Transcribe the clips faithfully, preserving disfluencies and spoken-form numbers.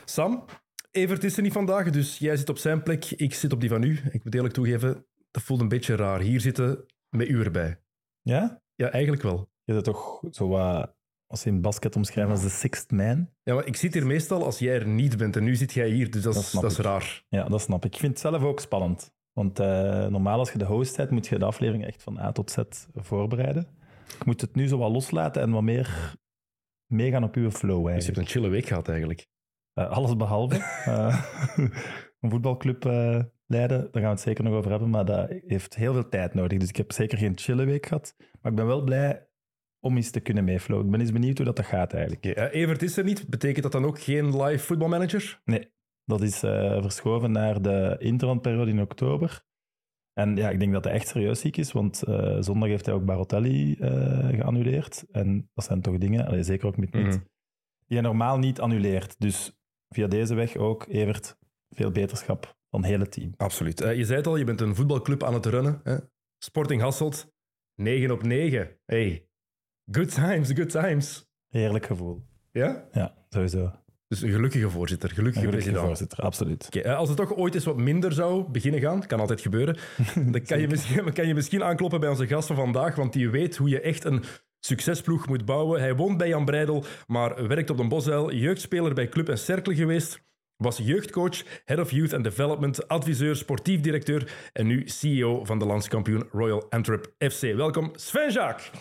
Sam, Evert is er niet vandaag, dus jij zit op zijn plek, ik zit op die van u. Ik moet eerlijk toegeven, dat voelt een beetje raar. Hier zitten met u erbij. Ja? Ja, eigenlijk wel. Je bent toch zo wat, als je in basket omschrijft als de sixth man? Ja, maar ik zit hier meestal als jij er niet bent en nu zit jij hier, dus dat, Dat is, snap dat is ik. raar. Ja, dat snap ik. Ik vind het zelf ook spannend. Want uh, normaal als je de host bent, moet je de aflevering echt van A tot Z voorbereiden. Ik moet het nu zo wat loslaten en wat meer meegaan op uw flow eigenlijk. Dus je hebt een chille week gehad eigenlijk. Uh, alles behalve. uh, een voetbalclub uh, leiden, daar gaan we het zeker nog over hebben, maar dat heeft heel veel tijd nodig. Dus ik heb zeker geen chille week gehad. Maar ik ben wel blij om eens te kunnen meeflowen. Ik ben eens benieuwd hoe dat, dat gaat eigenlijk. Okay, uh, Evert is er niet. Betekent dat dan ook geen live voetbalmanager? Nee, dat is uh, verschoven naar de interlandperiode in oktober. En ja, ik denk dat hij echt serieus ziek is, want uh, zondag heeft hij ook Barotelli uh, geannuleerd. En dat zijn toch dingen, allee, zeker ook met niet, mm-hmm. die hij normaal niet annuleert. Dus via deze weg ook, Evert, veel beterschap van het hele team. Absoluut. Uh, je zei het al, je bent een voetbalclub aan het runnen. Hè? Sporting Hasselt, negen op negen. Hey, good times, good times. Heerlijk gevoel. Ja? Ja, sowieso. Dus een gelukkige voorzitter, gelukkige, een gelukkige president. voorzitter, absoluut. Okay, als het toch ooit eens wat minder zou beginnen gaan, kan altijd gebeuren, dan kan je, misschien, kan je misschien aankloppen bij onze gast van vandaag, want die weet hoe je echt een succesploeg moet bouwen. Hij woont bij Jan Breidel, maar werkt op de Bosuil, jeugdspeler bij Club en Cercle geweest, was jeugdcoach, head of youth and development, adviseur, sportief directeur en nu C E O van de landskampioen Royal Antwerp F C. Welkom, Sven Jaak.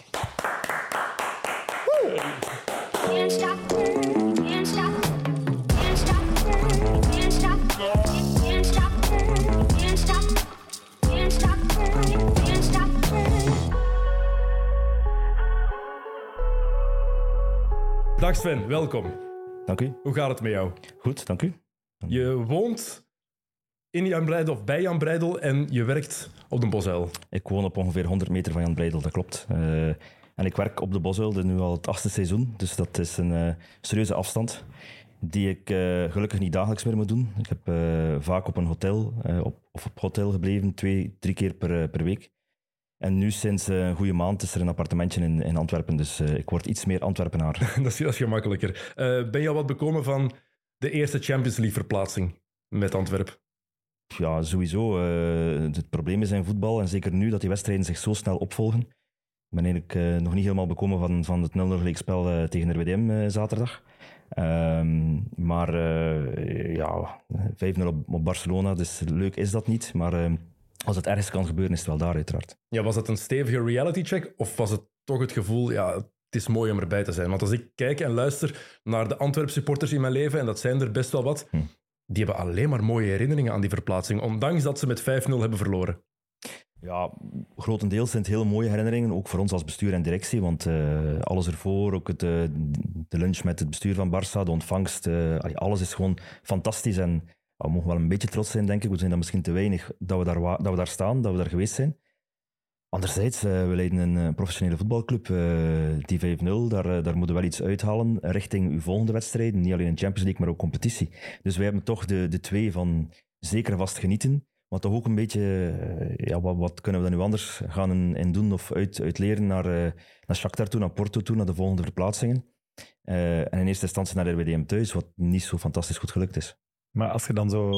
Can't stop, can't stop. Dag Sven, welkom. Dank u. Hoe gaat het met jou? Goed, dank u. Je woont in Jan Breidel of bij Jan Breidel en je werkt op de Bosuil. Ik woon op ongeveer honderd meter van Jan Breidel, dat klopt. Uh, en ik werk op de Bosuil, dit is nu al het achtste seizoen, dus dat is een uh, serieuze afstand die ik uh, gelukkig niet dagelijks meer moet doen. Ik heb uh, vaak op een hotel uh, op, of op hotel gebleven, twee, drie keer per, uh, per week. En nu sinds uh, een goede maand is er een appartementje in, in Antwerpen, dus uh, ik word iets meer Antwerpenaar. dat, is, dat is gemakkelijker. Uh, ben je al wat bekomen van de eerste Champions League verplaatsing met Antwerpen? Ja, sowieso. Uh, het probleem is in voetbal, en zeker nu dat die wedstrijden zich zo snel opvolgen. Ik ben eigenlijk uh, nog niet helemaal bekomen van, van het nul nul gelijkspel uh, tegen R W D M uh, zaterdag. Um, maar uh, ja, vijf nul op, op Barcelona, dus leuk is dat niet, maar... Uh, Als het ergens kan gebeuren, is het wel daar uiteraard. Ja, was het een stevige reality check of was het toch het gevoel, ja, het is mooi om erbij te zijn? Want als ik kijk en luister naar de Antwerp supporters in mijn leven, en dat zijn er best wel wat, hm. die hebben alleen maar mooie herinneringen aan die verplaatsing, ondanks dat ze met vijf nul hebben verloren. Ja, grotendeels zijn het heel mooie herinneringen, ook voor ons als bestuur en directie, want uh, alles ervoor, ook het, uh, de lunch met het bestuur van Barça, de ontvangst, uh, alles is gewoon fantastisch en... We mogen wel een beetje trots zijn, denk ik. We zijn dat misschien te weinig dat we daar, wa- dat we daar staan, dat we daar geweest zijn. Anderzijds, uh, we leiden een uh, professionele voetbalclub. Uh, die vijf nul, daar, uh, daar moeten we wel iets uithalen richting uw volgende wedstrijden. Niet alleen in Champions League, maar ook competitie. Dus wij hebben toch de, de twee van zeker vast genieten. Maar toch ook een beetje, uh, ja, wat, wat kunnen we dan nu anders gaan in, in doen of uit, uitleren naar, uh, naar Shakhtar toe, naar Porto toe, naar de volgende verplaatsingen. Uh, en in eerste instantie naar R W D M thuis, wat niet zo fantastisch goed gelukt is. Maar als je dan zo...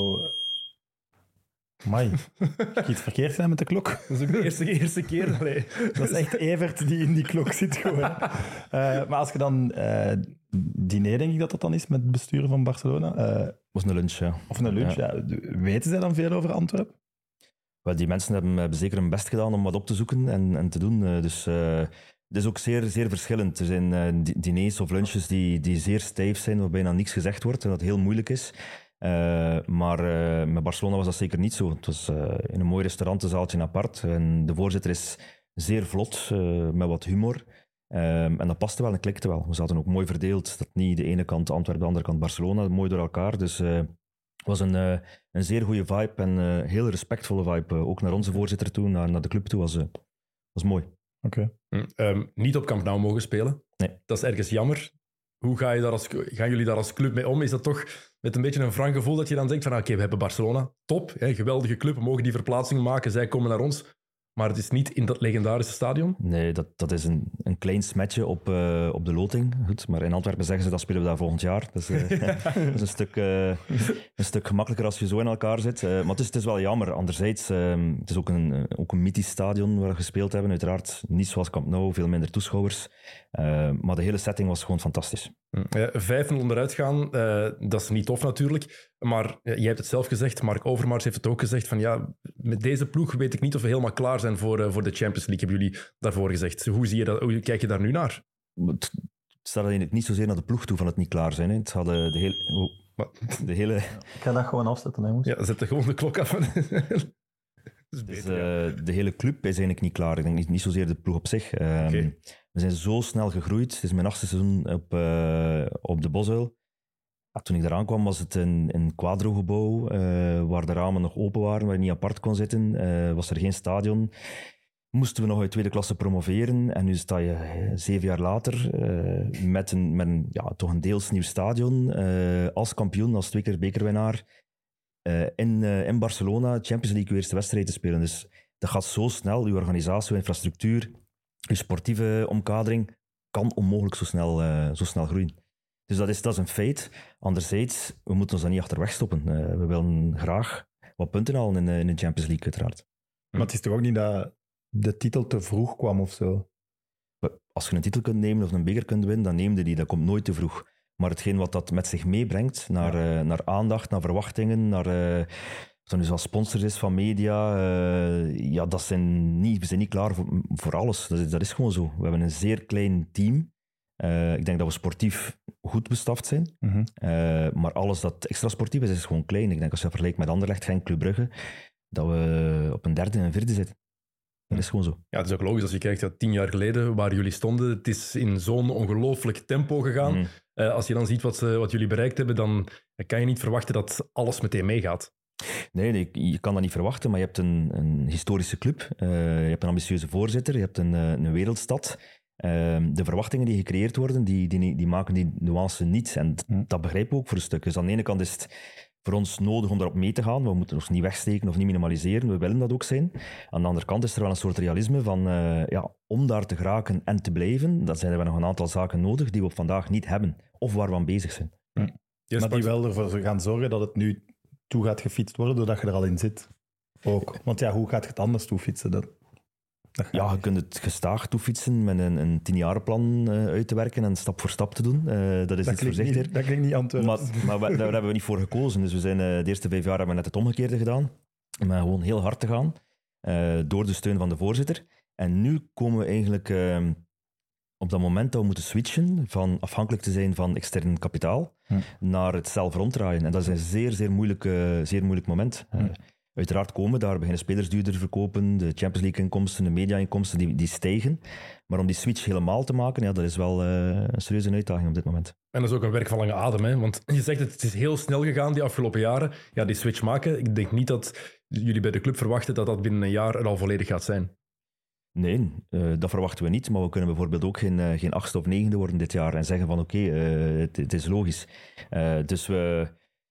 Amai, heb je iets verkeerd gedaan met de klok? Dat is ook de eerste, eerste keer. Allee. Dat is echt Evert die in die klok zit gewoon. Uh, maar als je dan... Uh, diner, denk ik dat dat dan is, met het bestuur van Barcelona. Uh, was een lunch, ja. Of een lunch, ja. ja. Weten zij dan veel over Antwerpen? Wel, die mensen hebben, hebben zeker hun best gedaan om wat op te zoeken en, en te doen. Uh, dus... Uh, Het is ook zeer, zeer verschillend. Er zijn uh, diners of lunches die, die zeer stijf zijn, waar bijna niks gezegd wordt en dat heel moeilijk is. Uh, maar uh, met Barcelona was dat zeker niet zo. Het was uh, in een mooi restaurantenzaaltje apart. En de voorzitter is zeer vlot, uh, met wat humor. Um, en dat paste wel en klikte wel. We zaten ook mooi verdeeld. Dat niet de ene kant Antwerpen, de andere kant Barcelona. Mooi door elkaar. Dus uh, het was een, uh, een zeer goede vibe en een uh, heel respectvolle vibe. Uh, ook naar onze voorzitter toe, naar, naar de club toe. Was, uh, was mooi. Oké. Okay. Um, niet op Camp Nou mogen spelen. Nee. Dat is ergens jammer. Hoe ga je daar als, gaan jullie daar als club mee om? Is dat toch met een beetje een wrang gevoel dat je dan denkt van oké, okay, we hebben Barcelona, top, hè, geweldige club, we mogen die verplaatsing maken, zij komen naar ons. Maar het is niet in dat legendarische stadion. Nee, dat, dat is een, een klein smetje op, uh, op de loting. Goed, maar in Antwerpen zeggen ze dat spelen we daar volgend jaar. Dus, uh, dat is een stuk, uh, een stuk gemakkelijker als je zo in elkaar zit. Uh, maar het is, het is wel jammer. Anderzijds, uh, het is ook een, ook een mythisch stadion waar we gespeeld hebben. Uiteraard niet zoals Camp Nou, veel minder toeschouwers. Uh, maar de hele setting was gewoon fantastisch. Ja, vijf nul onderuit gaan, uh, dat is niet tof natuurlijk. Maar uh, jij hebt het zelf gezegd, Mark Overmars heeft het ook gezegd, van ja, met deze ploeg weet ik niet of we helemaal klaar zijn voor, uh, voor de Champions League, hebben jullie daarvoor gezegd. Hoe, zie je dat, hoe kijk je daar nu naar? Het staat eigenlijk niet zozeer naar de ploeg toe van het niet klaar zijn. Hè. Het hadden de, heel, oh, de hele... Ik ga dat gewoon afzetten, hè, Moes. Ja, zet gewoon de klok af. Dus, beter, uh, ja. De hele club is eigenlijk niet klaar. Ik denk niet, niet zozeer de ploeg op zich. Um, okay. We zijn zo snel gegroeid. Het is mijn achtste seizoen op, uh, op de Bosuil. Ja, toen ik eraan kwam was het een, een quadro-gebouw uh, waar de ramen nog open waren, waar je niet apart kon zitten. Uh, was er geen stadion. Moesten we nog uit tweede klasse promoveren. En nu sta je uh, zeven jaar later uh, met, een, met een, ja, toch een deels nieuw stadion. Uh, als kampioen, als twee keer bekerwinnaar. Uh, in, uh, in Barcelona Champions League eerste wedstrijd te spelen. Dus dat gaat zo snel. Uw organisatie, uw infrastructuur, uw sportieve omkadering kan onmogelijk zo snel, uh, zo snel groeien. Dus dat is, dat is een feit. Anderzijds, we moeten ons daar niet achter wegstoppen. Uh, we willen graag wat punten halen in, in de Champions League, uiteraard. Maar het is toch ook niet dat de titel te vroeg kwam of zo? Als je een titel kunt nemen of een beker kunt winnen, dan neem je die. Dat komt nooit te vroeg. Maar hetgeen wat dat met zich meebrengt, naar, ja. uh, naar aandacht, naar verwachtingen, naar... Uh, of er nu zoals sponsors is van media, uh, ja, dat zijn niet, we zijn niet klaar voor, voor alles. Dat is, dat is gewoon zo. We hebben een zeer klein team. Uh, ik denk dat we sportief goed bestaft zijn. Mm-hmm. Uh, maar alles dat extra sportief is, is gewoon klein. Ik denk als je vergelijkt met Anderlecht, Genk, Club Brugge, dat we op een derde en een vierde zitten. Dat is gewoon zo. Ja, het is ook logisch als je kijkt dat tien jaar geleden waar jullie stonden, het is in zo'n ongelooflijk tempo gegaan. Mm. Uh, als je dan ziet wat, uh, wat jullie bereikt hebben, dan kan je niet verwachten dat alles meteen meegaat. Nee, nee, je kan dat niet verwachten, maar je hebt een, een historische club. Uh, je hebt een ambitieuze voorzitter, je hebt een, een wereldstad. Uh, de verwachtingen die gecreëerd worden, die, die, die maken die nuance niet. En mm. dat begrijpen we ook voor een stuk. Dus aan de ene kant is het voor ons nodig om daarop mee te gaan. We moeten ons niet wegsteken of niet minimaliseren. We willen dat ook zijn. Aan de andere kant is er wel een soort realisme van uh, ja, om daar te geraken en te blijven, dan zijn er nog een aantal zaken nodig die we op vandaag niet hebben of waar we aan bezig zijn. Hm. Yes, maar die wel ervoor gaan zorgen dat het nu toe gaat gefietst worden doordat je er al in zit. Ook. Want ja, hoe gaat je het anders toefietsen? Dat, dat ja, je kunt het gestaag toefietsen met een, een tienjarenplan uh, uit te werken en stap voor stap te doen. Uh, dat is dat iets voorzichtiger. Niet, dat klinkt niet Antwerpen. Maar, maar we, daar hebben we niet voor gekozen. Dus we zijn, uh, de eerste vijf jaar hebben we net het omgekeerde gedaan. Om gewoon heel hard te gaan. Uh, door de steun van de voorzitter. En nu komen we eigenlijk uh, op dat moment dat we moeten switchen van afhankelijk te zijn van extern kapitaal hm. naar het zelf ronddraaien. En dat is een zeer, zeer moeilijk, uh, zeer moeilijk moment. Hm. Uh, Uiteraard komen daar, beginnen spelers duurder verkopen, de Champions League-inkomsten, de media-inkomsten, die, die stijgen. Maar om die switch helemaal te maken, ja, dat is wel uh, een serieuze uitdaging op dit moment. En dat is ook een werk van lange adem, hè? Want je zegt het, het is heel snel gegaan die afgelopen jaren. Ja, die switch maken, ik denk niet dat jullie bij de club verwachten dat dat binnen een jaar er al volledig gaat zijn. Nee, uh, dat verwachten we niet. Maar we kunnen bijvoorbeeld ook geen, uh, geen achtste of negende worden dit jaar en zeggen van oké, okay, uh, het, het is logisch. Uh, dus we...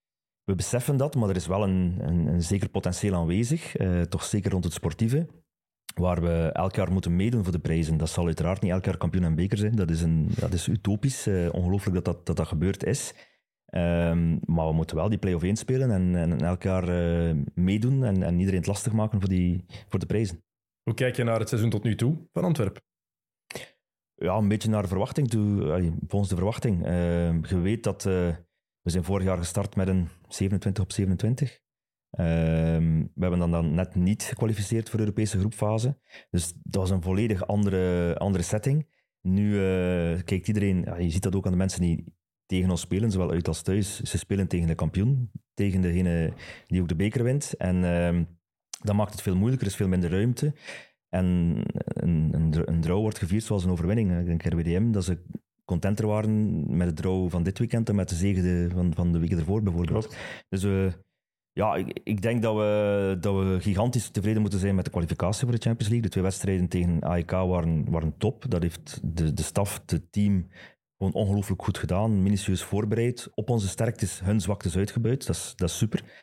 We beseffen dat, maar er is wel een, een, een zeker potentieel aanwezig, uh, toch zeker rond het sportieve, waar we elk jaar moeten meedoen voor de prijzen. Dat zal uiteraard niet elk jaar kampioen en beker zijn, dat is, een, dat is utopisch, uh, ongelooflijk dat dat, dat dat gebeurd is. Um, maar we moeten wel die play-off één spelen en, en elk jaar uh, meedoen en, en iedereen het lastig maken voor, die, voor de prijzen. Hoe kijk je naar het seizoen tot nu toe van Antwerpen? Ja, een beetje naar de verwachting toe, uh, volgens de verwachting. Uh, je weet dat... Uh, We zijn vorig jaar gestart met een zevenentwintig op zevenentwintig. Uh, we hebben dan, dan net niet gekwalificeerd voor de Europese groepfase. Dus dat was een volledig andere, andere setting. Nu uh, kijkt iedereen, ja, je ziet dat ook aan de mensen die tegen ons spelen, zowel uit als thuis. Ze spelen tegen de kampioen, tegen degene die ook de beker wint. En uh, dat maakt het veel moeilijker, er is veel minder ruimte. En een, een, een draw wordt gevierd zoals een overwinning. Ik denk R W D M, dat ze contenter waren met het draw van dit weekend en met de zege de, van, van de weken ervoor bijvoorbeeld. Klopt. Dus uh, ja, ik, ik denk dat we, dat we gigantisch tevreden moeten zijn met de kwalificatie voor de Champions League. De twee wedstrijden tegen A E K waren, waren top. Dat heeft de, de staf, het team gewoon ongelooflijk goed gedaan, minutieus voorbereid. Op onze sterktes hun zwaktes uitgebuit. Dat is, dat is super.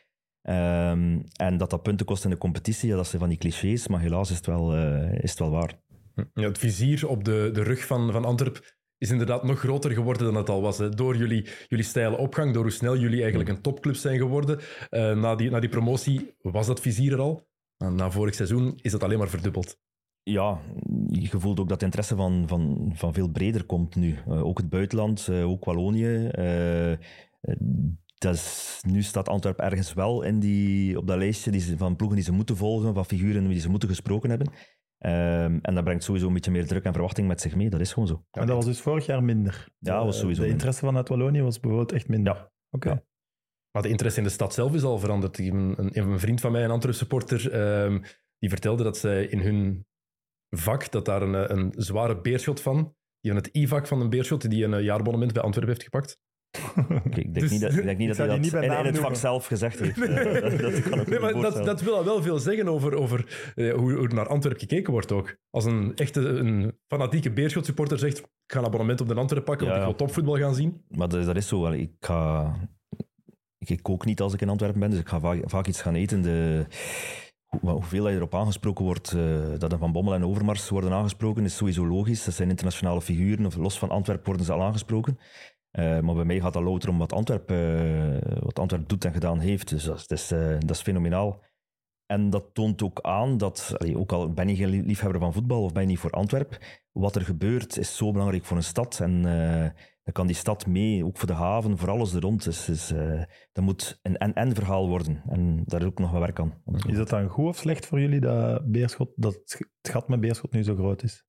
Um, en dat dat punten kost in de competitie, ja, dat zijn van die clichés, maar helaas is het wel, uh, is het wel waar. Ja, het vizier op de, de rug van, van Antwerpen is inderdaad nog groter geworden dan het al was. Hè. Door jullie, jullie steile opgang, door hoe snel jullie eigenlijk een topclub zijn geworden. Uh, na, die, na die promotie was dat vizier er al. Na, na vorig seizoen is dat alleen maar verdubbeld. Ja, je voelt ook dat de interesse van, van, van veel breder komt nu. Uh, ook het buitenland, uh, ook Wallonië. Uh, dat is, nu staat Antwerpen ergens wel in die, op dat lijstje die ze, van ploegen die ze moeten volgen, van figuren die ze moeten gesproken hebben. Um, en dat brengt sowieso een beetje meer druk en verwachting met zich mee. Dat is gewoon zo. En dat was dus vorig jaar minder? Ja, dat was sowieso De interesse minder. vanuit Wallonië was bijvoorbeeld echt minder? Ja. Oké. Okay. Ja. Maar de interesse in de stad zelf is al veranderd. Een, een, een vriend van mij, een Antwerp supporter, um, die vertelde dat zij in hun vak, dat daar een, een zware beerschot van, die van het I-vak van een beerschot, die een jaarabonnement bij Antwerpen heeft gepakt. Okay, ik denk Dus, niet dat, ik denk niet dat hij dat niet in, in het noemen. vak zelf gezegd heeft. Nee. Uh, dat, dat kan ik nee, maar dat, dat wil al wel veel zeggen over, over uh, hoe, hoe naar Antwerpen gekeken wordt ook. Als een echte een fanatieke Beerschot supporter zegt, ik ga een abonnement op de Antwerpen pakken, ja, want ik wil topvoetbal gaan zien. Maar dat, dat is zo. Ik, ga, ik, ik kook niet als ik in Antwerpen ben, dus ik ga vaak, vaak iets gaan eten. De, hoe, hoeveel je erop aangesproken wordt, uh, dat er Van Bommel en Overmars worden aangesproken, is sowieso logisch. Dat zijn internationale figuren, of los van Antwerpen worden ze al aangesproken. Uh, maar bij mij gaat dat louter om wat Antwerpen, uh, wat Antwerpen doet en gedaan heeft. Dus dat is, uh, dat is fenomenaal. En dat toont ook aan dat, allee, ook al ben je geen liefhebber van voetbal of ben je niet voor Antwerpen, wat er gebeurt is zo belangrijk voor een stad. En uh, dan kan die stad mee, ook voor de haven, voor alles er rond. Dus, dus, uh, dat moet een en-en verhaal worden. En daar is ook nog wat werk aan. Is dat dan goed of slecht voor jullie dat, Beerschot, dat het gat met Beerschot nu zo groot is?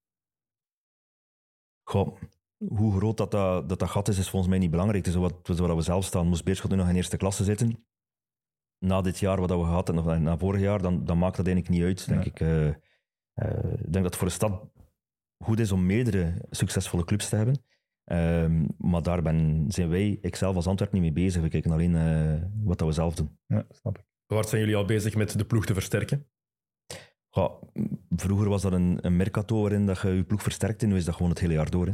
Goh. Hoe groot dat dat, dat dat gat is, is volgens mij niet belangrijk. Het is wat, wat we zelf staan. Moest Beerschot nu nog in eerste klasse zitten, na dit jaar wat we gehad hebben, of na vorig jaar, dan, dan maakt dat eigenlijk niet uit, denk ja. ik. Uh, uh, ik denk dat het voor de stad goed is om meerdere succesvolle clubs te hebben. Uh, maar daar ben, zijn wij, ikzelf als Antwerp, niet mee bezig. We kijken alleen uh, wat dat we zelf doen. Ja, snap ik. Waar zijn jullie al bezig met de ploeg te versterken? Ja, vroeger was dat een, een mercato waarin dat je je ploeg versterkte. Nu is dat gewoon het hele jaar door. Hè.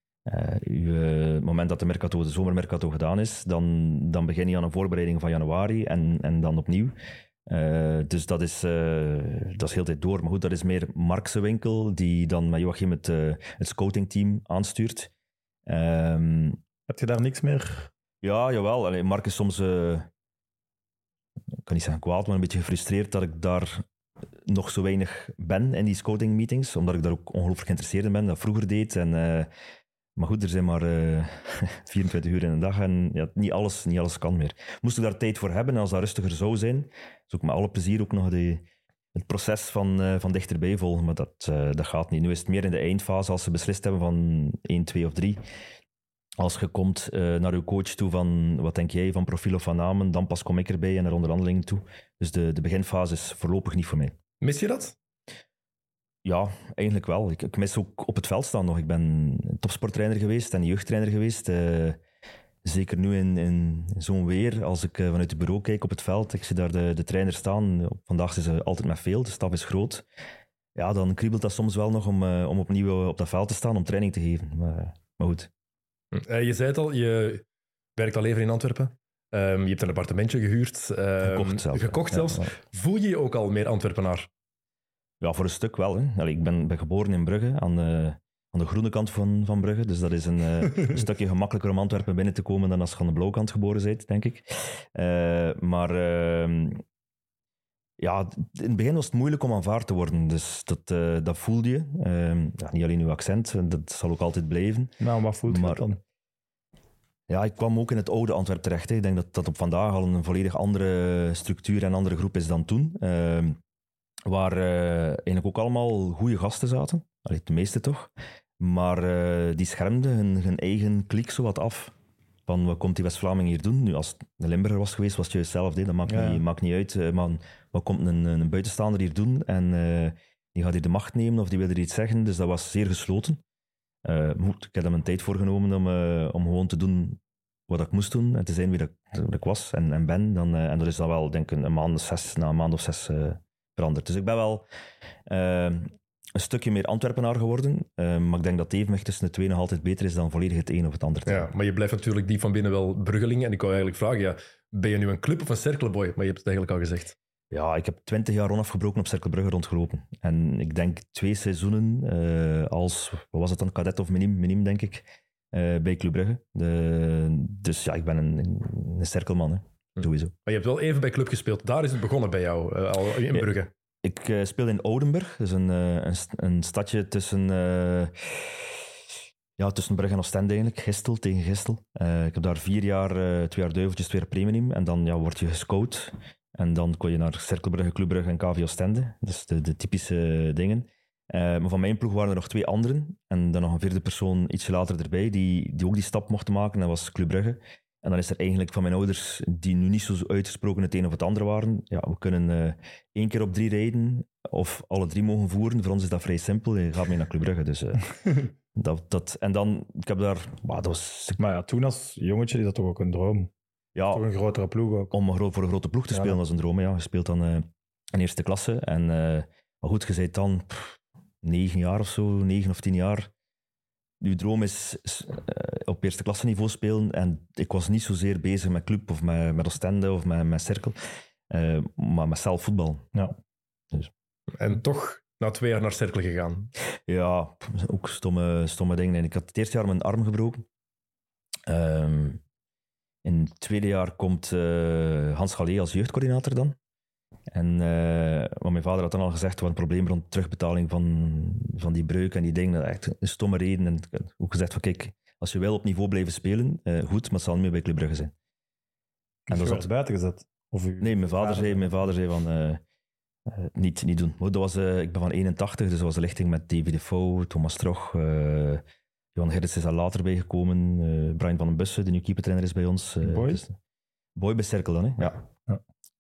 Uh, het moment dat de mercato, de zomermercato gedaan is, dan, dan begin je aan een voorbereiding van januari en, en dan opnieuw. Uh, dus dat is, uh, dat is heel tijd door. Maar goed, dat is meer Markse winkel, die dan met Joachim het, uh, het scoutingteam aanstuurt. Um, Heb je daar niks meer? Ja, jawel. Allee, Mark is soms, uh, ik kan niet zeggen kwaad, maar een beetje gefrustreerd dat ik daar nog zo weinig ben in die scouting meetings, omdat ik daar ook ongelooflijk geïnteresseerd in ben, dat vroeger deed. En, uh, maar goed, er zijn maar uh, vierentwintig uur in een dag en ja, niet, alles, niet alles kan meer. Moest ik daar tijd voor hebben en als dat rustiger zou zijn, is ook met alle plezier ook nog die, het proces van, uh, van dichterbij volgen, maar dat, uh, dat gaat niet. Nu is het meer in de eindfase, als ze beslist hebben van één, twee of drie. Als je komt uh, naar je coach toe van wat denk jij van profiel of van namen, dan pas kom ik erbij en naar onderhandelingen toe. Dus de, de beginfase is voorlopig niet voor mij. Mis je dat? Ja, eigenlijk wel. Ik, ik mis ook op het veld staan nog. Ik ben topsporttrainer geweest en jeugdtrainer geweest. Uh, zeker nu in, in zo'n weer, als ik uh, vanuit het bureau kijk op het veld, ik zie daar de, de trainer staan. Vandaag is ze altijd met veel, de staf is groot. Ja, dan kriebelt dat soms wel nog om, uh, om opnieuw op dat veld te staan, om training te geven. Maar, maar goed. Uh, je zei het al, je werkt al even in Antwerpen. Um, je hebt een appartementje gehuurd. Um, gekocht zelfs. Gekocht zelfs. Ja, ja. Voel je je ook al meer Antwerpenaar? Ja, voor een stuk wel. Hè. Allee, ik ben, ben geboren in Brugge, aan de, aan de groene kant van, van Brugge. Dus dat is een, uh, een stukje gemakkelijker om Antwerpen binnen te komen dan als je aan de blauwe kant geboren bent, denk ik. Uh, maar uh, ja, in het begin was het moeilijk om aanvaard te worden. Dus dat, uh, dat voelde je. Uh, ja, niet alleen uw accent, dat zal ook altijd blijven. Nou, wat voelt je maar, dan? Ja, ik kwam ook in het oude Antwerpen terecht. Hè. Ik denk dat dat op vandaag al een volledig andere structuur en andere groep is dan toen. Uh, waar uh, eigenlijk ook allemaal goede gasten zaten. Allee, de meeste toch. Maar uh, die schermden hun, hun eigen kliek zo wat af. Van, wat komt die West-Vlaming hier doen? Nu, als het een Limburger was geweest, was het juist hetzelfde. Dat maakt, ja. niet, maakt niet uit. Uh, maar wat komt een, een buitenstaander hier doen? En uh, die gaat hier de macht nemen of die wil er iets zeggen. Dus dat was zeer gesloten. Uh, goed, ik heb er mijn tijd voor genomen om, uh, om gewoon te doen wat ik moest doen. En te zijn wie dat, dat ik was en, en ben. Dan, uh, en dat is dan wel, denk ik, een maand of zes, na een maand of zes... Uh, veranderd. Dus ik ben wel uh, een stukje meer Antwerpenaar geworden, uh, maar ik denk dat het evenwicht tussen de twee nog altijd beter is dan volledig het een of het ander. Ja, maar je blijft natuurlijk diep van binnen wel Bruggeling. En ik wou eigenlijk vragen, ja, Ben je nu een club of een cirkelboy? Maar je hebt het eigenlijk al gezegd. Ja, ik heb twintig jaar onafgebroken op Cercle Brugge rondgelopen. En ik denk twee seizoenen uh, als, wat was het dan, cadet of miniem, miniem denk ik, uh, bij Club Brugge. De, dus ja, ik ben een, een cirkelman, hè. Sowieso. Maar je hebt wel even bij club gespeeld. Daar is het begonnen bij jou, uh, al in Brugge. Ja, ik uh, speel in Oudenburg, dus een, uh, een, een stadje tussen... Uh, Ja, tussen Brugge en Oostende eigenlijk. Gistel tegen Gistel. Uh, ik heb daar vier jaar, uh, twee jaar duiveltjes, twee jaar premium. En dan ja, word je gescout. En dan kon je naar Cercle Brugge, Club Brugge en K V Oostende. Dus de, de typische dingen. Uh, maar van mijn ploeg waren er nog twee anderen. En dan nog een vierde persoon ietsje later erbij, die, die ook die stap mochten maken. Dat was Club Brugge. En dan is er eigenlijk van mijn ouders, die nu niet zo uitgesproken het een of het ander waren. Ja, we kunnen uh, één keer op drie rijden. Of alle drie mogen voeren. Voor ons is dat vrij simpel. Je gaat mee naar Club Brugge. Dus... Uh, Dat, dat, en dan, ik heb daar... Maar, dat was, maar ja, toen als jongetje is dat toch ook een droom? Ja, toch een grotere ploeg ook? Om een, voor een grote ploeg te spelen, ja, dat is een droom. Ja. Je speelt dan uh, in eerste klasse. En, uh, maar goed, je bent dan pff, negen jaar of zo, negen of tien jaar. Je droom is, is uh, op eerste klasse niveau spelen. En ik was niet zozeer bezig met club of met, met Oostende of met, met Cercle. Uh, maar met zelf voetbal. Ja. Dus. En toch... Na twee jaar naar Cercle gegaan. Ja, ook stomme, stomme dingen. Ik had het eerste jaar mijn arm gebroken. Um, in het tweede jaar komt uh, Hans Gallet als jeugdcoördinator dan. En uh, wat mijn vader had dan al gezegd, was een probleem rond terugbetaling van, van die breuk en die dingen. Dat is echt een stomme reden. En ook gezegd van kijk, als je wil op niveau blijven spelen, uh, goed, maar het zal niet meer bij Club Brugge zijn. En dat werd buiten gezet? Of u... Nee, mijn vader, zei, mijn vader zei van... Uh, Uh, niet, niet doen. Dat was, uh, ik ben van eenentachtig, dus dat was de lichting met Davy Defoe, Thomas Trog, uh, Johan Gerrits is daar later bijgekomen, uh, Brian van den Bussen, de nieuwe keepertrainer is bij ons. Uh, Boy? Dus, Boy bij Cercle dan, hè? Ja. ja.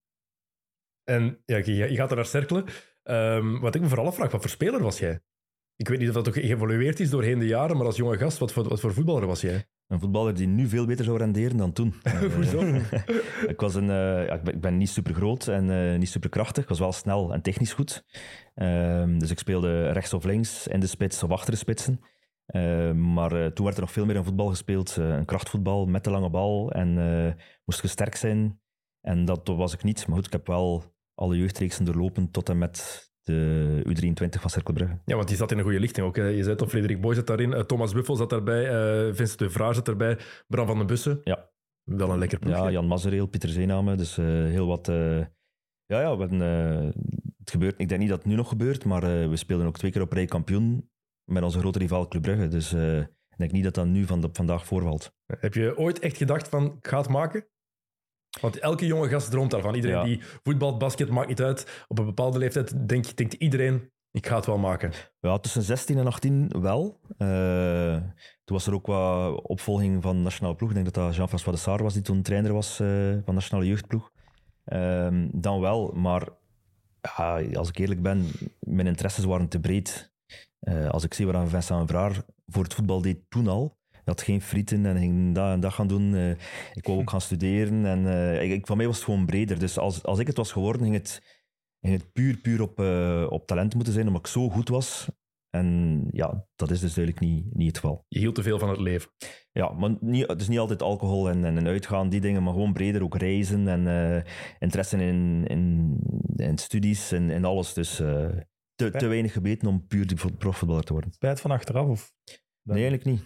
En ja, je, je gaat er naar Cercle. Um, wat ik me vooral afvraag, wat voor speler was jij? Ik weet niet of dat ook geëvolueerd is doorheen de jaren, maar als jonge gast, wat voor, wat voor voetballer was jij? Een voetballer die nu veel beter zou renderen dan toen. Hoezo? ik, was een, uh, ja, ik, ben, ik ben niet super groot en uh, niet super krachtig. Ik was wel snel en technisch goed. Uh, dus ik speelde rechts of links, in de spits of achter de spitsen. Uh, maar uh, toen werd er nog veel meer in voetbal gespeeld. Uh, een krachtvoetbal met de lange bal. En uh, moest je sterk zijn. En dat was ik niet. Maar goed, ik heb wel alle jeugdreeksen doorlopen tot en met... de U drieëntwintig van Cercle Brugge. Ja, want die zat in een goede lichting ook. Hè. Je zei toch, Frederik Boy zat daarin, uh, Thomas Buffel zat daarbij, uh, Vincent de Vraag zat erbij, Bram van den Bussen. Ja. Wel een lekker ploegje. Ja, Jan Mazereel, Pieter Zeename. Dus uh, heel wat... Uh, ja, ja, we hebben, uh, het gebeurt. Ik denk niet dat het nu nog gebeurt, maar uh, we speelden ook twee keer op rij kampioen met onze grote rivaal Club Brugge. Dus uh, ik denk niet dat dat nu van de, vandaag voorvalt. Heb je ooit echt gedacht van, ik ga het maken? Want elke jonge gast droomt daarvan. Iedereen ja. die voetbal, basket, maakt niet uit. Op een bepaalde leeftijd denkt, denkt iedereen, ik ga het wel maken. Ja, tussen zestien en achttien wel. Uh, toen was er ook wat opvolging van de nationale ploeg. Ik denk dat dat Jean-François de Saar was die toen trainer was uh, van de nationale jeugdploeg. Uh, dan wel, maar ja, als ik eerlijk ben, mijn interesses waren te breed. Uh, als ik zie wat Vincent Vraar voor het voetbal deed toen al, je had geen frieten en ging dat en dat gaan doen. Uh, ik wou ook gaan studeren. En, uh, ik, van mij was het gewoon breder. Dus als, als ik het was geworden, ging het, ging het puur, puur op, uh, op talent moeten zijn, omdat ik zo goed was. En ja, dat is dus duidelijk niet, niet het geval. Je hield te veel van het leven. Ja, maar niet, het is niet altijd alcohol en, en, en uitgaan, die dingen, maar gewoon breder, ook reizen en uh, interesse in, in, in studies en in alles. Dus uh, te, te weinig gebeten om puur die profvoetballer te worden. Spijt van achteraf? Of? Nee, eigenlijk niet.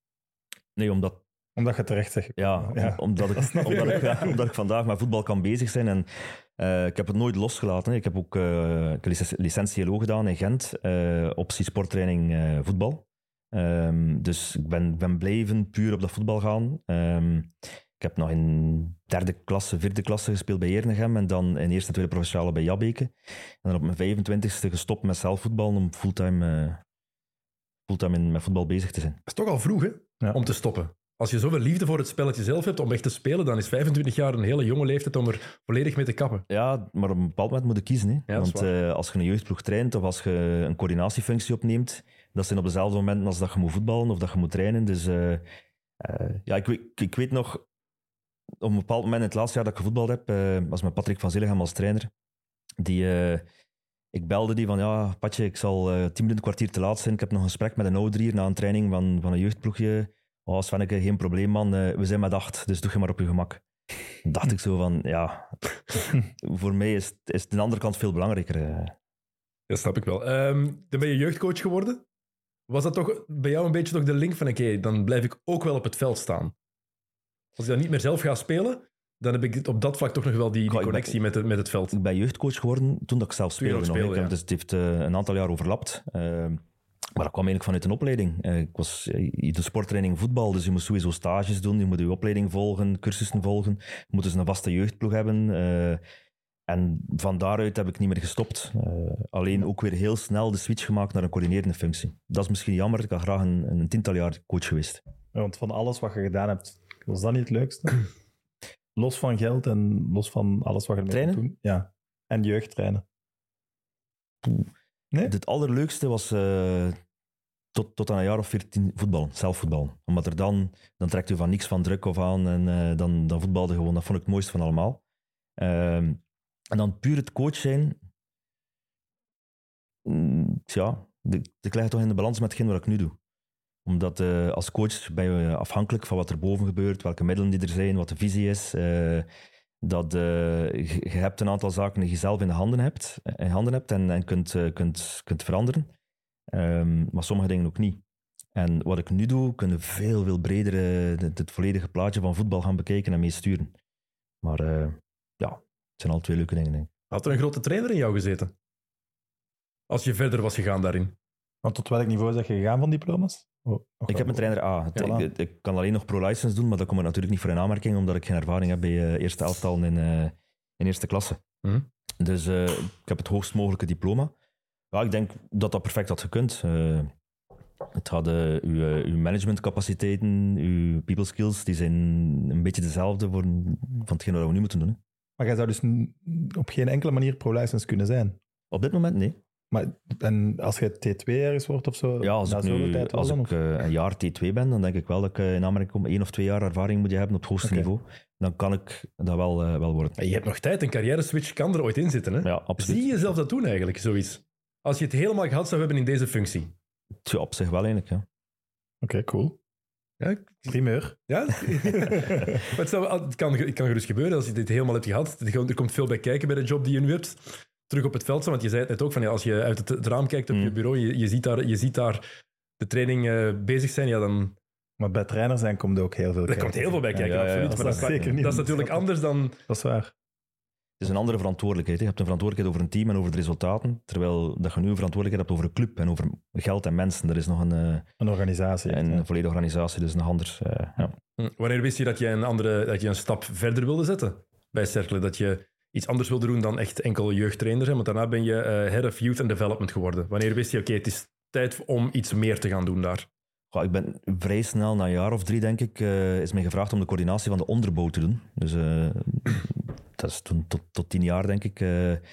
Nee, omdat... Omdat je terecht zegt. Ja, ja. Omdat, ik, omdat, ik, ja, omdat ik vandaag met voetbal kan bezig zijn. En uh, ik heb het nooit losgelaten. Hè. Ik heb ook uh, ik heb licentie L O gedaan in Gent, uh, optie sporttraining uh, voetbal. Um, dus ik ben, ben blijven puur op dat voetbal gaan. Um, ik heb nog in derde klasse, vierde klasse gespeeld bij Heernegem en dan in eerste en tweede provinciale bij Jabbeke. En dan op mijn vijfentwintigste gestopt met zelfvoetbal om fulltime, uh, fulltime in, met voetbal bezig te zijn. Dat is toch al vroeg, hè? Ja. Om te stoppen. Als je zoveel liefde voor het spelletje zelf hebt om echt te spelen, dan is vijfentwintig jaar een hele jonge leeftijd om er volledig mee te kappen. Ja, maar op een bepaald moment moet je kiezen. Hè? Ja, Want uh, als je een jeugdploeg traint of als je een coördinatiefunctie opneemt, dat zijn op dezelfde momenten als dat je moet voetballen of dat je moet trainen. Dus uh, uh, ja, ik, ik, ik weet nog, op een bepaald moment in het laatste jaar dat ik gevoetbald heb, uh, was met Patrick van Zillegem als trainer, die... Uh, Ik belde die van, ja, Patje, ik zal uh, tien minuten, een kwartier te laat zijn. Ik heb nog een gesprek met een oudrier na een training van, van een jeugdploegje. Oh, Svenneke, geen probleem, man. Uh, we zijn met acht, dus doe je maar op je gemak. dacht ik zo van, ja, voor mij is, is de andere kant veel belangrijker. Dat snap ik wel. Um, dan ben je jeugdcoach geworden. Was dat toch bij jou een beetje toch de link van, oké, okay, dan blijf ik ook wel op het veld staan. Als ik dan niet meer zelf ga spelen, dan heb ik op dat vlak toch nog wel die, die connectie ben, met, het, met het veld. Ik ben jeugdcoach geworden toen dat ik zelf speelde. Speel, nog, ja. Dus het heeft uh, een aantal jaar overlapt. Uh, maar dat kwam eigenlijk vanuit een opleiding. Uh, ik was uh, de sporttraining voetbal, dus je moet sowieso stages doen, je moet je opleiding volgen, cursussen volgen. Je moet dus een vaste jeugdploeg hebben. Uh, en van daaruit heb ik niet meer gestopt. Uh, alleen ook weer heel snel de switch gemaakt naar een coördinerende functie. Dat is misschien jammer, ik had graag een, een tiental jaar coach geweest. Ja, want van alles wat je gedaan hebt, was dat niet het leukste? Los van geld en los van alles wat je ermee trainen? Moet doen. Ja. En jeugdtrainen. Nee? Het allerleukste was uh, tot, tot aan een jaar of veertien voetballen, zelf voetballen. Omdat er dan, dan trekt u van niks van druk of aan en uh, dan, dan voetbalde gewoon. Dat vond ik het mooiste van allemaal. Uh, en dan puur het coach zijn. Mm, ja, ik leg toch in de balans met hetgeen wat ik nu doe. Omdat uh, als coach ben je afhankelijk van wat er boven gebeurt, welke middelen die er zijn, wat de visie is. Uh, dat uh, je, je hebt een aantal zaken die je zelf in de handen hebt, in handen hebt en, en kunt, uh, kunt, kunt veranderen. Um, maar sommige dingen ook niet. En wat ik nu doe, kunnen veel, veel breder uh, het, het volledige plaatje van voetbal gaan bekijken en meesturen. Maar uh, ja, het zijn al twee leuke dingen, denk ik. Had er een grote trainer in jou gezeten? Als je verder was gegaan daarin? Want tot welk niveau ben je gegaan van diploma's? Oh, ik heb een trainer A. Ja, ik, ik kan alleen nog pro-license doen, maar dat komt er natuurlijk niet voor in aanmerking, omdat ik geen ervaring heb bij uh, eerste elftal in, uh, in eerste klasse. Mm. Dus uh, ik heb het hoogst mogelijke diploma. Ja, ik denk dat dat perfect had gekund. Uh, het had uh, uw, uh, uw managementcapaciteiten, uw people skills, die zijn een beetje dezelfde voor, van hetgeen wat we nu moeten doen. Hè. Maar jij zou dus op geen enkele manier pro-license kunnen zijn? Op dit moment, nee. Maar en als je T twee ergens wordt of zo? Ja, als ik, nu, tijd als dan, ik uh, een jaar T twee ben, dan denk ik wel dat ik uh, in aanmerking kom. één of twee jaar ervaring moet je hebben op het hoogste okay. niveau. Dan kan ik dat wel, uh, wel worden. Je hebt nog tijd, een carrière-switch kan er ooit in zitten. Hè? Ja, absoluut. Zie je zelf dat doen eigenlijk, zoiets? Als je het helemaal gehad zou hebben in deze functie? Ja, op zich wel eigenlijk, ja. Oké, okay, cool. Ja, primeur. Ja? Maar het, zou, het, kan, het kan gerust gebeuren als je dit helemaal hebt gehad. Er komt veel bij kijken bij de job die je nu hebt. Terug op het veld staan, want je zei het net ook, van, ja, als je uit het, het raam kijkt op mm. je bureau, je, je, ziet daar, je ziet daar de training uh, bezig zijn, ja dan... Maar bij trainer zijn komt er ook heel veel er kijken. Er komt heel veel bij kijken, ja, ja, ja, absoluut. Ja, maar dat, dat, is zeker niet dat is natuurlijk anders dan... Dat is waar. Het is een andere verantwoordelijkheid. Hè. Je hebt een verantwoordelijkheid over een team en over de resultaten, terwijl dat je nu een verantwoordelijkheid hebt over een club en over geld en mensen. Er is nog een... Uh, een organisatie. Een ja. volledige organisatie, dus nog anders. Uh, ja. Wanneer wist je dat je, een andere, dat je een stap verder wilde zetten bij Cercle? Dat je iets anders wilde doen dan echt enkel jeugdtrainer zijn? Want daarna ben je uh, Head of Youth and Development geworden. Wanneer wist je, oké, okay, het is tijd om iets meer te gaan doen daar? Goh, ik ben vrij snel, na een jaar of drie denk ik, uh, is mij gevraagd om de coördinatie van de onderbouw te doen. Dus uh, dat is toen tot, tot tien jaar denk ik. Uh, uh,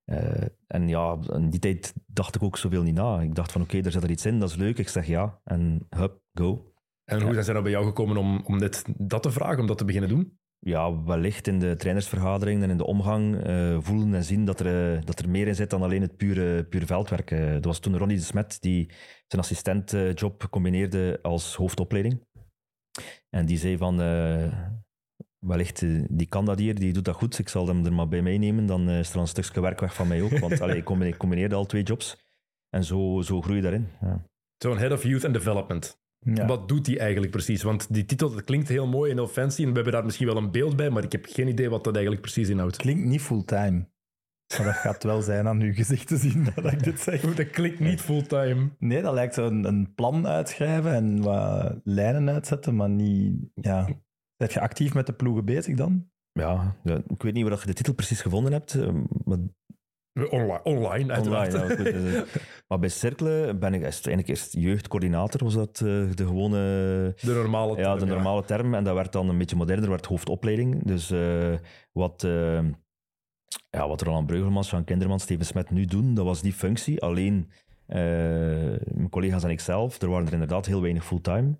en ja, in die tijd dacht ik ook zoveel niet na. Ik dacht van oké, okay, er zit er iets in, dat is leuk. Ik zeg ja en hup, go. En hoe zijn ze nou bij jou gekomen om, om net dat te vragen, om dat te beginnen doen? Ja, wellicht in de trainersvergadering en in de omgang uh, voelen en zien dat er, uh, dat er meer in zit dan alleen het pure, pure veldwerk. Uh, dat was toen Ronnie de Smet die zijn assistentjob combineerde als hoofdopleiding. En die zei van, uh, wellicht, uh, die kan dat hier, die doet dat goed, ik zal hem er maar bij meenemen, dan uh, is er een stukje werk weg van mij ook. Want allee, ik combineerde al twee jobs en zo, zo groei je daarin. Ja. Zo'n Head of Youth and Development. Ja. Wat doet die eigenlijk precies? Want die titel, dat klinkt heel mooi en heel fancy en we hebben daar misschien wel een beeld bij, maar ik heb geen idee wat dat eigenlijk precies inhoudt. Klinkt niet fulltime. Maar dat gaat wel zijn aan uw gezicht te zien dat ik dit zeg. Dat klinkt niet fulltime. Nee, dat lijkt zo een, een plan uitschrijven en wat lijnen uitzetten, maar niet... Ja. Ben je actief met de ploegen bezig dan? Ja, ja, ik weet niet waar je de titel precies gevonden hebt, maar... Online, online uiteraard. Online, ja, goed, maar bij Cercle ben ik eigenlijk eerst jeugdcoördinator, was dat uh, de gewone... De normale term. Ja, de normale ja. term. En dat werd dan een beetje moderner, werd hoofdopleiding. Dus uh, wat, uh, ja, wat Roland Breugelmans, Jean Kinderman, Steven Smet nu doen, dat was die functie. Alleen uh, mijn collega's en ikzelf, er waren er inderdaad heel weinig fulltime.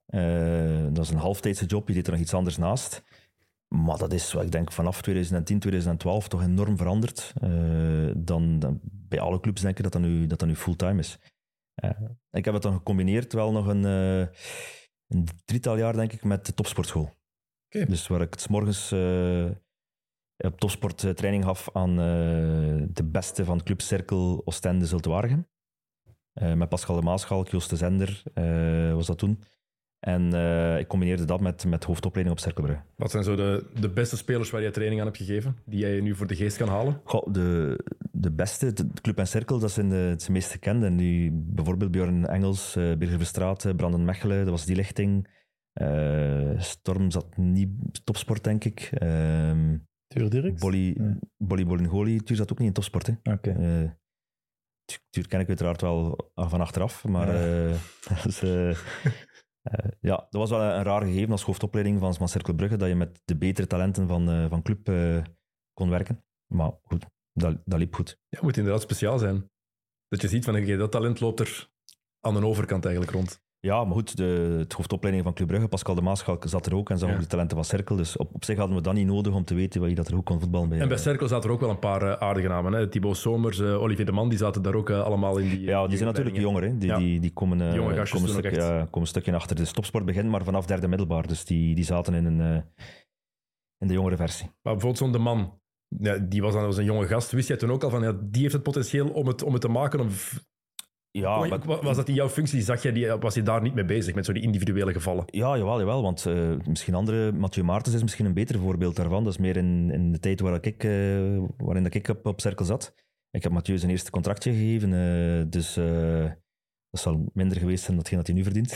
Uh, dat is een halftijdse job, je deed er nog iets anders naast. Maar dat is, ik denk, vanaf twintig tien, twintig twaalf toch enorm veranderd. Uh, dan, dan bij alle clubs denk ik dat dat nu, dat dat nu fulltime is. Uh, ik heb het dan gecombineerd wel nog een, uh, een drietal jaar, denk ik, met de topsportschool. Okay. Dus waar ik het 's morgens uh, op topsport uh, training gaf aan uh, de beste van Club Cercle Oostende Zulte-Waregem. Uh, met Pascal de Maaschalk, Joost de Zender uh, was dat toen. En uh, ik combineerde dat met, met hoofdopleiding op Cercle Brugge. Wat zijn zo de, de beste spelers waar je training aan hebt gegeven, die jij nu voor de geest kan halen? Goh, de, de beste, de Club en Cercle, dat zijn de, het zijn meest gekende. En nu bijvoorbeeld Björn Engels, uh, Birger Verstraeten, Brandon Mechelen, dat was die lichting. Uh, Storm zat niet topsport, denk ik. Uh, Tuur Dirks? Bolly, ja. Bolly Bolingoli, Tuur zat ook niet in topsport. Oké. Okay. Uh, Tuur ken ik uiteraard wel van achteraf, maar... Ja. Uh, dus, uh, uh, ja, dat was wel een, een raar gegeven als hoofdopleiding van, van Cercle Brugge, dat je met de betere talenten van, uh, van club uh, kon werken. Maar goed, dat, dat liep goed. Ja, het moet inderdaad speciaal zijn. Dat je ziet van, okay, dat talent loopt er aan de overkant eigenlijk rond. Ja, maar goed, de, de hoofdopleiding van Club Brugge, Pascal de Maaschalk zat er ook en zag ook ja. de talenten van Cercle. Dus op, op zich hadden we dat niet nodig om te weten wie dat er ook kon voetballen bij. En bij Cercle zaten er ook wel een paar uh, aardige namen. Hè? Thibaut Somers, uh, Olivier de Man, die zaten daar ook uh, allemaal in die... Ja, die, die zijn natuurlijk jonger. Hè? Die, ja. die, die komen, uh, jonge komen, een stuk, ja, komen een stukje achter de topsport begin, maar vanaf derde middelbaar. Dus die, die zaten in, een, uh, in de jongere versie. Maar bijvoorbeeld zo'n de Man, ja, die was dan was een jonge gast. Wist jij toen ook al van, ja, die heeft het potentieel om het, om het te maken? Of... Ja, maar, was dat in jouw functie? Zag je die, was je daar niet mee bezig, met zo die individuele gevallen? Ja, jawel, jawel want uh, misschien andere... Mathieu Maartens is misschien een beter voorbeeld daarvan. Dat is meer in, in de tijd waar ik, uh, waarin ik op, op Cercle zat. Ik heb Mathieu zijn eerste contractje gegeven, uh, dus uh, dat zal minder geweest zijn dan hetgeen dat hij nu verdient.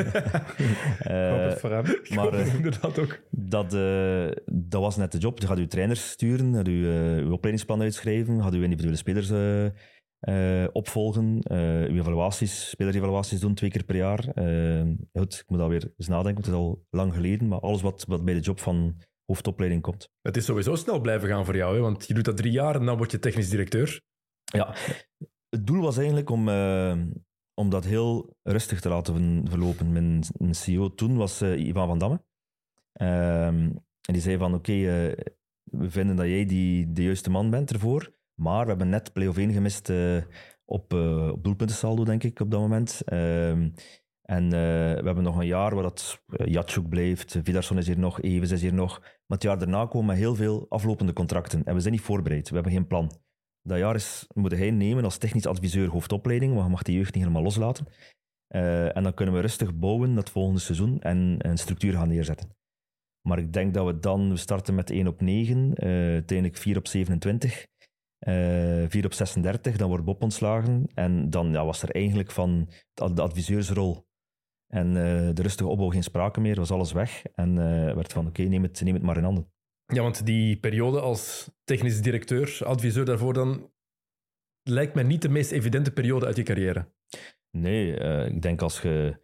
uh, Hoop het voor hem. Maar uh, inderdaad ook. Dat, uh, dat was net de job. Je gaat je trainers sturen, gaat je uh, je opleidingsplan uitschrijven, gaat je individuele spelers... Uh, Uh, opvolgen, uh, uw evaluaties, spelersevaluaties doen twee keer per jaar. Uh, goed, ik moet alweer eens nadenken, het is al lang geleden, maar alles wat, wat bij de job van hoofdopleiding komt. Het is sowieso snel blijven gaan voor jou, hè? Want je doet dat drie jaar en dan word je technisch directeur. Ja, het doel was eigenlijk om, uh, om dat heel rustig te laten verlopen. Mijn, mijn C E O toen was uh, Ivan van Damme. Uh, en die zei van, oké, okay, uh, we vinden dat jij die, de juiste man bent ervoor. Maar we hebben net play-off één gemist uh, op, uh, op doelpuntensaldo, denk ik, op dat moment. Uh, en uh, we hebben nog een jaar waar dat uh, Jatjouk blijft, Vidarsson is hier nog, Evens is hier nog. Maar het jaar daarna komen heel veel aflopende contracten. En we zijn niet voorbereid, we hebben geen plan. Dat jaar is, moet hij nemen als technisch adviseur hoofdopleiding, want je mag die jeugd niet helemaal loslaten. Uh, en dan kunnen we rustig bouwen dat volgende seizoen en een structuur gaan neerzetten. Maar ik denk dat we dan, we starten met één op negen, uh, uiteindelijk vier op zevenentwintig. Uh, vier op zesendertig, dan wordt Bob ontslagen. En dan ja, was er eigenlijk van de adviseursrol en uh, de rustige opbouw geen sprake meer, was alles weg. En uh, werd van, oké, okay, neem, het, neem het maar in handen. Ja, want die periode als technisch directeur, adviseur daarvoor dan, lijkt mij niet de meest evidente periode uit je carrière. Nee, uh, ik denk als je...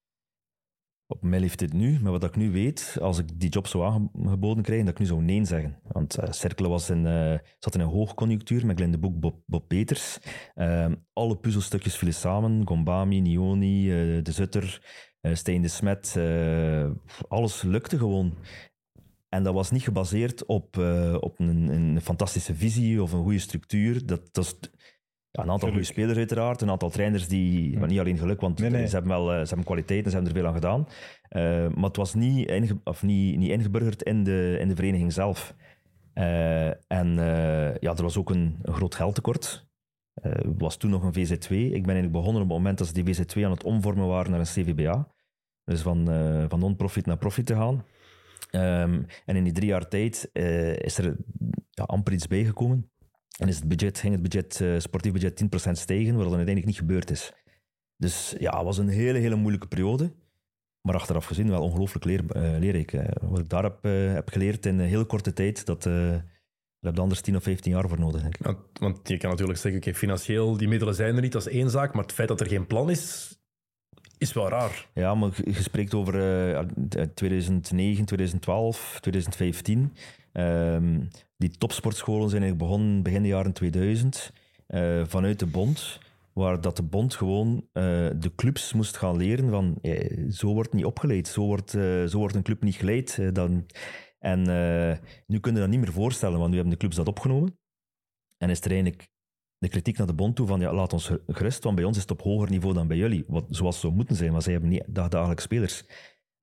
Op mijn leeftijd nu, met wat ik nu weet, als ik die job zou aangeboden krijgen, dat ik nu zou nee zeggen. Want uh, Cercle was in, uh, zat in een hoogconjunctuur met Glenn de Boek, Bob, Bob Peters. Uh, alle puzzelstukjes vielen samen. Gombami, Nioni, uh, De Zutter, uh, Stijn de Smet. Uh, alles lukte gewoon. En dat was niet gebaseerd op, uh, op een, een fantastische visie of een goede structuur. Dat, dat is... Ja, een aantal goede spelers uiteraard, een aantal trainers die, ja. maar niet alleen geluk, want nee, nee. Ze hebben wel ze hebben kwaliteit en ze hebben er veel aan gedaan. Uh, maar het was niet, inge, of niet, niet ingeburgerd in de, in de vereniging zelf. Uh, en uh, ja, er was ook een, een groot geldtekort. Uh, er was toen nog een V Z twee. Ik ben eigenlijk begonnen op het moment dat ze die V Z twee aan het omvormen waren naar een C V B A. Dus van, uh, van non-profit naar profit te gaan. Um, en in die drie jaar tijd uh, is er ja, amper iets bijgekomen. En is het budget, ging het budget, uh, sportief budget tien procent stijgen, wat dan uiteindelijk niet gebeurd is. Dus ja, het was een hele, hele moeilijke periode. Maar achteraf gezien wel ongelooflijk leer, uh, leerrijk. Uh, wat ik daar heb, uh, heb geleerd in een hele korte tijd, dat, uh, daar heb je anders tien of vijftien jaar voor nodig, denk ik. Want, want je kan natuurlijk zeggen, okay, financieel, die middelen zijn er niet, dat is één zaak. Maar het feit dat er geen plan is, is wel raar. Ja, maar je spreekt over uh, tweeduizend negen, tweeduizend twaalf, tweeduizend vijftien... Um, die topsportscholen zijn eigenlijk begonnen begin de jaren tweeduizend uh, vanuit de bond, waar dat de bond gewoon uh, de clubs moest gaan leren van ja, zo wordt niet opgeleid, zo wordt, uh, zo wordt een club niet geleid. Uh, dan, en uh, nu kunnen we dat niet meer voorstellen, want nu hebben de clubs dat opgenomen. En is er eigenlijk de kritiek naar de bond toe van ja, laat ons gerust, want bij ons is het op hoger niveau dan bij jullie, wat, zoals het zou moeten zijn, maar zij hebben niet dagdagelijks spelers.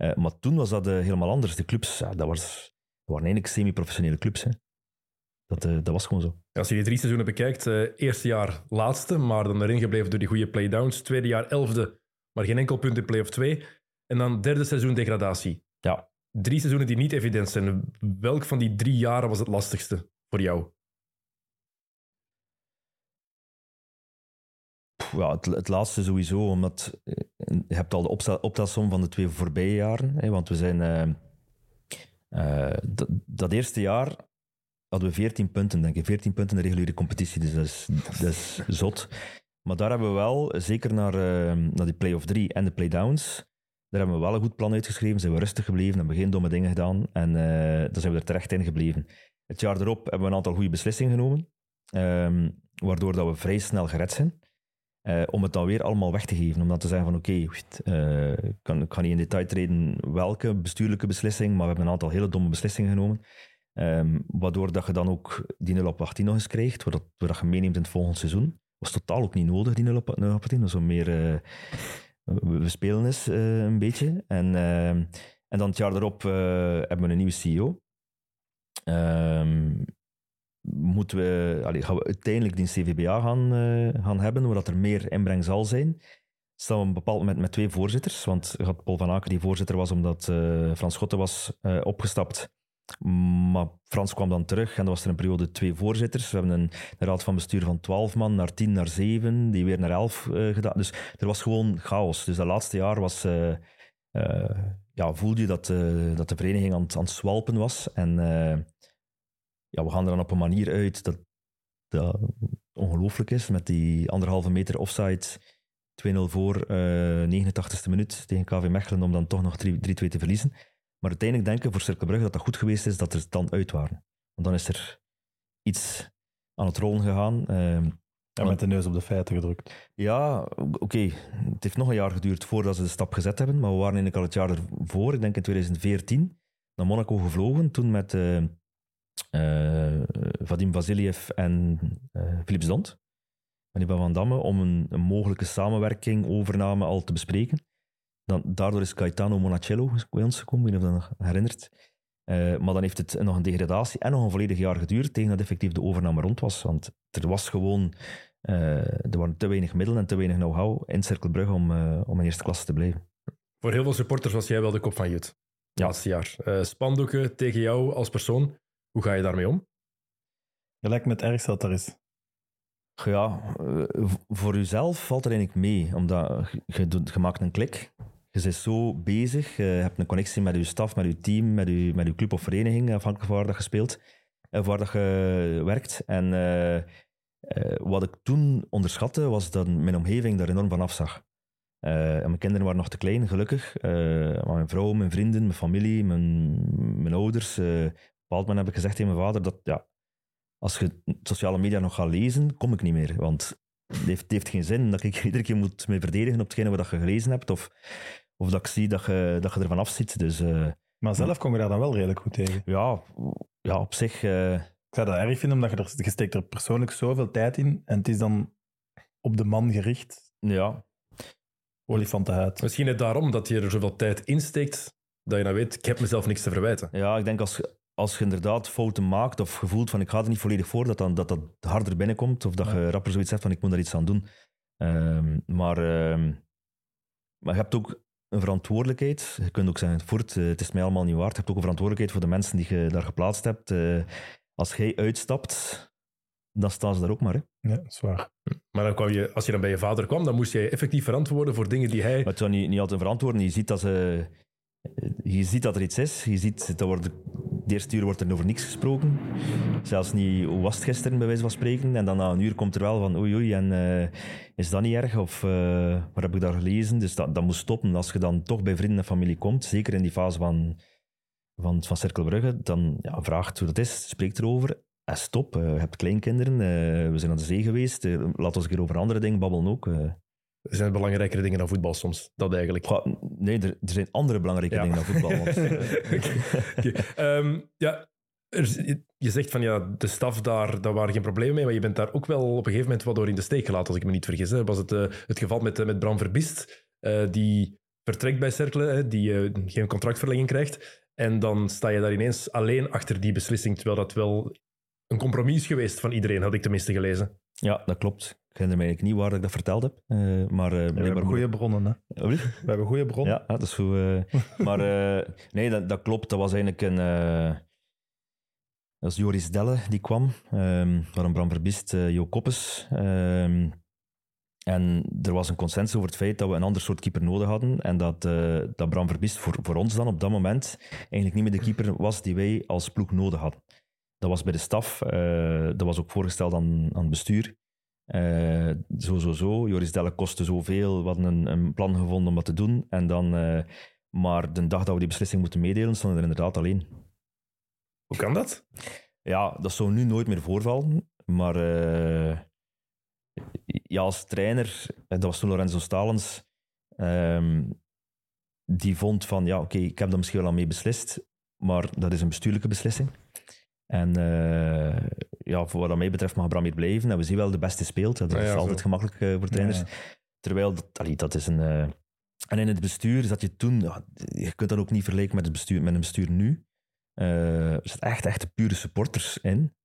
Uh, maar toen was dat uh, helemaal anders. De clubs, ja, dat, was, dat waren eigenlijk semi-professionele clubs. Hè. Dat, uh, dat was gewoon zo. Als je die drie seizoenen bekijkt, uh, eerste jaar laatste, maar dan erin gebleven door die goede playdowns. Tweede jaar elfde, maar geen enkel punt in play-off twee. En dan derde seizoen degradatie. Ja. Drie seizoenen die niet evident zijn. Welk van die drie jaren was het lastigste voor jou? Ja, het, het laatste sowieso, omdat je hebt al de opstel, optelsom van de twee voorbije jaren. Hè, want we zijn... Uh, uh, dat, dat eerste jaar hadden we veertien punten, denk ik. veertien punten in de reguliere competitie, dus dat is, dat is zot. Maar daar hebben we wel, zeker naar, uh, naar die play-off drie en de playdowns, daar hebben we wel een goed plan uitgeschreven, zijn we rustig gebleven, hebben geen domme dingen gedaan en uh, daar zijn we er terecht in gebleven. Het jaar erop hebben we een aantal goede beslissingen genomen, um, waardoor dat we vrij snel gered zijn. Uh, om het dan weer allemaal weg te geven. Om dan te zeggen van oké, okay, uh, ik, kan, ik ga niet in detail treden welke bestuurlijke beslissing, maar we hebben een aantal hele domme beslissingen genomen. Um, waardoor dat je dan ook die nul op achttien nog eens krijgt, waar dat, waar dat je meeneemt in het volgende seizoen. Was totaal ook niet nodig, die nul op achttien. Dat is zo meer... Uh, we, we spelen eens uh, een beetje. En, uh, en dan het jaar erop uh, hebben we een nieuwe C E O. Um, moeten we, allez, gaan we uiteindelijk die C V B A gaan, uh, gaan hebben, waar dat er meer inbreng zal zijn. Staan we op een bepaald moment met twee voorzitters, want je had Paul van Aken die voorzitter was omdat uh, Frans Schotten was uh, opgestapt. Maar Frans kwam dan terug en dan was er een periode twee voorzitters. We hebben een, een raad van bestuur van twaalf man naar tien, naar zeven, die weer naar elf uh, gedaan. Dus er was gewoon chaos. Dus dat laatste jaar was, uh, uh, ja, voelde je dat, uh, dat de vereniging aan, aan het zwalpen was. En uh, ja, we gaan er dan op een manier uit dat, dat ongelooflijk is, met die anderhalve meter offside, twee nul voor, uh, negenentachtigste minuut tegen K V Mechelen, om dan toch nog drie twee te verliezen. Maar uiteindelijk denken voor Cercle Brugge dat dat goed geweest is dat er dan uit waren. Want dan is er iets aan het rollen gegaan. Uh, en met de neus op de feiten gedrukt. Ja, oké. Okay. Het heeft nog een jaar geduurd voordat ze de stap gezet hebben, maar we waren eigenlijk al het jaar ervoor, ik denk in twintig veertien, naar Monaco gevlogen, toen met uh, uh, Vadim Vasiliev en uh, Philips Dont en Ivan van Damme, om een, een mogelijke samenwerking, overname al te bespreken. Dan, daardoor is Gaetano Monacello bij ons gekomen, ik weet niet of je dat nog herinnert. Uh, maar dan heeft het nog een degradatie en nog een volledig jaar geduurd tegen dat effectief de overname rond was. Want er was gewoon, uh, er waren te weinig middelen en te weinig know-how in Cercle Brugge om, uh, om in eerste klasse te blijven. Voor heel veel supporters was jij wel de kop van Jut. Ja. Laatste jaar. Uh, spandoeken tegen jou als persoon. Hoe ga je daarmee om? Je lijkt me het ergste dat er is. Ja, uh, voor jezelf valt er eigenlijk mee. Omdat je, je, je maakt een klik. Je bent zo bezig, je hebt een connectie met je staf, met je team, met je, met je club of vereniging, afhankelijk van waar dat je speelt, of waar dat je werkt. En uh, uh, wat ik toen onderschatte, was dat mijn omgeving daar enorm van afzag. Uh, en mijn kinderen waren nog te klein, gelukkig. Uh, maar mijn vrouw, mijn vrienden, mijn familie, mijn, mijn ouders. Uh, op een bepaald moment heb ik gezegd tegen mijn vader dat ja, als je sociale media nog gaat lezen, kom ik niet meer. Want het heeft, het heeft geen zin dat ik iedere keer moet me verdedigen op hetgene wat je gelezen hebt. Of, Of dat ik zie dat je, dat je ervan afziet. Dus, uh, maar zelf kom je daar dan wel redelijk goed tegen? Ja, ja op zich... Uh... Ik zou dat erg vinden, omdat je, er, je steekt er persoonlijk zoveel tijd in en het is dan op de man gericht. Ja. Olifantenhuid. Misschien net daarom dat je er zoveel tijd insteekt, dat je nou weet, ik heb mezelf niks te verwijten. Ja, ik denk als, als je inderdaad fouten maakt of gevoelt van ik ga er niet volledig voor, dat dan, dat, dat harder binnenkomt. Of dat ja. je rapper zoiets hebt van ik moet daar iets aan doen. Uh, maar, uh, maar je hebt ook een verantwoordelijkheid. Je kunt ook zeggen, voort, uh, het is mij allemaal niet waard. Je hebt ook een verantwoordelijkheid voor de mensen die je daar geplaatst hebt. Uh, als jij uitstapt, dan staan ze daar ook maar. Hè. Ja, dat is waar. Maar dan kwam je, als je dan bij je vader kwam, dan moest jij effectief verantwoorden voor dingen die hij... Maar het zou niet, niet altijd verantwoorden. Je ziet dat ze... Je ziet dat er iets is. Je ziet, dat wordt, de eerste uur wordt er over niks gesproken. Zelfs niet, hoe was het gisteren, bij wijze van spreken. En dan na een uur komt er wel van, oei oei, en uh, is dat niet erg? Of uh, wat heb ik daar gelezen? Dus dat, dat moet stoppen. Als je dan toch bij vrienden en familie komt, zeker in die fase van, van, van Cercle Brugge, dan ja, vraagt hoe dat is, spreekt erover. En stop, uh, je hebt kleinkinderen, uh, we zijn aan de zee geweest. Uh, laat ons een keer over andere dingen babbelen ook. Uh. Er zijn belangrijkere dingen dan voetbal soms, dat eigenlijk. Goh, nee, er, er zijn andere belangrijke ja. dingen dan voetbal. Want... okay. um, ja, er, je zegt van ja, de staf daar, daar waren geen problemen mee, maar je bent daar ook wel op een gegeven moment wat door in de steek gelaten, als ik me niet vergis. Hè. Was het uh, het geval met, uh, met Bram Verbiest, uh, die vertrekt bij Cercle, hè, die uh, geen contractverlenging krijgt. En dan sta je daar ineens alleen achter die beslissing, terwijl dat wel een compromis is geweest van iedereen, had ik tenminste gelezen. Ja, dat klopt. Ik herinner me eigenlijk niet waar ik dat verteld heb. Uh, maar, uh, ja, we hebben goede bronnen, hè? Oh, we hebben goede bronnen. Ja, dat is goed. Uh, maar uh, nee, dat, dat klopt. Dat was eigenlijk een... Uh, dat was Joris Delle die kwam. Um, waarom Bram Verbiest, uh, Jo Koppes. Um, en er was een consensus over het feit dat we een ander soort keeper nodig hadden. En dat, uh, dat Bram Verbiest voor, voor ons dan op dat moment eigenlijk niet meer de keeper was die wij als ploeg nodig hadden. Dat was bij de staf. Uh, dat was ook voorgesteld aan, aan het bestuur. Uh, zo, zo, zo. Joris Delle kostte zoveel. We hadden een, een plan gevonden om dat te doen. En dan, uh, maar de dag dat we die beslissing moeten meedelen, stonden er inderdaad alleen. Hoe kan dat? Ja, dat zou nu nooit meer voorvallen. Maar uh, ja, als trainer, dat was toen Lorenzo Stalens, um, die vond van, ja, oké, okay, ik heb daar misschien wel aan mee beslist, maar dat is een bestuurlijke beslissing. En uh, ja, voor wat dat mij betreft mag Bram hier blijven. En we zien wel de beste speelt. Dat is ja, ja, altijd zo. Gemakkelijk uh, voor trainers. Ja, ja. Terwijl, dat, allee, dat is een... Uh... En in het bestuur zat je toen... Ja, je kunt dat ook niet vergelijken met, het bestuur, met een bestuur nu. Uh, er zitten echt, echt de pure supporters in.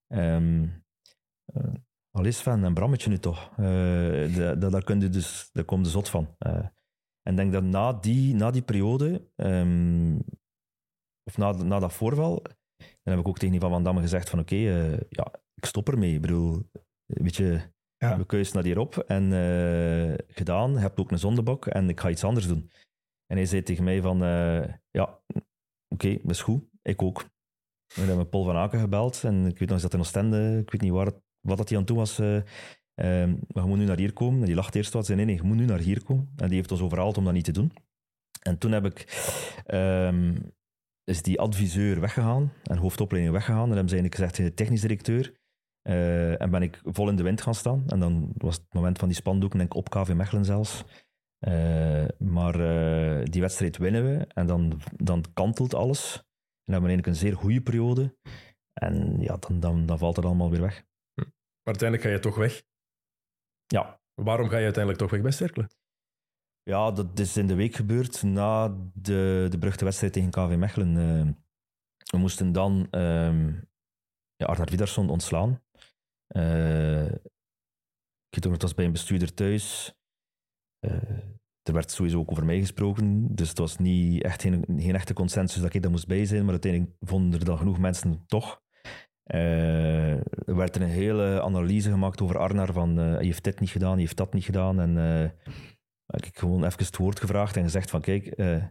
Um, uh, al is Sven en Brammetje nu toch. Uh, de, de, daar, kun je dus, daar komt de zot van. Uh, en ik denk dat na die, na die periode... Um, of na, na dat voorval... Dan heb ik ook tegen Ivan van Damme gezegd van oké, okay, uh, ja, ik stop ermee. Ik bedoel, weet je, ja. we keuzen naar hierop en uh, gedaan. Je hebt ook een zondebok en ik ga iets anders doen. En hij zei tegen mij van, uh, ja, oké, okay, dat is goed. Ik ook. We hebben Paul van Aken gebeld en ik weet nog eens dat in Oostende, ik weet niet waar het, wat dat hij aan toe was, uh, uh, maar je moet nu naar hier komen. En die lacht eerst wat, zei nee, nee, je moet nu naar hier komen. En die heeft ons overhaald om dat niet te doen. En toen heb ik... Um, is die adviseur weggegaan en hoofdopleiding weggegaan. En hebben ze eigenlijk gezegd, technisch directeur. Uh, en ben ik vol in de wind gaan staan. En dan was het moment van die spandoeken, denk ik, op K V Mechelen zelfs. Uh, maar uh, die wedstrijd winnen we. En dan, dan kantelt alles. En dan hebben we eigenlijk een zeer goede periode. En ja, dan, dan, dan valt het allemaal weer weg. Maar uiteindelijk ga je toch weg. Ja. Waarom ga je uiteindelijk toch weg bij Cercle? Ja, dat is in de week gebeurd na de, de beruchte wedstrijd tegen K V Mechelen. Uh, we moesten dan um, ja, Arnar Vidarsson ontslaan. Uh, ik weet ook nog, het was bij een bestuurder thuis. Uh, er werd sowieso ook over mij gesproken, dus het was niet echt geen, geen echte consensus dat ik daar moest bij zijn, maar uiteindelijk vonden er dan genoeg mensen toch. Uh, er werd er een hele analyse gemaakt over Arnar van uh, hij heeft dit niet gedaan, hij heeft dat niet gedaan en... Uh, Ik heb gewoon even het woord gevraagd en gezegd van kijk, uh,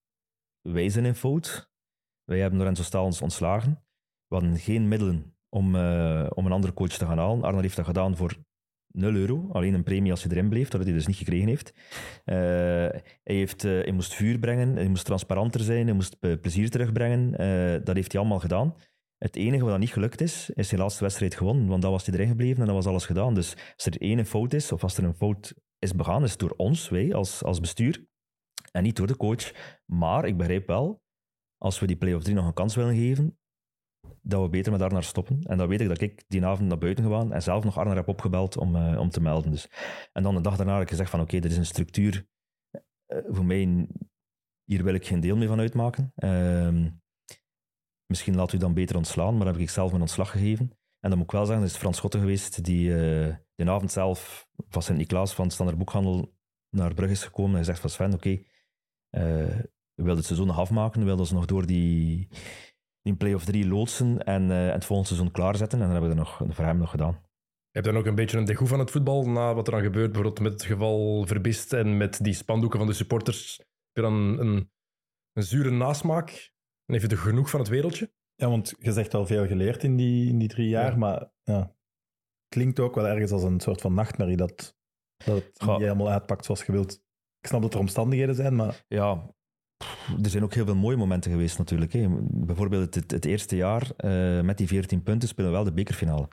wij zijn in fout. Wij hebben Lorenzo Stalens ontslagen. We hadden geen middelen om, uh, om een andere coach te gaan halen. Arnar heeft dat gedaan voor nul euro. Alleen een premie als je erin bleef, dat hij dus niet gekregen heeft. Uh, hij, heeft uh, hij moest vuur brengen, hij moest transparanter zijn, hij moest plezier terugbrengen. Uh, dat heeft hij allemaal gedaan. Het enige wat niet gelukt is, is zijn laatste wedstrijd gewonnen. Want dan was hij erin gebleven en dan was alles gedaan. Dus als er één fout is, of als er een fout is begaan, is het door ons, wij als, als bestuur, en niet door de coach. Maar ik begrijp wel, als we die play-off drie nog een kans willen geven, dat we beter met Arnar stoppen. En dan weet ik dat ik die avond naar buiten gegaan en zelf nog Arnar heb opgebeld om, uh, om te melden. Dus. En dan de dag daarna heb ik gezegd van oké, okay, dit is een structuur. Uh, voor mij, hier wil ik geen deel mee van uitmaken. Uh, misschien laat u dan beter ontslaan, maar dan heb ik zelf mijn ontslag gegeven. En dan moet ik wel zeggen, er is Frans Schotten geweest die uh, die avond zelf van Sint-Niklaas van Standaard Boekhandel naar Brugge is gekomen en gezegd van Sven, oké, okay, uh, we wilden het seizoen nog afmaken, we wilden ze nog door die, die play-off drie loodsen en uh, het volgende seizoen klaarzetten. En dan hebben we dat nog, voor hem nog gedaan. Je hebt dan ook een beetje een degoe van het voetbal na wat er dan gebeurt, bijvoorbeeld met het geval Verbiest en met die spandoeken van de supporters. Heb je dan een, een zure nasmaak? En heb je er genoeg van het wereldje? Ja, want je zegt al veel geleerd in die, in die drie jaar, ja. maar ja, klinkt ook wel ergens als een soort van nachtmerrie dat, dat het ja. niet helemaal uitpakt zoals je wilt. Ik snap dat er omstandigheden zijn, maar... Ja, er zijn ook heel veel mooie momenten geweest natuurlijk. Hè. Bijvoorbeeld het, het eerste jaar uh, met die veertien punten spelen we wel de bekerfinale.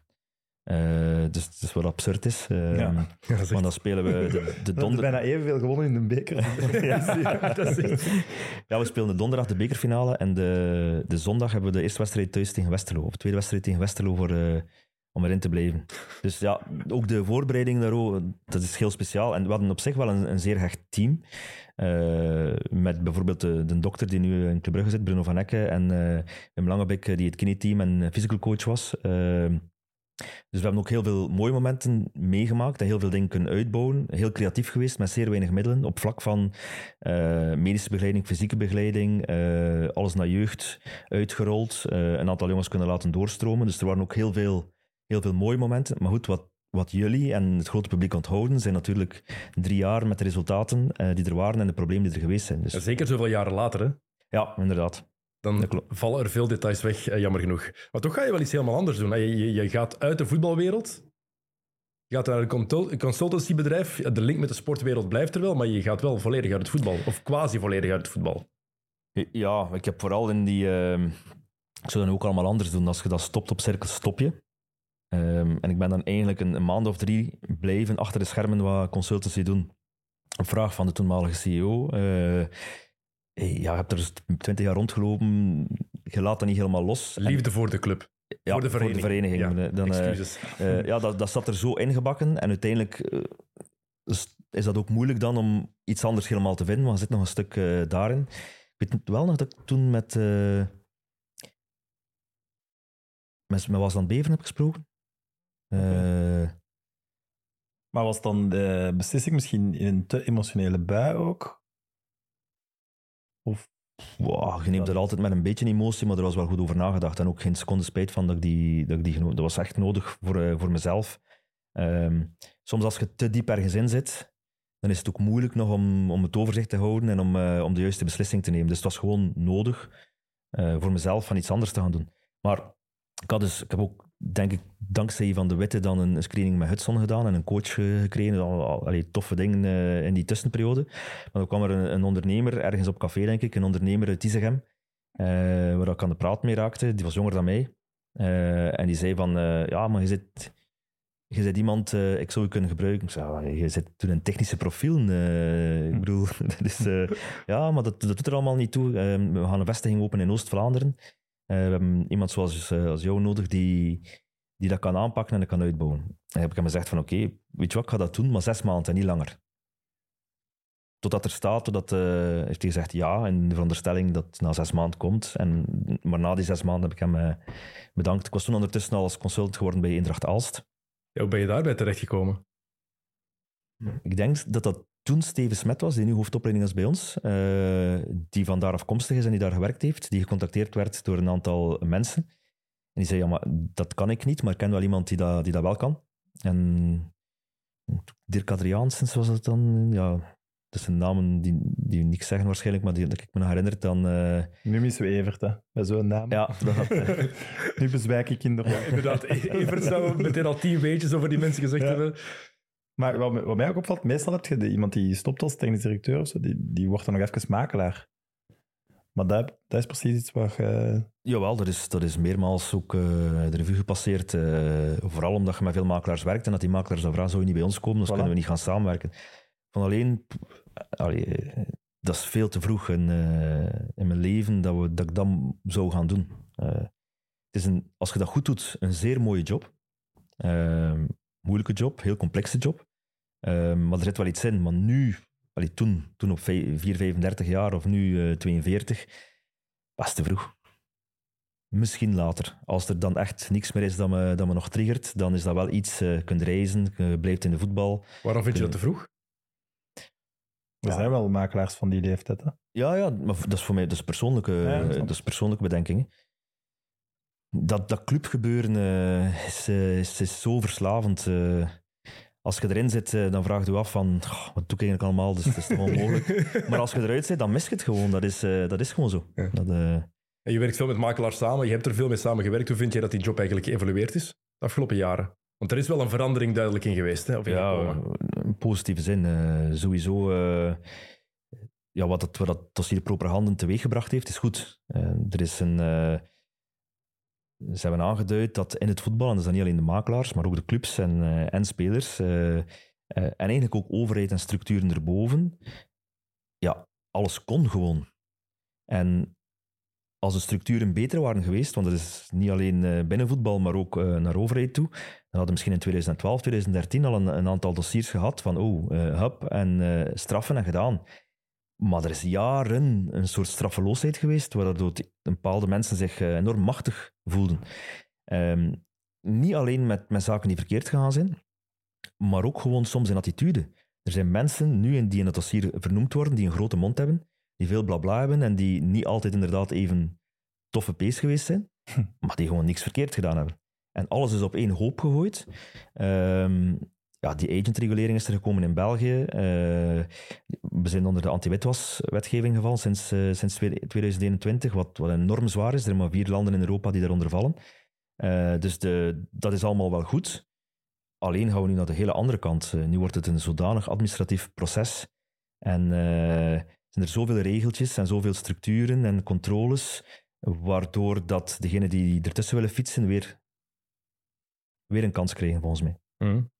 Uh, dus het is wat absurd is. Uh, ja. Ja, want dan spelen we de, de donder... We hebben bijna evenveel gewonnen in de beker. ja, dat is ja, we spelen de donderdag de bekerfinale en de, de zondag hebben we de eerste wedstrijd thuis tegen Westerlo. Of de tweede wedstrijd tegen Westerlo voor, uh, om erin te blijven. Dus ja, ook de voorbereiding daar ook, dat is heel speciaal. En we hadden op zich wel een, een zeer hecht team. Uh, met bijvoorbeeld de, de dokter die nu in Club Brugge zit, Bruno van Ecke, en uh, Wim Langebek, die het kineteam en physical coach was. Uh, dus we hebben ook heel veel mooie momenten meegemaakt en heel veel dingen kunnen uitbouwen. Heel creatief geweest, met zeer weinig middelen. Op vlak van uh, medische begeleiding, fysieke begeleiding, uh, alles naar jeugd uitgerold. Uh, een aantal jongens kunnen laten doorstromen. Dus er waren ook heel veel, heel veel mooie momenten. Maar goed, wat, wat jullie en het grote publiek onthouden, zijn natuurlijk drie jaar met de resultaten uh, die er waren en de problemen die er geweest zijn. Dus... Zeker zoveel jaren later, hè? Ja, inderdaad. Dan vallen er veel details weg, eh, jammer genoeg. Maar toch ga je wel iets helemaal anders doen. Je, je, je gaat uit de voetbalwereld, je gaat naar een consultancybedrijf, de link met de sportwereld blijft er wel, maar je gaat wel volledig uit het voetbal, of quasi volledig uit het voetbal. Ja, ik heb vooral in die... Uh, ik zou dan ook allemaal anders doen. Als je dat stopt op cirkel, stop je. Um, en ik ben dan eigenlijk een, een maand of drie blijven achter de schermen wat consultancy doen. Een vraag van de toenmalige C E O... Uh, Hey, ja, je hebt er twintig jaar rondgelopen, je laat dat niet helemaal los. Liefde en, voor de club. Ja, voor de vereniging. Voor de vereniging. Ja, dan, excuses. Uh, uh, ja, dat, dat zat er zo ingebakken. En uiteindelijk uh, is, is dat ook moeilijk dan om iets anders helemaal te vinden, want er zit nog een stuk uh, daarin. Ik weet wel nog dat ik toen met... Uh, met, met Was dan Beveren heb gesproken. Okay. Uh, maar was dan de beslissing misschien in een te emotionele bui ook? Of, wow, je neemt er altijd met een beetje emotie, maar er was wel goed over nagedacht. En ook geen seconde spijt van dat ik die, dat ik die genomen. Dat was echt nodig voor, uh, voor mezelf. Um, soms als je te diep ergens in zit, dan is het ook moeilijk nog om, om het overzicht te houden en om, uh, om de juiste beslissing te nemen. Dus het was gewoon nodig uh, voor mezelf van iets anders te gaan doen. Maar ik, had dus, ik heb ook, denk ik, dankzij Van de Witte dan een screening met Hudson gedaan en een coach gekregen. Allee, toffe dingen uh, in die tussenperiode. Maar dan kwam er een, een ondernemer, ergens op café denk ik, een ondernemer uit Isegem, uh, waar ik aan de praat mee raakte. Die was jonger dan mij. Uh, en die zei van, uh, ja, maar je zit... Je bent iemand, uh, ik zou je kunnen gebruiken. Ik zei, je zit toen een technische profiel. Uh, ik bedoel, dat is, uh, ja, maar dat, dat doet er allemaal niet toe. Uh, we gaan een vestiging openen in Oost-Vlaanderen. Uh, we hebben iemand zoals uh, als jou nodig die, die dat kan aanpakken en dat kan uitbouwen. En dan heb ik hem gezegd van oké, okay, weet je wat, ik ga dat doen, maar zes maanden en niet langer. Totdat er staat, totdat, uh, heeft hij gezegd ja, in de veronderstelling dat het na zes maanden komt. En, maar na die zes maanden heb ik hem uh, bedankt. Ik was toen ondertussen al als consultant geworden bij Eendracht Aalst. Ja, hoe ben je daarbij terechtgekomen? Ik denk dat dat toen Steven Smet was, die nu hoofdopleiding is bij ons, uh, die van daar afkomstig is en die daar gewerkt heeft, die gecontacteerd werd door een aantal mensen. En die zei, ja, maar dat kan ik niet, maar ik ken wel iemand die dat, die dat wel kan. En Dirk Adriaansens was het dan, ja... Dat zijn namen die, die niks zeggen waarschijnlijk, maar die, dat ik me nog herinner dan... Uh... Nu missen we Evert, hè, bij zo'n naam. Ja, dat had, uh... Nu bezwijk ik inderdaad. Ja, inderdaad, Evert zou meteen al tien weetjes over die mensen gezegd ja. hebben. Maar wat, wat mij ook opvalt, meestal heb je de, iemand die stopt als technisch directeur of zo, die, die wordt dan nog even makelaar. Maar dat, dat is precies iets waar je... Jawel, dat is, dat is meermaals ook uh, de revue gepasseerd. Uh, vooral omdat je met veel makelaars werkt en dat die makelaars dan vragen, zou je niet bij ons komen, dus voilà. Kunnen we niet gaan samenwerken. Van alleen, allee, dat is veel te vroeg in, uh, in mijn leven dat, we, dat ik dat zou gaan doen. Uh, het is een, als je dat goed doet, een zeer mooie job. Uh, moeilijke job, heel complexe job. Uh, maar er zit wel iets in. Maar nu, allee, toen, toen op vier, vijfendertig jaar of nu uh, tweeënveertig, was te vroeg. Misschien later. Als er dan echt niks meer is dat me, dat me nog triggert, dan is dat wel iets. Je uh, kunt reizen, je blijft in de voetbal. Waarom vind je dat te vroeg? Er ja. zijn wel makelaars van die leeftijd. Hè? Ja, ja, maar dat is voor mij dat is persoonlijke, ja, dat, dat is persoonlijke bedenking. Dat, dat clubgebeuren uh, is, uh, is, is zo verslavend. Uh, als je erin zit, uh, dan vraag je je af van, oh, wat doe ik eigenlijk allemaal? Dus dat is toch onmogelijk. Maar als je eruit zit, dan mis je het gewoon. Dat is, uh, dat is gewoon zo. Ja. Dat, uh... En je werkt veel met makelaars samen. Je hebt er veel mee samengewerkt. Hoe vind jij dat die job eigenlijk geëvolueerd is de afgelopen jaren? Want er is wel een verandering duidelijk in geweest. Hè, of in ja, in positieve zin. Uh, sowieso, uh, ja, wat dat, wat dat Dossier Proper Handen teweeggebracht heeft, is goed. Uh, er is een... Uh, ze hebben aangeduid dat in het voetbal, en dat zijn niet alleen de makelaars, maar ook de clubs en, uh, en spelers, uh, uh, en eigenlijk ook overheid en structuren erboven, ja, alles kon gewoon. En als de structuren beter waren geweest, want dat is niet alleen uh, binnen voetbal, maar ook uh, naar overheid toe, dan hadden we misschien in twintig twaalf, twintig dertien al een, een aantal dossiers gehad van oh, uh, hup, en uh, straffen en gedaan. Maar er is jaren een soort straffeloosheid geweest, waardoor bepaalde mensen zich uh, enorm machtig voelden. Um, niet alleen met, met zaken die verkeerd gegaan zijn, maar ook gewoon soms in attitude. Er zijn mensen nu die in het dossier vernoemd worden, die een grote mond hebben, die veel blabla hebben en die niet altijd inderdaad even toffe pees geweest zijn, maar die gewoon niks verkeerd gedaan hebben. En alles is op één hoop gegooid. Um, ja, die agentregulering is er gekomen in België. Uh, we zijn onder de anti-witwaswetgeving gevallen sinds, uh, sinds twintig eenentwintig, wat, wat enorm zwaar is. Er zijn maar vier landen in Europa die daaronder vallen. Uh, dus de, dat is allemaal wel goed. Alleen gaan we nu naar de hele andere kant. Uh, nu wordt het een zodanig administratief proces. En uh, zijn er zoveel regeltjes en zoveel structuren en controles, waardoor dat degenen die ertussen willen fietsen weer, weer een kans krijgen, volgens mij. Mm.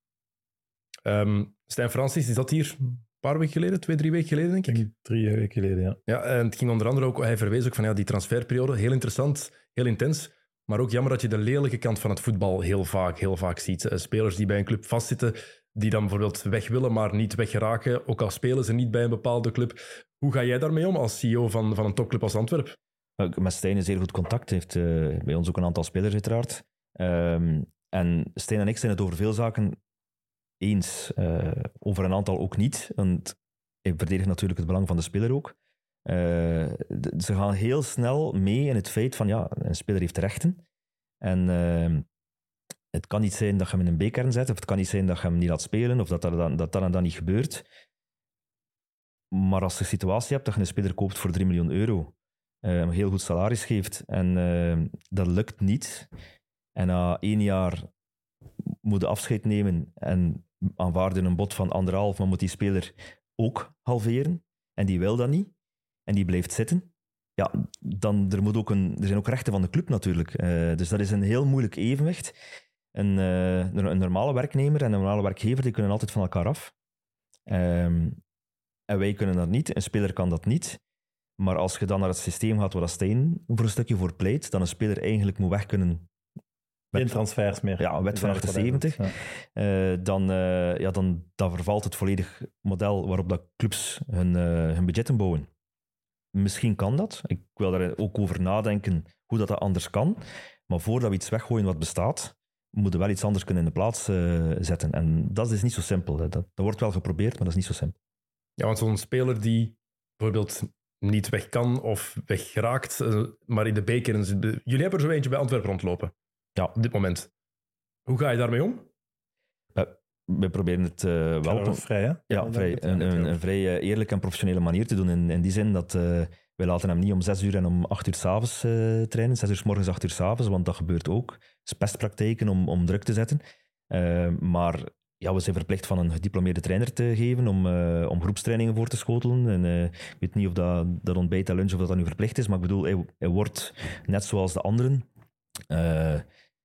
Um, Stijn Francis, die zat hier een paar weken geleden, twee, drie weken geleden, denk ik. Drie weken geleden, ja. Ja, en het ging onder andere ook, hij verwees ook van ja, die transferperiode, heel interessant, heel intens, maar ook jammer dat je de lelijke kant van het voetbal heel vaak, heel vaak ziet. Uh, spelers die bij een club vastzitten, die dan bijvoorbeeld weg willen, maar niet weggeraken, ook al spelen ze niet bij een bepaalde club. Hoe ga jij daarmee om als C E O van, van een topclub als Antwerpen? Met Stijn een zeer goed contact, heeft uh, bij ons ook een aantal spelers uiteraard. Um, en Stijn en ik zijn het over veel zaken eens, uh, over een aantal ook niet, want hij verdedigt natuurlijk het belang van de speler ook. Uh, de, ze gaan heel snel mee in het feit van, ja, een speler heeft rechten. En uh, het kan niet zijn dat je hem in een B-kern zet, of het kan niet zijn dat je hem niet laat spelen, of dat dat dan, dat, dat en dan niet gebeurt. Maar als je een situatie hebt dat je een speler koopt voor drie miljoen euro, uh, een heel goed salaris geeft, en uh, dat lukt niet, en na één jaar moet je afscheid nemen en aanvaarden een bod van anderhalf, maar moet die speler ook halveren, en die wil dat niet, en die blijft zitten, ja, dan er, moet ook een, er zijn ook rechten van de club natuurlijk. Uh, dus dat is een heel moeilijk evenwicht. Een, uh, een normale werknemer en een normale werkgever, die kunnen altijd van elkaar af. Um, en wij kunnen dat niet, een speler kan dat niet. Maar als je dan naar het systeem gaat waar Stijn voor een stukje voor pleit, dan een speler eigenlijk moet weg kunnen. Geen transfers meer. Ja, een wet van achtenzeventig. Ja. Uh, dan, uh, ja, dan, dan vervalt het volledig model waarop dat clubs hun, uh, hun budgetten bouwen. Misschien kan dat. Ik wil daar ook over nadenken hoe dat, dat anders kan. Maar voordat we iets weggooien wat bestaat, moeten we wel iets anders kunnen in de plaats uh, zetten. En dat is niet zo simpel. Hè. Dat, dat wordt wel geprobeerd, maar dat is niet zo simpel. Ja, want zo'n speler die bijvoorbeeld niet weg kan of weggeraakt, uh, maar in de beker... Jullie hebben er zo eentje bij Antwerpen rondlopen. Ja, op dit moment. Hoe ga je daarmee om? Uh, we proberen het uh, wel op een, vrij, hè? Ja, vrij, een, een, een vrij uh, eerlijke en professionele manier te doen. In, in die zin dat uh, wij laten hem niet om zes uur en om acht uur 's avonds uh, trainen. Zes uur 's morgens, acht uur 's avonds, want dat gebeurt ook. Het is pestpraktijken om, om druk te zetten. Uh, maar ja, we zijn verplicht van een gediplomeerde trainer te geven om, uh, om groepstrainingen voor te schotelen. En, uh, ik weet niet of dat, dat ontbijt en lunch of dat, dat nu verplicht is, maar ik bedoel, hij, hij wordt net zoals de anderen... Uh,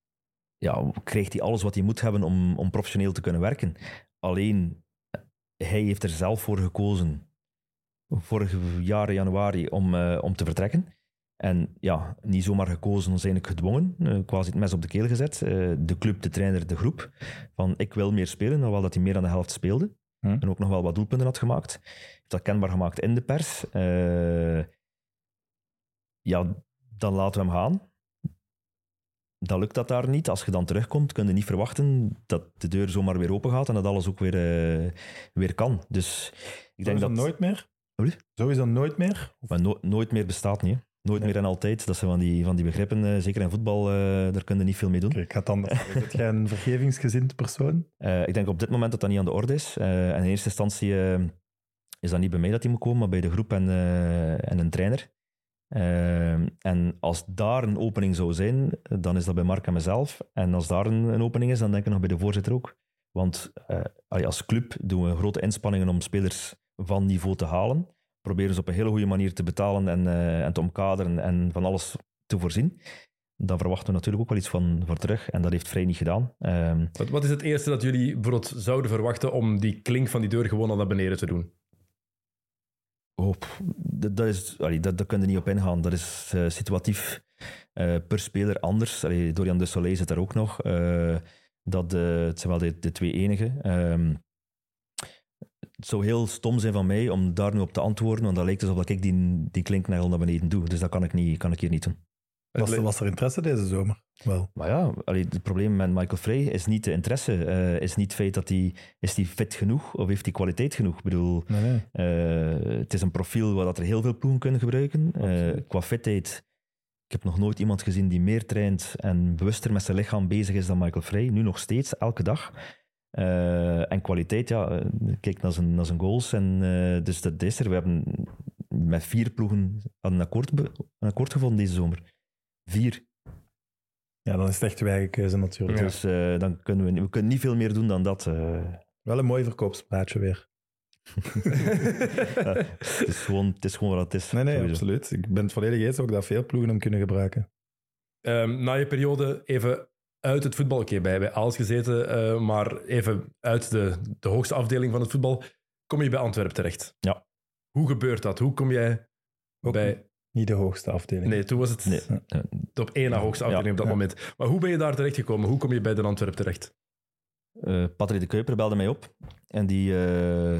ja, krijgt hij alles wat hij moet hebben om, om professioneel te kunnen werken. Alleen, hij heeft er zelf voor gekozen, vorig jaar januari, om, uh, om te vertrekken. En ja, niet zomaar gekozen, ons eigenlijk gedwongen, uh, quasi het mes op de keel gezet. Uh, de club, de trainer, de groep. Van, ik wil meer spelen, alhoewel dat hij meer dan de helft speelde. Hm. En ook nog wel wat doelpunten had gemaakt. Heeft dat kenbaar gemaakt in de pers. Uh, ja, dan laten we hem gaan. Dan lukt dat daar niet. Als je dan terugkomt, kun je niet verwachten dat de deur zomaar weer open gaat en dat alles ook weer, uh, weer kan. Dus ik denk Sowieso dat... nooit meer? Sorry? Sowieso nooit meer? Maar no- nooit meer bestaat niet. Hè. Nooit nee. meer en altijd. Dat zijn van die, van die begrippen, uh, zeker in voetbal, uh, daar kun je niet veel mee doen. Okay, ik ga het anders zeggen. Is jij een vergevingsgezind persoon? Uh, ik denk op dit moment dat dat niet aan de orde is. Uh, en in eerste instantie uh, is dat niet bij mij dat hij moet komen, maar bij de groep en, uh, en een trainer. Uh, en als daar een opening zou zijn, dan is dat bij Mark en mezelf. En als daar een, een opening is, dan denk ik nog bij de voorzitter ook. Want uh, als club doen we grote inspanningen om spelers van niveau te halen. Proberen ze op een hele goede manier te betalen en, uh, en te omkaderen en van alles te voorzien. Dan verwachten we natuurlijk ook wel iets van voor terug. En dat heeft Vrij niet gedaan. Uh, wat, wat is het eerste dat jullie bijvoorbeeld zouden verwachten om die klink van die deur gewoon al naar beneden te doen? Oh, pff, dat, dat is, allee, dat, dat kun je niet op ingaan. Dat is uh, situatief uh, per speler anders. Allee, Dorian de Soleil zit daar ook nog. Uh, dat, uh, het zijn wel de, de twee enige. Um, het zou heel stom zijn van mij om daar nu op te antwoorden, want dat lijkt alsof ik die, die klinknagel naar beneden doe. Dus dat kan ik, niet, kan ik hier niet doen. Was er, was er interesse deze zomer? Wel. Maar ja, allee, het probleem met Michael Frey is niet de interesse. Uh, is niet het feit dat hij... Is hij fit genoeg of heeft hij kwaliteit genoeg? Ik bedoel, Nee, nee. Uh, het is een profiel waar dat er heel veel ploegen kunnen gebruiken. Uh, qua fitheid... Ik heb nog nooit iemand gezien die meer traint en bewuster met zijn lichaam bezig is dan Michael Frey. Nu nog steeds, elke dag. Uh, en kwaliteit, ja, kijk naar zijn, naar zijn goals. En, uh, dus dat is er. We hebben met vier ploegen een akkoord, een akkoord gevonden deze zomer. Vier. Ja, dan is het echt de eigen keuze natuurlijk. Ja. Dus uh, dan kunnen we, we kunnen niet veel meer doen dan dat. Uh. Wel een mooi verkoopspraatje weer. Ja, het, is gewoon, het is gewoon wat het is. Nee, nee, sowieso. Absoluut. Ik ben het volledig eens ook dat veel ploegen hem kunnen gebruiken. Um, na je periode even uit het voetbal. Oké, okay, bij, bij Aals gezeten, uh, maar even uit de, de hoogste afdeling van het voetbal. Kom je bij Antwerpen terecht? Ja. Hoe gebeurt dat? Hoe kom jij ook bij... Niet de hoogste afdeling. Nee, toen was het nee. top één na hoogste afdeling ja. op dat ja. moment. Maar hoe ben je daar terecht gekomen? Hoe kom je bij de Antwerpen terecht? Uh, Patrick de Kuiper belde mij op en die, uh,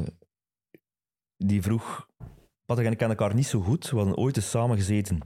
die vroeg... Patrick en ik kennen elkaar niet zo goed. We hadden ooit eens samen gezeten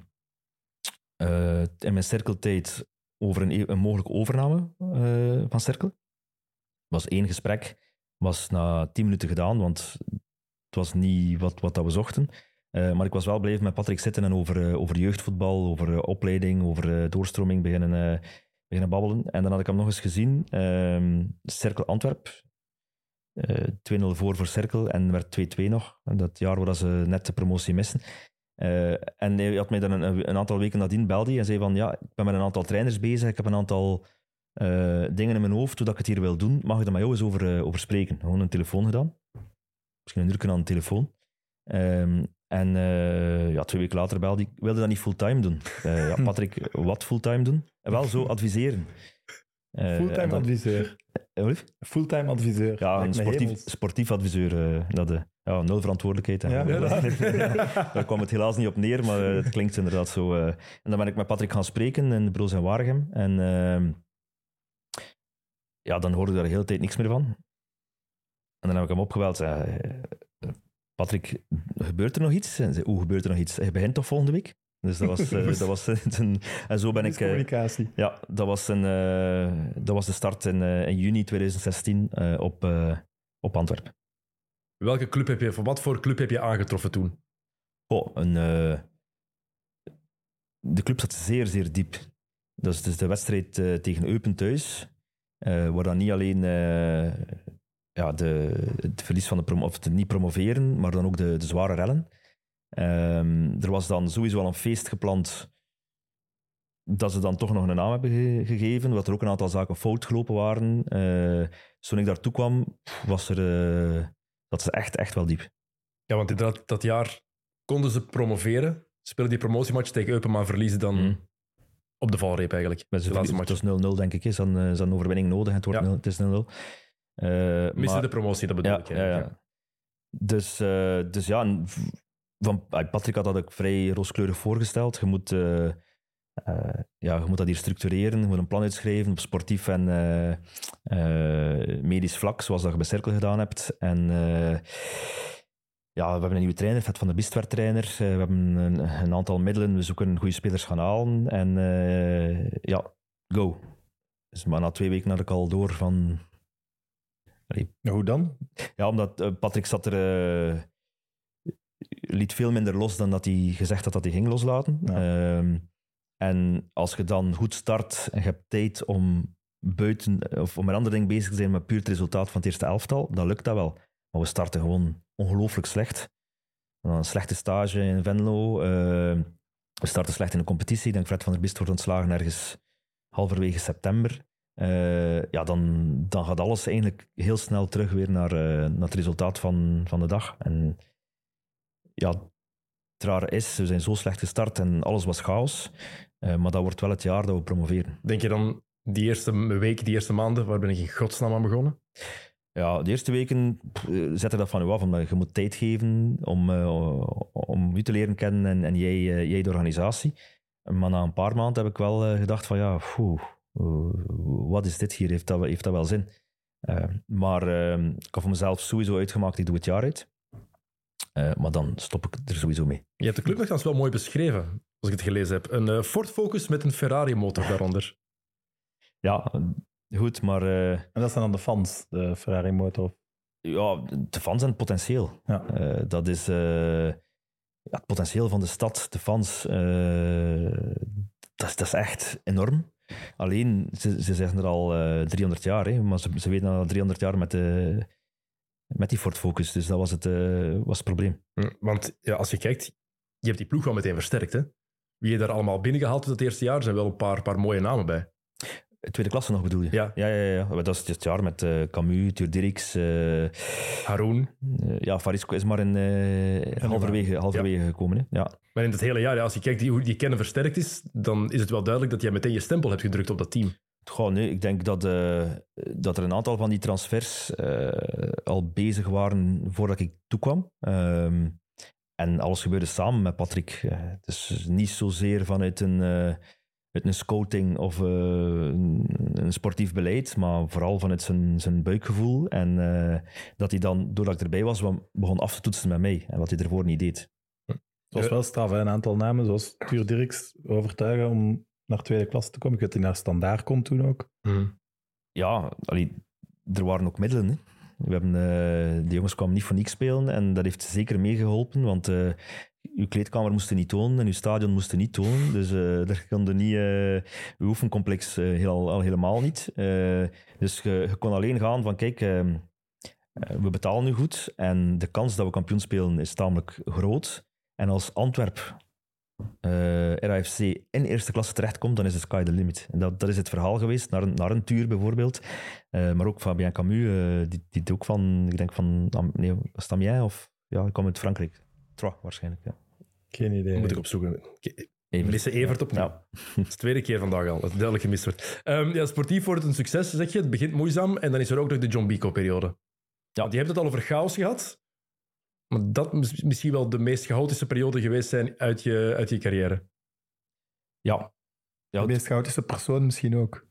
uh, in mijn cirkeltijd over een, een mogelijke overname uh, van Cirkel. Het was één gesprek, was na tien minuten gedaan, want het was niet wat, wat dat we zochten. Uh, maar ik was wel blijven met Patrick zitten en over, uh, over jeugdvoetbal, over uh, opleiding, over uh, doorstroming beginnen, uh, beginnen babbelen. En dan had ik hem nog eens gezien, uh, Cirkel Antwerp. Uh, twee nul voor voor Cirkel en werd twee twee nog. En dat jaar waar ze net de promotie missen. Uh, en hij had mij dan een, een aantal weken nadien belde en zei van ja, ik ben met een aantal trainers bezig, ik heb een aantal uh, dingen in mijn hoofd, hoe dat ik het hier wil doen. Mag ik er met jou eens over, uh, over spreken? Gewoon een telefoon gedaan. Misschien een uur aan de telefoon. Um, en uh, ja, twee weken later belde ik, wilde dat niet fulltime doen. Uh, ja, Patrick, wat fulltime doen? En wel zo adviseren. Uh, fulltime dan, adviseur. Uh, fulltime adviseur. Ja, een sportief, sportief adviseur. Uh, dat, uh, ja, nul verantwoordelijkheid. Ja, ja, daar kwam het helaas niet op neer, maar uh, het klinkt inderdaad zo. Uh, en dan ben ik met Patrick gaan spreken in de Broos in Waregem. En uh, ja, dan hoorde ik daar de hele tijd niks meer van. En dan heb ik hem opgebeld. Uh, Patrick, gebeurt er nog iets? En zei, hoe gebeurt er nog iets? Hij begint toch volgende week? Dus dat was, uh, dat was een, en zo ben ik... Uh, communicatie. Ja, dat was, een, uh, dat was de start in, uh, in juni tweeduizend zestien uh, op, uh, op Antwerpen. Welke club heb je, voor wat voor club heb je aangetroffen toen? Oh, een, uh, de club zat zeer, zeer diep. Dat is dus de wedstrijd uh, tegen Eupen thuis, uh, waar dan niet alleen... Uh, Ja, de, het verlies van de promo, of het niet promoveren, maar dan ook de, de zware rellen. Um, er was dan sowieso al een feest gepland dat ze dan toch nog een naam hebben ge- gegeven, dat er ook een aantal zaken fout gelopen waren. Uh, dus toen ik daartoe kwam, was er, uh, dat ze echt, echt wel diep. Ja, want in dat, dat jaar konden ze promoveren, spelen die promotiematch tegen Eupen, maar verliezen dan mm. op de valreep eigenlijk. Met de laatste match. Het is nul nul, denk ik, is dan, uh, is dan een overwinning nodig. Het, wordt ja. nul, het is nul nul. Uh, Missen de promotie, dat bedoel ja, ik. Ja, ja. Dus, uh, dus ja, van, Patrick had dat ook vrij rooskleurig voorgesteld. Je moet, uh, uh, ja, je moet dat hier structureren, je moet een plan uitschrijven op sportief en uh, uh, medisch vlak, zoals dat je bij Cirkel gedaan hebt. En uh, ja, we hebben een nieuwe trainer, Vet van der Biest werd trainer. Uh, we hebben een, een aantal middelen, we zoeken goede spelers gaan halen. En uh, ja, go. Dus maar na twee weken had ik al door van... Ja, hoe dan? Ja, omdat uh, Patrick zat er, uh, liet veel minder los dan dat hij gezegd had dat hij ging loslaten. Ja. Um, en als je dan goed start en je hebt tijd om buiten of om met andere dingen bezig te zijn met puur het resultaat van het eerste elftal, dan lukt dat wel. Maar we starten gewoon ongelooflijk slecht. Dan een slechte stage in Venlo. Uh, we starten slecht in de competitie. Ik denk Fred van der Biest wordt ontslagen ergens halverwege september. Uh, ja, dan, dan gaat alles eigenlijk heel snel terug weer naar, uh, naar het resultaat van, van de dag. En ja, het rare is, we zijn zo slecht gestart en alles was chaos. Uh, maar dat wordt wel het jaar dat we promoveren. Denk je dan die eerste week, die eerste maanden, waar ben ik in godsnaam aan begonnen? Ja, de eerste weken zet er dat van u af, omdat je moet tijd geven om, uh, om u te leren kennen en, en jij, uh, jij de organisatie. Maar na een paar maanden heb ik wel uh, gedacht van ja, phew, uh, wat is dit hier? Heeft dat, heeft dat wel zin? Uh, maar uh, ik heb voor mezelf sowieso uitgemaakt, ik doe het jaar uit. Uh, maar dan stop ik er sowieso mee. Je hebt de club nogthans wel mooi beschreven, als ik het gelezen heb. Een uh, Ford Focus met een Ferrari motor daaronder. Ja, goed, maar... Uh, en dat zijn dan de fans, de Ferrari motor? Ja, de fans en het potentieel. Ja. Uh, dat is uh, ja, het potentieel van de stad, de fans. Uh, dat, is, dat is echt enorm. Alleen, ze, ze zeggen er al uh, driehonderd jaar, hè, maar ze, ze weten al driehonderd jaar met, de, met die Ford Focus. Dus dat was het, uh, was het probleem. Want ja, als je kijkt, je hebt die ploeg wel meteen versterkt. Hè? Wie je daar allemaal binnengehaald hebt het eerste jaar, zijn wel een paar, paar mooie namen bij. Tweede klasse nog bedoel je? Ja. Ja, ja, ja. Dat is het jaar met uh, Camus, Tuur Dirks, uh, Haroun. Uh, ja, Farisco is maar in uh, halverwege, halverwege ja. gekomen. Hè? Ja. Maar in het hele jaar, ja, als je kijkt hoe die kennen versterkt is, dan is het wel duidelijk dat jij meteen je stempel hebt gedrukt op dat team. Goh, nee, ik denk dat, uh, dat er een aantal van die transfers uh, al bezig waren voordat ik toekwam. Um, en alles gebeurde samen met Patrick. Uh, het is niet zozeer vanuit een... Uh, uit een scouting of uh, een sportief beleid, maar vooral vanuit zijn, zijn buikgevoel. En uh, dat hij dan, doordat ik erbij was, begon af te toetsen met mij. En wat hij ervoor niet deed. Het was wel straf, hè? Een aantal namen, zoals Tuur Dirks, overtuigen om naar tweede klasse te komen. Ik weet dat hij naar Standaard kon toen ook. Hmm. Ja, allee, er waren ook middelen. Hè. We hebben, uh, de jongens kwamen niet voor niks spelen en dat heeft zeker meegeholpen, want... Uh, uw kleedkamer moest niet tonen en uw stadion moest niet tonen. Dus uh, daar kon je niet... Uh, uw oefencomplex uh, heel, al helemaal niet. Uh, dus je, je kon alleen gaan van, kijk, uh, uh, we betalen nu goed en de kans dat we kampioen spelen is tamelijk groot. En als Antwerp uh, R A F C in eerste klasse terechtkomt, dan is de sky the limit. En dat, dat is het verhaal geweest, naar een, naar een Tuur bijvoorbeeld. Uh, maar ook Fabien Camus, uh, die, die ook van, ik denk van, nee, was het Amiens of... Ja, ik kwam uit Frankrijk. Trois, waarschijnlijk, ja. Geen idee. Moet ik opzoeken. Melissa Evert op. Ja. Dat is de tweede keer vandaag al. Dat is duidelijk gemist wordt. Um, ja, sportief wordt het een succes, zeg je. Het begint moeizaam. En dan is er ook nog de John Bico-periode. Ja. Want je hebt het al over chaos gehad. Maar dat moet misschien wel de meest chaotische periode geweest zijn uit je, uit je carrière. Ja. ja de meest chaotische persoon misschien ook.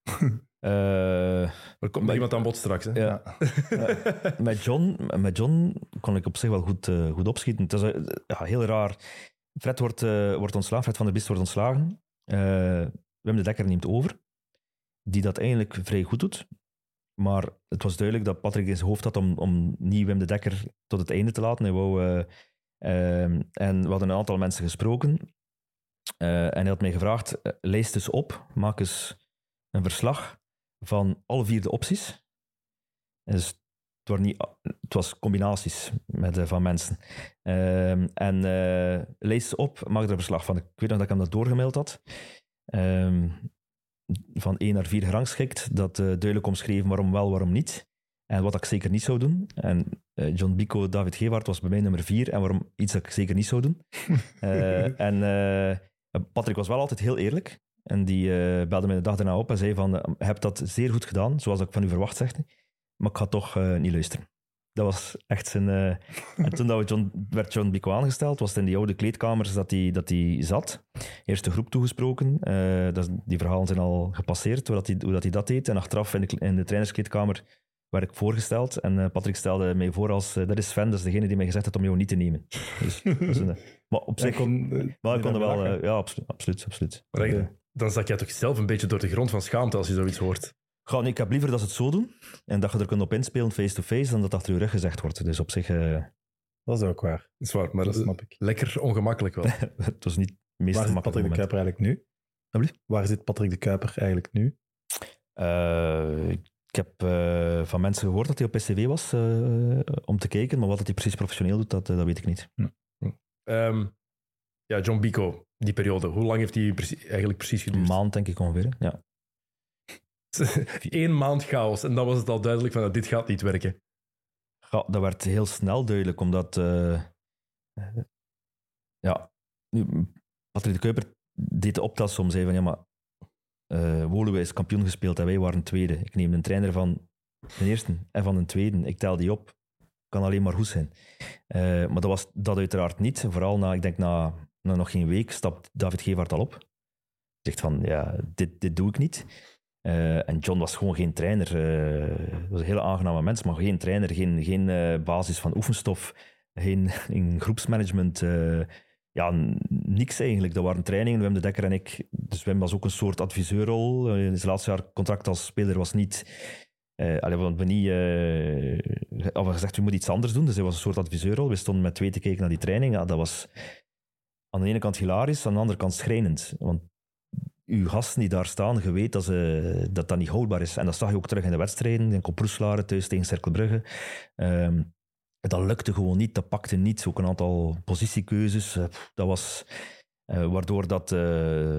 Uh, er komt nog iemand aan bod straks. Hè? Ja. uh, met, John, met John kon ik op zich wel goed, uh, goed opschieten. Het is uh, ja, heel raar. Fred wordt, uh, wordt ontslagen, Fred van der Biest wordt ontslagen. Uh, Wim de Dekker neemt over, die dat eigenlijk vrij goed doet. Maar het was duidelijk dat Patrick in zijn hoofd had om, om niet Wim de Dekker tot het einde te laten. Hij wou, uh, uh, en we hadden een aantal mensen gesproken. Uh, en hij had mij gevraagd, uh, lijst eens op, maak eens een verslag van alle vier de opties. Dus het, waren niet, het was combinaties met, uh, van mensen. Uh, en uh, lees op, maak er een verslag van. Ik weet nog dat ik hem dat doorgemaild had. Uh, van één naar vier gerangschikt. Dat uh, duidelijk omschreven waarom wel, waarom niet. En wat ik zeker niet zou doen. En uh, John Bico, David Gevaert was bij mij nummer vier. En waarom iets dat ik zeker niet zou doen. uh, en uh, Patrick was wel altijd heel eerlijk. En die uh, belde mij de dag daarna op en zei van, uh, je hebt dat zeer goed gedaan, zoals ik van u verwacht zeg. Maar ik ga toch uh, niet luisteren. Dat was echt zijn... Uh, en toen dat we John, werd John Bico aangesteld, was het in die oude kleedkamers dat hij dat die zat. Eerst de groep toegesproken. Uh, dat, die verhalen zijn al gepasseerd, hoe dat hij, hoe dat, hij dat deed. En achteraf in de, in de trainerskleedkamer werd ik voorgesteld. En uh, Patrick stelde mij voor als, uh, dat is Sven, dat is degene die mij gezegd had om jou niet te nemen. Dus, een, maar op zich... Kon, uh, maar ik kon er wel... Uh, ja, absoluut, absoluut. absoluut. Maar uh, dan zak jij toch zelf een beetje door de grond van schaamte als je zoiets hoort. Goh, nee, ik heb liever dat ze het zo doen en dat je er kunt op inspelen face-to-face dan dat achter je rug gezegd wordt. Dus op zich... Uh... Dat is ook waar. Dat is waar, maar dat, dat snap ik. Lekker ongemakkelijk wel. Het was niet het meest Waar zit Patrick de Kuiper eigenlijk nu? Alblieft? Waar zit Patrick de Kuiper eigenlijk nu? Uh, ik heb uh, van mensen gehoord dat hij op P C V was uh, om te kijken, maar wat hij precies professioneel doet, dat, uh, dat weet ik niet. Hm. Um, ja, John Bico, die periode, hoe lang heeft die precies, eigenlijk precies geduurd? Een maand, denk ik ongeveer, ja. Eén maand chaos en dan was het al duidelijk van, dit gaat niet werken. Ja, dat werd heel snel duidelijk, omdat... Uh, ja, nu, Patrick de Kuiper deed de optelsom, zei van, ja, maar uh, Woluwe is kampioen gespeeld en wij waren tweede. Ik neem een trainer van De eerste en van de tweede. Ik tel die op. Kan alleen maar goed zijn. Uh, maar dat was dat uiteraard niet. Vooral na, ik denk na, na nog geen week, stapt David Gevaert al op. Zegt van, ja, dit, dit doe ik niet. Uh, en John was gewoon geen trainer. Uh, was een hele aangename mens, maar geen trainer. Geen, geen uh, basis van oefenstof. Geen, geen groepsmanagement. Uh, ja, niks eigenlijk. Dat waren trainingen, Wim de Dekker en ik. Dus Wim was ook een soort adviseurrol. In zijn laatste jaar contract als speler was niet... Uh, allee, want we niet... Uh, of gezegd, we moeten iets anders doen. Dus hij was een soort adviseurrol. We stonden met twee te kijken naar die training. Ja, dat was aan de ene kant hilarisch, aan de andere kant schrijnend. Want uw gasten die daar staan, je weet dat, ze, dat dat niet houdbaar is. En dat zag je ook terug in de wedstrijden. In Koproeslaren, thuis tegen Cercle Brugge. Um, dat lukte gewoon niet, dat pakte niet. Ook een aantal positiekeuzes. Uh, dat was... Uh, waardoor dat... Uh,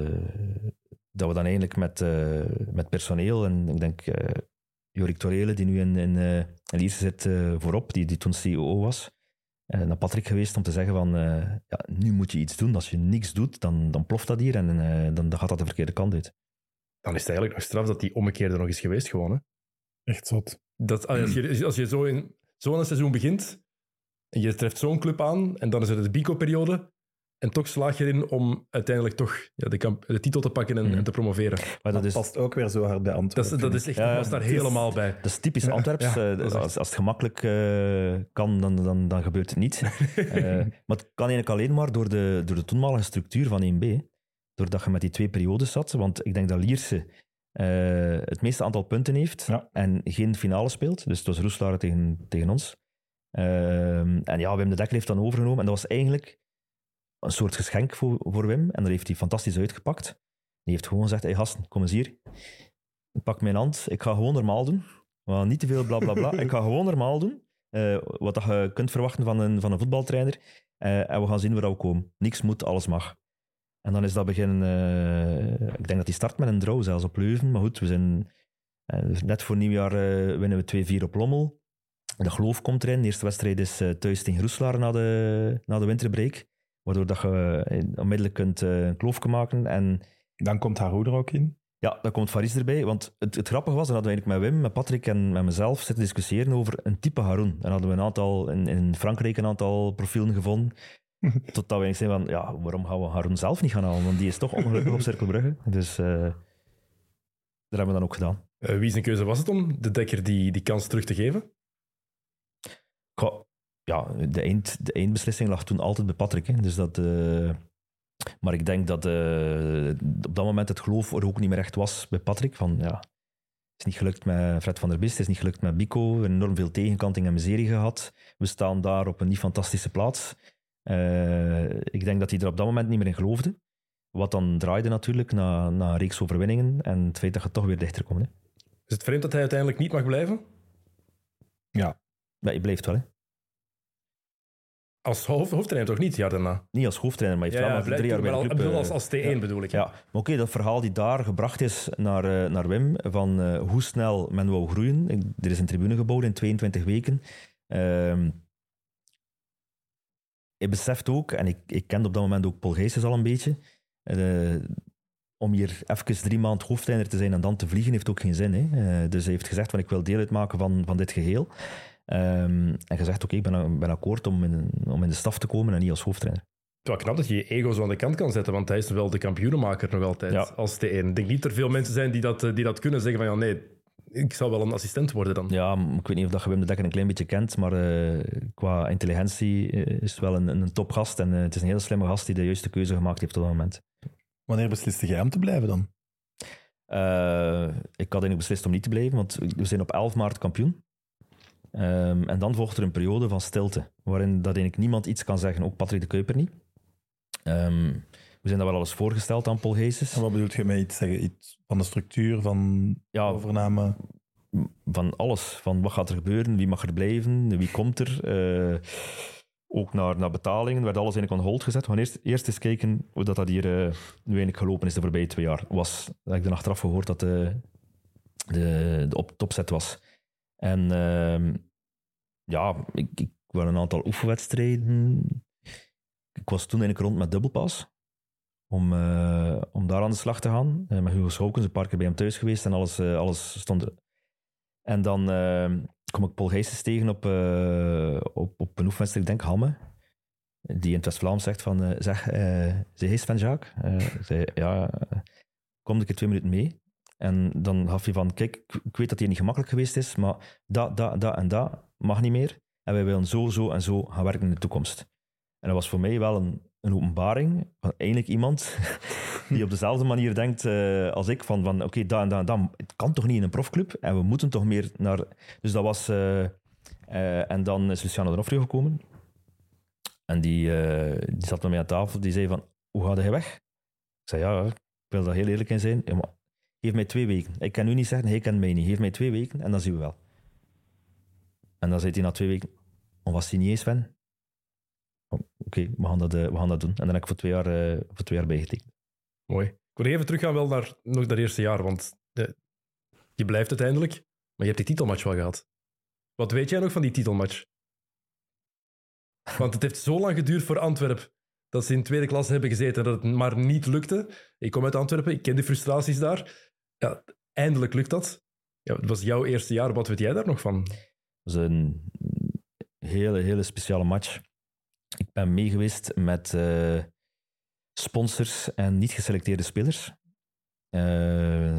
dat we dan eigenlijk met, uh, met personeel en ik denk... Uh, Jorik Torele, die nu in, in, uh, in Lierse zit uh, voorop, die, die toen C E O was, uh, naar Patrick geweest om te zeggen van, uh, ja, nu moet je iets doen. Als je niks doet, dan, dan ploft dat hier en uh, dan, dan gaat dat de verkeerde kant uit. Dan is het eigenlijk nog straf dat die ommekeer er nog is geweest gewoon. Hè? Echt zot. Dat, als je, als je zo in zo'n seizoen begint, en je treft zo'n club aan, en dan is het de Bico-periode, en toch slaag je erin om uiteindelijk toch ja, de, kamp- de titel te pakken en, mm. en te promoveren. Maar dat, dat is, past ook weer zo hard bij Antwerpen. Dat is, dat is echt, ja, was daar helemaal bij. Dat is typisch ja, Antwerps. Ja, uh, als, als het gemakkelijk uh, kan, dan, dan, dan gebeurt het niet. uh, maar het kan eigenlijk alleen maar door de, door de toenmalige structuur van één B. Doordat je met die twee periodes zat. Want ik denk dat Lierse uh, het meeste aantal punten heeft ja. en geen finale speelt. Dus het was Roeselare tegen, tegen ons. Uh, en ja, Wim de Dekker heeft dan overgenomen. En dat was eigenlijk... een soort geschenk voor, voor Wim. En daar heeft hij fantastisch uitgepakt. Die heeft gewoon gezegd, hey gasten, kom eens hier. Ik pak mijn hand. Ik ga gewoon normaal doen. Maar niet te veel bla bla bla. Ik ga gewoon normaal doen. Uh, wat dat je kunt verwachten van een, van een voetbaltrainer. Uh, en we gaan zien waar we komen. Niks moet, alles mag. En dan is dat begin... Uh, ik denk dat hij start met een draw, zelfs op Leuven. Maar goed, we zijn... Uh, net voor nieuwjaar uh, winnen we twee vier op Lommel. De geloof komt erin. De eerste wedstrijd is uh, thuis tegen Roeselare na de, na de winterbreak. Waardoor dat je onmiddellijk kunt uh, een kloofje maken. En dan komt Haroun er ook in? Ja, dan komt Faris erbij. Want het, het grappige was, dan hadden we eigenlijk met Wim, met Patrick en met mezelf zitten discussiëren over een type Haroun. En hadden we een aantal, in, in Frankrijk een aantal profielen gevonden. Totdat we eigenlijk zeiden van, ja, waarom gaan we Haroun zelf niet gaan halen? Want die is toch ongelukkig op Cercle Brugge. Dus uh, dat hebben we dan ook gedaan. Uh, wie zijn keuze was het om de Dekker die, die kans terug te geven? Goh. Ja, de, eind, de eindbeslissing lag toen altijd bij Patrick. Hè. Dus dat, uh, maar ik denk dat uh, op dat moment het geloof er ook niet meer echt was bij Patrick. Van, ja, het is niet gelukt met Fred van der Bist, het is niet gelukt met Bico. We hebben enorm veel tegenkanting en miserie gehad. We staan daar op een niet fantastische plaats. Uh, ik denk dat hij er op dat moment niet meer in geloofde. Wat dan draaide natuurlijk na, na een reeks overwinningen en het feit dat je toch weer dichter komt. Hè. Is het vreemd dat hij uiteindelijk niet mag blijven? Ja. Maar hij blijft wel, hè. Als hoofd, hoofdtrainer toch niet, ja daarna? Niet als hoofdtrainer, maar hij heeft ja, wel ja, drie jaar bij de club. Bedoel, als, als T één ja. bedoel ik. Ja, maar oké, okay, dat verhaal die daar gebracht is naar, uh, naar Wim, van uh, hoe snel men wou groeien. Ik, er is een tribune gebouwd in tweeëntwintig weken. Uh, ik beseft ook, en ik, ik kende op dat moment ook Paul Gijsens al een beetje, uh, om hier even drie maanden hoofdtrainer te zijn en dan te vliegen, heeft ook geen zin. Hè? Uh, dus hij heeft gezegd, van, ik wil deel uitmaken van, van dit geheel. Um, en gezegd, oké, okay, ik ben, ben akkoord om in, om in de staf te komen en niet als hoofdtrainer. Het is wel knap dat je je ego zo aan de kant kan zetten, want hij is wel de kampioenenmaker nog altijd, ja. Als T één. Ik denk niet dat er veel mensen zijn die dat, die dat kunnen zeggen van, ja, nee, ik zou wel een assistent worden dan. Ja, ik weet niet of dat je Wim de Dekker een klein beetje kent, maar uh, qua intelligentie is het wel een, een topgast en uh, het is een hele slimme gast die de juiste keuze gemaakt heeft op dat moment. Wanneer besliste jij om te blijven dan? Uh, ik had eigenlijk beslist om niet te blijven, want we zijn op elf maart kampioen. Um, en dan volgt er een periode van stilte, waarin dat eigenlijk niemand iets kan zeggen, ook Patrick de Kuiper niet. Um, we zijn dat wel alles voorgesteld aan Paul Gijsens. En wat bedoelt je met iets zeggen? Iets van de structuur, van ja, overname? Van alles. Van wat gaat er gebeuren, wie mag er blijven, wie komt er. Uh, ook naar, naar betalingen werd alles eigenlijk on hold gezet. We gaan eerst, eerst eens kijken hoe dat, dat hier uh, nu eigenlijk gelopen is de voorbije twee jaar. Was, dat ik dan achteraf gehoord dat de, de, de op, topzet was. En uh, ja, ik, ik was een aantal oefenwedstrijden. Ik was toen eigenlijk rond met dubbelpas. Om, uh, om daar aan de slag te gaan. Uh, met Hugo Schoukens, een paar keer bij hem thuis geweest en alles, uh, alles stond er. En dan uh, kom ik Paul Gijsens tegen op, uh, op, op een oefenwedstrijd, ik denk Hamme. Die in het West-Vlaams zegt van, uh, zeg, uh, zei hij Sven Jaak? Uh, ik zei, ja, kom ik er twee minuten mee. En dan gaf hij van, kijk, ik weet dat hij niet gemakkelijk geweest is, maar dat, dat, dat en dat mag niet meer. En wij willen zo, zo en zo gaan werken in de toekomst. En dat was voor mij wel een, een openbaring van eindelijk iemand die op dezelfde manier denkt uh, als ik, van, van oké, okay, dat en dat en dat, het kan toch niet in een profclub en we moeten toch meer naar... Dus dat was... Uh, uh, en dan is Luciano D'Onofrio gekomen en die, uh, die zat met mij aan tafel, die zei van, hoe ga jij weg? Ik zei, ja, ik wil daar heel eerlijk in zijn. Ja, maar geef mij twee weken. Ik kan nu niet zeggen, hij kent mij niet. Geef mij twee weken en dan zien we wel. En dan zei hij na twee weken, on was hij niet eens, Sven? Oké, okay, we, uh, we gaan dat doen. En dan heb ik voor twee jaar, uh, voor twee jaar bijgetekend. Mooi. Ik wil even teruggaan wel naar nog dat eerste jaar, want de, je blijft uiteindelijk, maar je hebt die titelmatch wel gehad. Wat weet jij nog van die titelmatch? Want het heeft zo lang geduurd voor Antwerpen dat ze in tweede klasse hebben gezeten en dat het maar niet lukte. Ik kom uit Antwerpen, ik ken de frustraties daar. Ja, eindelijk lukt dat. Ja, het was jouw eerste jaar, wat weet jij daar nog van? Het was een hele, hele speciale match. Ik ben mee geweest met uh, sponsors en niet geselecteerde spelers. Uh,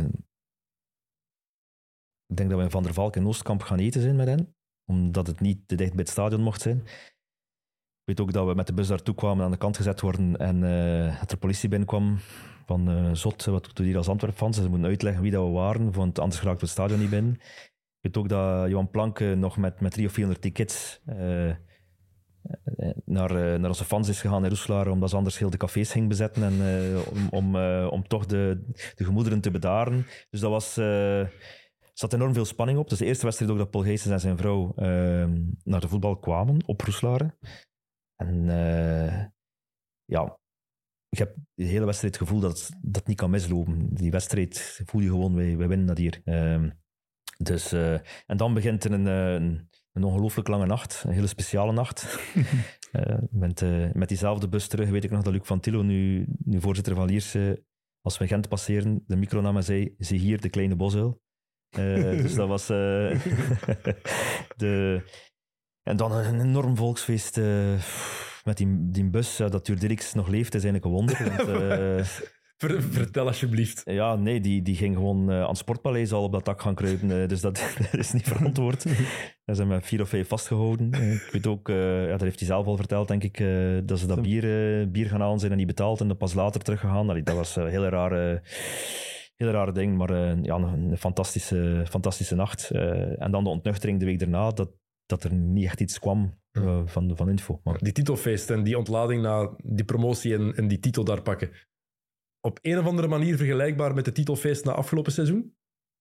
ik denk dat we in Van der Valk en Oostkamp gaan eten zijn met hen, omdat het niet te dicht bij het stadion mocht zijn. Ik weet ook dat we met de bus daartoe kwamen, aan de kant gezet worden en uh, dat er politie binnenkwam van uh, zot, wat doet hier als Antwerp-fans? Ze moeten uitleggen wie dat we waren, want anders geraakt we het stadion niet binnen. Ik weet ook dat Johan Planke nog met, met drie of vierhonderd tickets uh, naar, uh, naar onze fans is gegaan in Roeselaar, omdat ze anders heel de cafés ging bezetten en uh, om, om, uh, om toch de, de gemoederen te bedaren. Dus dat was... Uh, Er zat enorm veel spanning op. Dus de eerste wedstrijd ook dat Paul Gijsens en zijn vrouw uh, naar de voetbal kwamen op Roeselare. En uh, ja, ik heb de hele wedstrijd het gevoel dat dat niet kan mislopen. Die wedstrijd voel je gewoon, wij, wij winnen dat hier. Uh, dus, uh, en dan begint er een, een, een ongelooflijk lange nacht, een hele speciale nacht. uh, met, uh, met diezelfde bus terug weet ik nog dat Luc van Tillo, nu, nu voorzitter van Lierse, als we Gent passeren, de micro nam en zei, zie hier de kleine bosuil. Uh, dus dat was... Uh, de... En dan een enorm volksfeest uh, met die, die bus. Uh, dat Tuurdirix nog leeft, is eigenlijk een wonder. Want, uh, Vertel alsjeblieft. Ja, nee, die, die ging gewoon uh, aan het Sportpaleis al op dat dak gaan kruipen. Uh, dus dat, dat is niet verantwoord. Daar zijn we vier of vijf vastgehouden. Uh, ik weet ook, uh, ja, dat heeft hij zelf al verteld, denk ik, uh, dat ze dat bier, uh, bier gaan halen zijn en niet betaald en dan pas later teruggegaan. Allee, dat was een hele rare... Hele rare ding, maar uh, ja, een fantastische, fantastische nacht. Uh, en dan de ontnuchtering de week daarna, dat, dat er niet echt iets kwam uh, van, van info. Maar... Die titelfeest en die ontlading na die promotie en, en die titel daar pakken. Op een of andere manier vergelijkbaar met de titelfeest na afgelopen seizoen?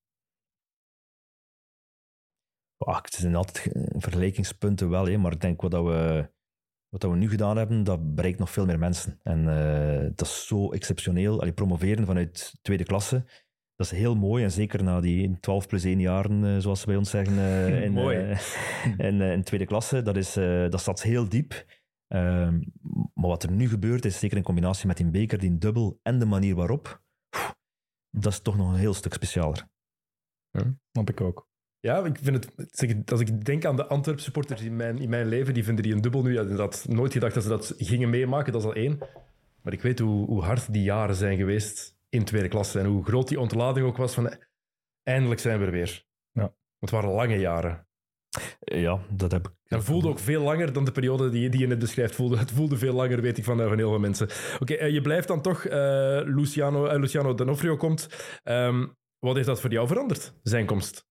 Oh, het zijn altijd vergelijkingspunten wel, hè, maar ik denk wat dat we... Wat we nu gedaan hebben, dat bereikt nog veel meer mensen. En uh, dat is zo exceptioneel. Allee, promoveren vanuit tweede klasse, dat is heel mooi. En zeker na die twaalf plus één jaren, uh, zoals ze bij ons zeggen, uh, in, mooi. Uh, in, uh, in tweede klasse, dat, is, uh, dat staat heel diep. Uh, maar wat er nu gebeurt, is zeker in combinatie met die beker, die dubbel en de manier waarop, pff, dat is toch nog een heel stuk specialer. Ja, snap ik ook. Ja, ik vind het, als ik denk aan de Antwerp-supporters in mijn, in mijn leven, die vinden die een dubbel nu. Ja, ik had nooit gedacht dat ze dat gingen meemaken, dat is al één. Maar ik weet hoe, hoe hard die jaren zijn geweest in tweede klasse en hoe groot die ontlading ook was van eindelijk zijn we er weer. Ja. Het waren lange jaren. Ja, dat heb ik. En voelde ook veel langer dan de periode die, die je net beschrijft. Voelde. Het voelde veel langer, weet ik van, van heel veel mensen. Oké, okay, uh, je blijft dan toch, uh, Luciano, uh, Luciano D'Onofrio komt. Um, wat heeft dat voor jou veranderd, zijn komst?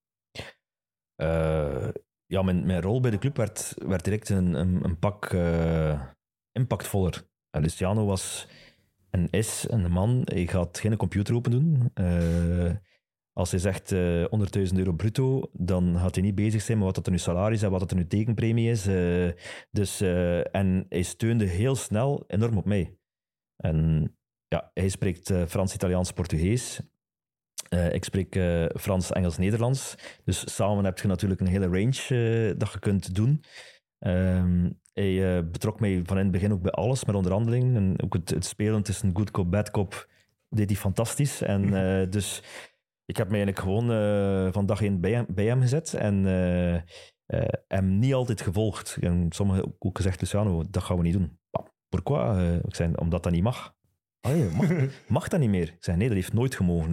Uh, ja, mijn, mijn rol bij de club werd, werd direct een, een, een pak uh, impactvoller. Uh, Luciano was en is een man, hij gaat geen computer open doen. Uh, als hij zegt uh, honderdduizend euro bruto, dan gaat hij niet bezig zijn met wat dat er nu salaris is en wat dat er nu tekenpremie is. Uh, dus, uh, en hij steunde heel snel enorm op mij. En ja, hij spreekt uh, Frans, Italiaans, Portugees. Uh, ik spreek uh, Frans, Engels, Nederlands. Dus samen heb je natuurlijk een hele range uh, dat je kunt doen. Um, hij uh, betrok mij van in het begin ook bij alles, met onderhandelingen. En ook het, het spelen tussen good cop, bad cop deed hij fantastisch. En uh, dus ik heb mij eigenlijk gewoon uh, van dag één bij hem, bij hem gezet en uh, uh, hem niet altijd gevolgd. En sommigen ook gezegd, Luciano, dat gaan we niet doen. Pourquoi? Uh, ik zei, omdat dat niet mag. Oh, mag, mag dat niet meer? Ik zei, nee, dat heeft nooit gemogen.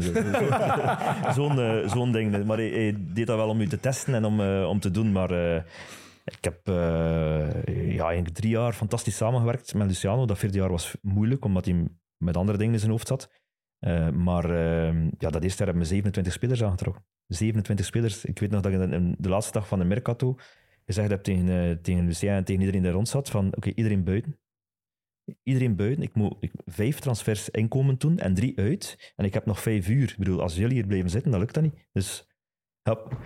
Zo'n uh, zo'n ding. Maar hij, hij deed dat wel om u te testen en om, uh, om te doen. Maar uh, ik heb uh, ja, eigenlijk drie jaar fantastisch samengewerkt met Luciano. Dat vierde jaar was moeilijk, omdat hij met andere dingen in zijn hoofd zat. Uh, maar uh, ja, dat eerste jaar hebben we zevenentwintig spelers aangetrokken. zevenentwintig spelers. Ik weet nog dat ik de, de laatste dag van de Mercato gezegd heb tegen, uh, tegen Lucien en tegen iedereen die rond zat, van oké, okay, iedereen buiten. Iedereen buiten. Ik moet ik, vijf transfers inkomen doen en drie uit. En ik heb nog vijf uur. Ik bedoel, als jullie hier blijven zitten, dan lukt dat niet. Dus, hop.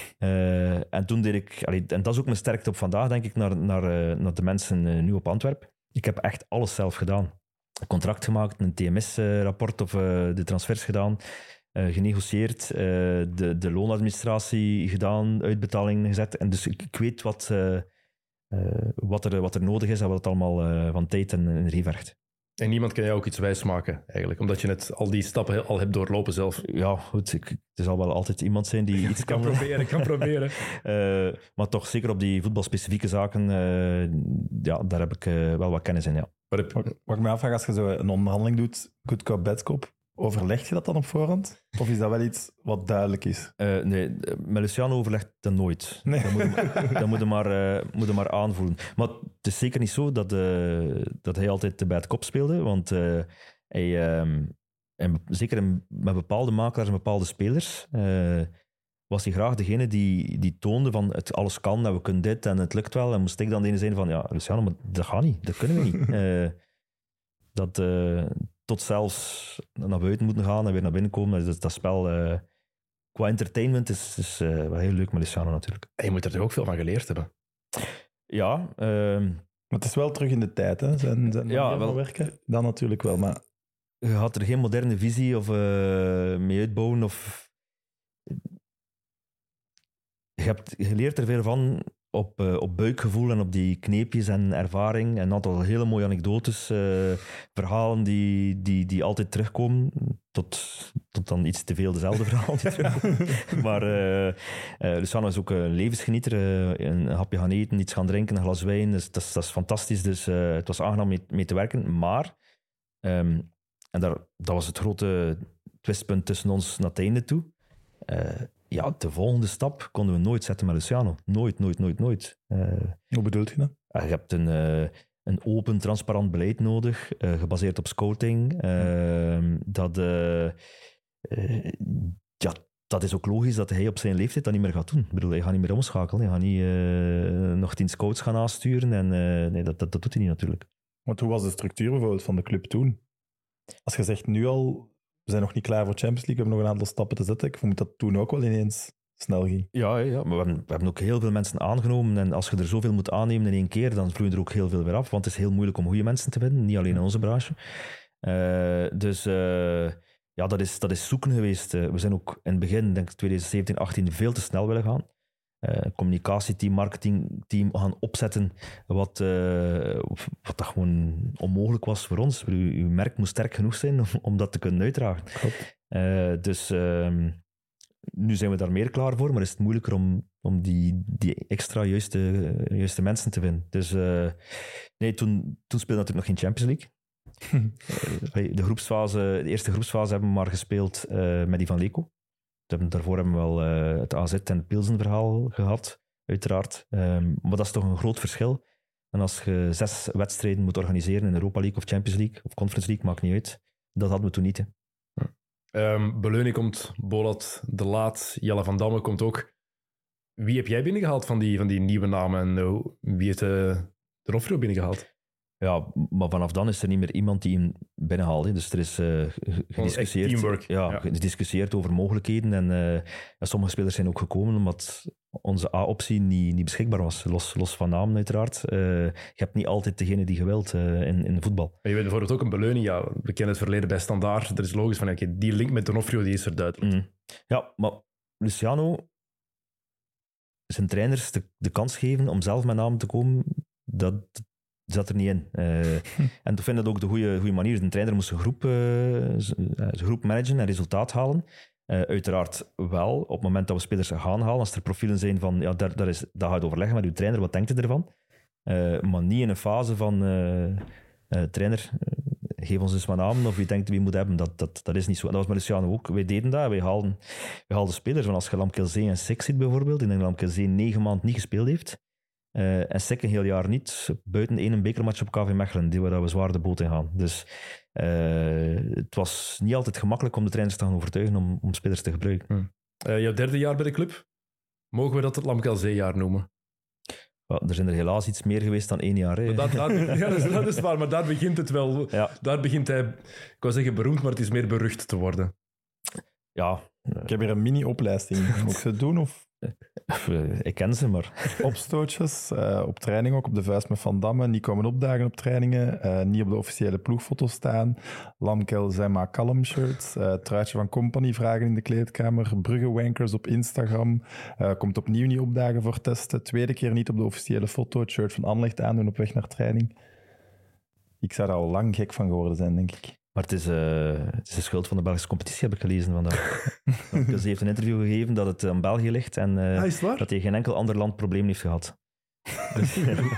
Uh, en toen deed ik... Allee, en dat is ook mijn sterkte op vandaag, denk ik, naar, naar, uh, naar de mensen uh, nu op Antwerpen. Ik heb echt alles zelf gedaan. Een contract gemaakt, een T M S-rapport of uh, de transfers gedaan, uh, genegocieerd, uh, de, de loonadministratie gedaan, uitbetalingen gezet. En dus ik, ik weet wat... Uh, Uh, wat, er, wat er nodig is en wat het allemaal uh, van tijd en energie vergt. En niemand kan jou ook iets wijsmaken, eigenlijk, omdat je net al die stappen al hebt doorlopen zelf. Ja, goed. Ik, er zal wel altijd iemand zijn die iets kan... kan proberen, kan proberen. uh, maar toch, zeker op die voetbalspecifieke zaken, uh, ja, daar heb ik uh, wel wat kennis in, ja. Wat, wat ik me afvraag, als je zo een onderhandeling doet, good cop, bad cop, overleg je dat dan op voorhand? Of is dat wel iets wat duidelijk is? Uh, nee, met Luciano overlegt dat nooit. Nee. Dat moet je, dat moet je, maar, uh, moet je maar aanvoelen. Maar het is zeker niet zo dat, uh, dat hij altijd de bad cop speelde, want uh, hij, um, en zeker met bepaalde makelaars en bepaalde spelers uh, was hij graag degene die, die toonde van het alles kan en we kunnen dit en het lukt wel. En moest ik dan de ene zijn van, ja, Luciano, maar dat gaat niet, dat kunnen we niet. Uh, dat... Uh, tot zelfs naar buiten moeten gaan en weer naar binnen komen. Dat, dat spel, uh, qua entertainment, is, is uh, wel heel leuk met Luciano natuurlijk. En je moet er toch ook veel van geleerd hebben? Ja. Uh, maar het is wel terug in de tijd, hè? Zijn, zijn ja, wel werken? Dan natuurlijk wel, maar... Je had er geen moderne visie of uh, mee uitbouwen of... Je, hebt, je leert er veel van op, uh, op buikgevoel en op die kneepjes en ervaring. En een aantal hele mooie anekdotes, uh, verhalen die, die, die altijd terugkomen. Tot, tot dan iets te veel dezelfde verhalen die terugkomen. Maar uh, uh, Luciano is ook een levensgenieter. Uh, een hapje gaan eten, iets gaan drinken, een glas wijn. Dus dat, is, dat is fantastisch. Dus uh, het was aangenaam mee, mee te werken. Maar, um, en daar, dat was het grote twistpunt tussen ons naar het einde toe. Uh, Ja, de volgende stap konden we nooit zetten met Luciano. Nooit, nooit, nooit, nooit. Uh, Hoe bedoelt je dat? Uh, je hebt een, uh, een open, transparant beleid nodig, uh, gebaseerd op scouting. Uh, dat, uh, uh, ja, dat is ook logisch dat hij op zijn leeftijd dat niet meer gaat doen. Ik bedoel, hij gaat niet meer omschakelen. Hij gaat niet uh, nog tien scouts gaan aansturen. En, uh, nee, dat, dat, dat doet hij niet natuurlijk. Want hoe was de structuur bijvoorbeeld van de club toen? Als je zegt nu al... We zijn nog niet klaar voor Champions League, we hebben nog een aantal stappen te zetten. Ik vermoed dat het toen ook wel ineens snel ging. Ja, ja maar we hebben, we hebben ook heel veel mensen aangenomen. En als je er zoveel moet aannemen in één keer, dan vloeien er ook heel veel weer af. Want het is heel moeilijk om goede mensen te vinden, niet alleen in onze branche. Uh, dus uh, ja, dat is, dat is zoeken geweest. Uh, we zijn ook in het begin, denk ik twintig zeventien, achttien, veel te snel willen gaan. Uh, communicatieteam, marketingteam gaan opzetten, wat, uh, wat dat gewoon onmogelijk was voor ons. Uw, uw merk moest sterk genoeg zijn om, om dat te kunnen uitdragen. Uh, dus uh, nu zijn we daar meer klaar voor, maar is het moeilijker om, om die, die extra juiste, juiste mensen te vinden. Dus uh, nee, toen, toen speelde natuurlijk nog geen Champions League. uh, de, groepsfase, de eerste groepsfase hebben we maar gespeeld uh, met die van Leco. Daarvoor hebben we wel uh, het A Z en het Pilsen verhaal gehad, uiteraard. Um, maar dat is toch een groot verschil. En als je zes wedstrijden moet organiseren in Europa League of Champions League of Conference League, maakt niet uit. Dat hadden we toen niet. Hè. Um, Beleuning komt, Bolat, De Laat, Jelle van Damme komt ook. Wie heb jij binnengehaald van die, van die nieuwe namen en uh, wie heeft uh, de Rofrio binnengehaald? Ja, maar vanaf dan is er niet meer iemand die hem binnenhaalt. Hè. Dus er is uh, gediscussieerd, teamwork. Ja, ja. gediscussieerd over mogelijkheden. En uh, ja, sommige spelers zijn ook gekomen omdat onze A-optie niet, niet beschikbaar was. Los, los van naam uiteraard. Uh, je hebt niet altijd degene die je wilt uh, in, in voetbal. Maar je weet bijvoorbeeld ook een Beleuning. Ja, we kennen het verleden bij Standaard. Er is logisch van, okay, die link met D'Onofrio die is er duidelijk. Mm. Ja, maar Luciano, zijn trainers de, de kans geven om zelf met naam te komen, dat... zat er niet in. Uh, hm. En toen vind ik dat ook de goede manier. De trainer moest een groep, uh, zijn groep managen en resultaat halen. Uh, uiteraard wel, op het moment dat we spelers gaan halen, als er profielen zijn van, ja, daar, daar, is, daar gaat overleggen met uw trainer, wat denkt u ervan? Uh, maar niet in een fase van, uh, uh, trainer, uh, geef ons eens maar namen of wie denkt wie moet hebben. Dat, dat, dat is niet zo. En dat was met Luciano ook. Wij deden dat, wij haalden, wij haalden spelers. Want als je Lamkelzee en Sek ziet bijvoorbeeld, ik denk dat Lamkelzee negen maanden niet gespeeld heeft, uh, en Sek een heel jaar niet, buiten één bekermatch op K V Mechelen, die waar we zwaar de boot in gaan. Dus uh, het was niet altijd gemakkelijk om de trainers te gaan overtuigen om, om spelers te gebruiken. Hmm. Uh, jouw derde jaar bij de club, mogen we dat het Lamkelzee-jaar noemen? Well, er zijn er helaas iets meer geweest dan één jaar. Dat, dat, ja, dat, is, dat is waar, maar daar begint het wel. Ja. Daar begint hij, ik wou zeggen beroemd, maar het is meer berucht te worden. Ja. Ik heb hier een mini-opleiding. Moet ik ze doen? Of? Ik ken ze, maar... Opstootjes, uh, op training ook, op de vuist met Van Damme. Niet komen opdagen op trainingen. Uh, niet op de officiële ploegfoto's staan. Lamkel zijn maar kalm shirts. Uh, truitje van Company vragen in de kleedkamer. Brugge-wankers op Instagram. Uh, komt opnieuw niet opdagen voor testen. Tweede keer niet op de officiële foto. Het shirt van Anderlecht aandoen op weg naar training. Ik zou er al lang gek van geworden zijn, denk ik. Maar het is, uh, het is de schuld van de Belgische competitie, heb ik gelezen vandaag. Ze heeft een interview gegeven dat het aan België ligt en uh, ah, dat hij geen enkel ander land probleem heeft gehad. dus,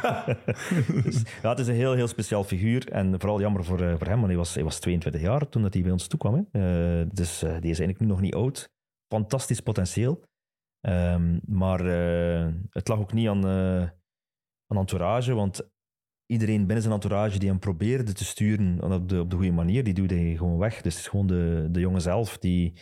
dus, ja, het is een heel, heel speciaal figuur en vooral jammer voor, uh, voor hem, want hij was, hij was tweeëntwintig jaar toen dat hij bij ons toekwam. Hè. Uh, dus uh, die is eigenlijk nu nog niet oud. Fantastisch potentieel. Um, maar uh, het lag ook niet aan, uh, aan entourage, want iedereen binnen zijn entourage die hem probeerde te sturen op de, op de goede manier, die duwde hij gewoon weg. Dus het is gewoon de, de jongen zelf die...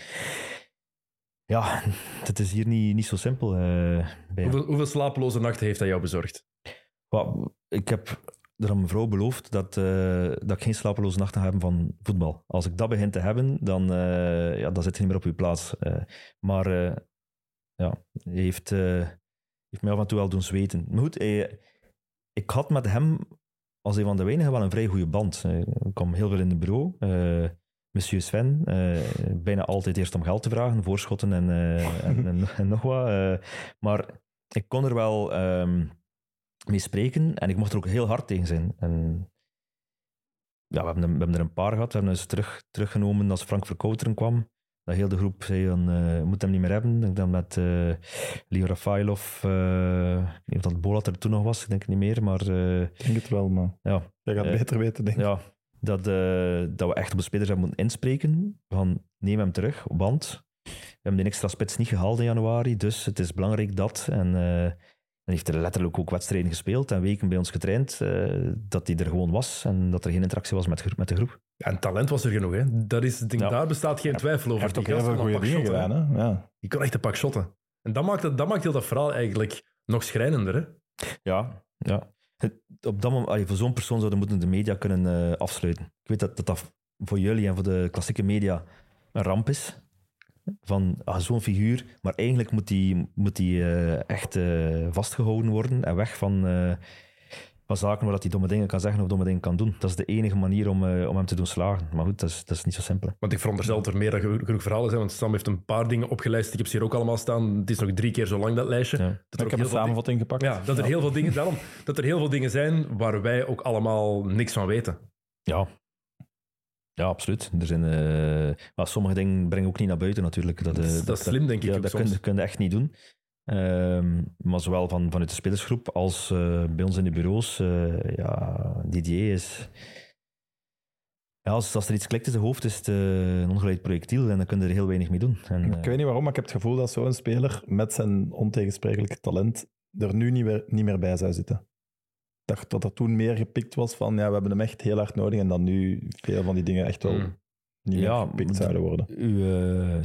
Ja, het is hier niet, niet zo simpel. Uh, hoeveel, hoeveel slapeloze nachten heeft hij jou bezorgd? Well, ik heb er aan mijn vrouw beloofd dat, uh, dat ik geen slapeloze nachten heb van voetbal. Als ik dat begin te hebben, dan, uh, ja, dan zit je niet meer op je plaats. Uh, maar uh, ja, hij heeft, uh, heeft mij af en toe wel doen zweten. Maar goed, hij, ik had met hem, als een van de weinigen, wel een vrij goede band. Ik kwam heel veel in het bureau. Uh, Monsieur Sven, uh, bijna altijd eerst om geld te vragen, voorschotten en, uh, en, en, en nog wat. Uh, maar ik kon er wel um, mee spreken en ik mocht er ook heel hard tegen zijn. En, ja, we, hebben er, we hebben er een paar gehad. We hebben eens terug, teruggenomen als Frank Verkouteren kwam. Dat heel de groep zei, dan uh, moet hem niet meer hebben. Ik dan met uh, Leo Rafailov, uh, ik weet niet of dat Bolat er toen nog was, ik denk het niet meer, maar... Uh, ik denk het wel, maar ja, jij gaat uh, beter weten, denk ik. Ja, dat, uh, dat we echt op de spelers hebben moeten inspreken, van neem hem terug, want we hebben die extra spits niet gehaald in januari, dus het is belangrijk dat... En, uh, dan heeft hij letterlijk ook wedstrijden gespeeld en weken bij ons getraind, uh, dat hij er gewoon was en dat er geen interactie was met, met de groep. Ja, en talent was er genoeg, hè. Dat is, denk, ja. Daar bestaat geen twijfel over. Hij heeft ook heel veel goede dingen gedaan, hè. Ja. Je kon echt een pak shotten. En dat maakt, het, dat maakt heel dat verhaal eigenlijk nog schrijnender, hè. Ja, ja. Het, op dat moment, allee, voor zo'n persoon zouden moeten de media kunnen uh, afsluiten. Ik weet dat, dat dat voor jullie en voor de klassieke media een ramp is. Van ah, zo'n figuur, maar eigenlijk moet die, moet die uh, echt uh, vastgehouden worden en weg van, uh, van zaken waar hij domme dingen kan zeggen of domme dingen kan doen. Dat is de enige manier om, uh, om hem te doen slagen. Maar goed, dat is, dat is niet zo simpel. Want ik veronderstel dat er meer dan genoeg verhalen zijn, want Sam heeft een paar dingen opgelijst. Ik heb ze hier ook allemaal staan. Het is nog drie keer zo lang, dat lijstje. Ja. Dat ik heb een samenvatting gepakt. Ja, dat er, ja. Heel veel dingen, daarom, dat er heel veel dingen zijn waar wij ook allemaal niks van weten. Ja. Ja, absoluut. Er zijn, uh, maar sommige dingen brengen ook niet naar buiten natuurlijk. Dat, uh, dat, dat, dat is slim, denk ik. Ja, dat kun je, kun je echt niet doen. Um, maar zowel van, vanuit de spelersgroep als uh, bij ons in de bureaus. Uh, ja, Didier is... Ja, als, als er iets klikt in zijn hoofd, is het uh, een ongeleid projectiel en dan kun je er heel weinig mee doen. En, uh, ik weet niet waarom, maar ik heb het gevoel dat zo'n speler met zijn ontegensprekelijke talent er nu niet meer, niet meer bij zou zitten. Ik dacht dat er toen meer gepikt was van ja, we hebben hem echt heel hard nodig en dan nu veel van die dingen echt wel mm. niet ja, meer gepikt zouden worden. Uw, uh,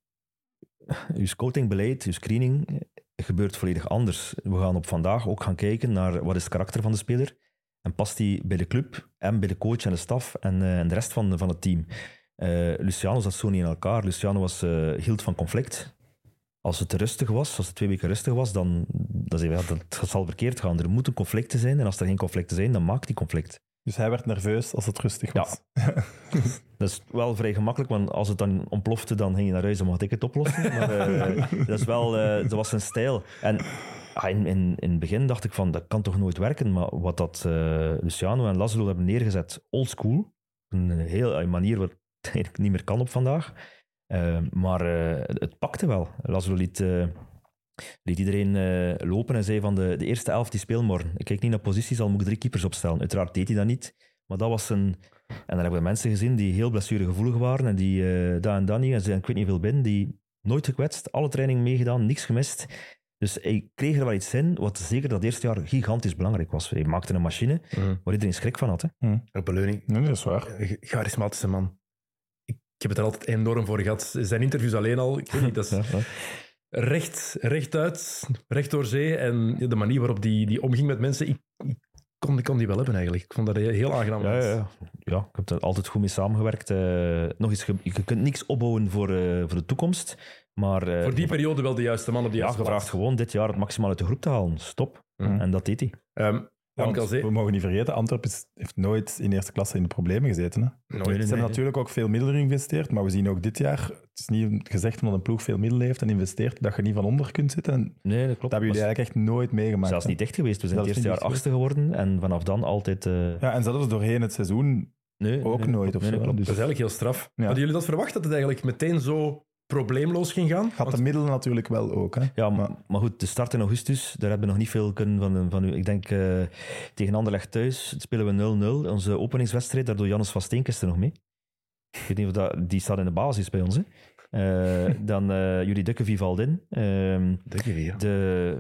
uw scoutingbeleid, uw screening gebeurt volledig anders. We gaan op vandaag ook gaan kijken naar wat is het karakter van de speler en past die bij de club en bij de coach en de staf en, uh, en de rest van, van het team. Uh, Luciano zat zo niet in elkaar. Luciano was, uh, hield van conflict. Als het rustig was, als het twee weken rustig was, dan, dan zei we, ja, dat zal verkeerd gaan. Er moeten conflicten zijn en als er geen conflicten zijn, dan maakt die conflict. Dus hij werd nerveus als het rustig was? Ja. Dat is wel vrij gemakkelijk, want als het dan ontplofte, dan ging je naar huis en mocht ik het oplossen. Maar uh, dat, is wel, uh, dat was zijn stijl. En uh, in, in, in het begin dacht ik van, dat kan toch nooit werken, maar wat dat uh, Luciano en Laszlo hebben neergezet, oldschool, een, heel, een manier wat eigenlijk niet meer kan op vandaag. Uh, maar uh, het pakte wel. Laszlo liet, uh, liet iedereen uh, lopen en zei van de, de eerste elf die speel morgen. Ik kijk niet naar posities, al moet ik drie keepers opstellen. Uiteraard deed hij dat niet. Maar dat was een... En dan hebben we mensen gezien die heel blessuregevoelig waren en die uh, daar en dan niet, en ze ik weet niet veel binnen, die nooit gekwetst, alle training meegedaan, niks gemist. Dus hij kreeg er wel iets in, wat zeker dat eerste jaar gigantisch belangrijk was. Hij maakte een machine mm. waar iedereen schrik van had. Hè. Mm. Beleuning. Nee, dat is waar. Charismatische man. Ik, ik heb het er altijd enorm voor gehad. Zijn interviews alleen al, ik weet niet, dat is... Ja, ja. Recht, rechtuit, recht door zee. En de manier waarop die, die omging met mensen, ik, ik, kon, ik kon die wel hebben eigenlijk. Ik vond dat heel aangenaam. Ja, ja, ja. ja, ik heb er altijd goed mee samengewerkt. Uh, nog eens, je kunt niks opbouwen voor, uh, voor de toekomst. Maar, uh, voor die periode wel de juiste man op de juiste plaats. Ja, gevraagd gewoon dit jaar het maximaal uit de groep te halen. Stop. Mm. En dat deed hij. Um, Ja, we mogen niet vergeten, Antwerpen heeft nooit in eerste klasse in de problemen gezeten. Hè? Nooit, Ze nee, hebben nee. natuurlijk ook veel middelen geïnvesteerd, maar we zien ook dit jaar, het is niet gezegd omdat een ploeg veel middelen heeft en investeert, dat je niet van onder kunt zitten. En nee, dat klopt. Dat hebben jullie eigenlijk echt nooit meegemaakt. Zelfs hè? niet echt geweest. We zijn Zelfs het eerste jaar achtste geworden en vanaf dan altijd... Uh... Ja, en zelfs doorheen het seizoen nee, ook nee, nooit. Of nee, zo. nee, klopt. Dus... Dat is eigenlijk heel straf. Ja. Hadden jullie dat verwacht, dat het eigenlijk meteen zo probleemloos ging gaan? Gaat de middelen natuurlijk wel ook. Hè? Ja, maar... maar goed, de start in augustus, daar hebben we nog niet veel kunnen van, van u. Ik denk uh, tegen Anderlecht thuis spelen we nul nul. Onze openingswedstrijd, daar doet Jannes van Steenkes er nog mee. Ik weet niet of dat... Die staat in de basis bij ons. Hè. Uh, dan uh, Jullie Dukkevie valt in. Uh, Dukkevie, ja. De...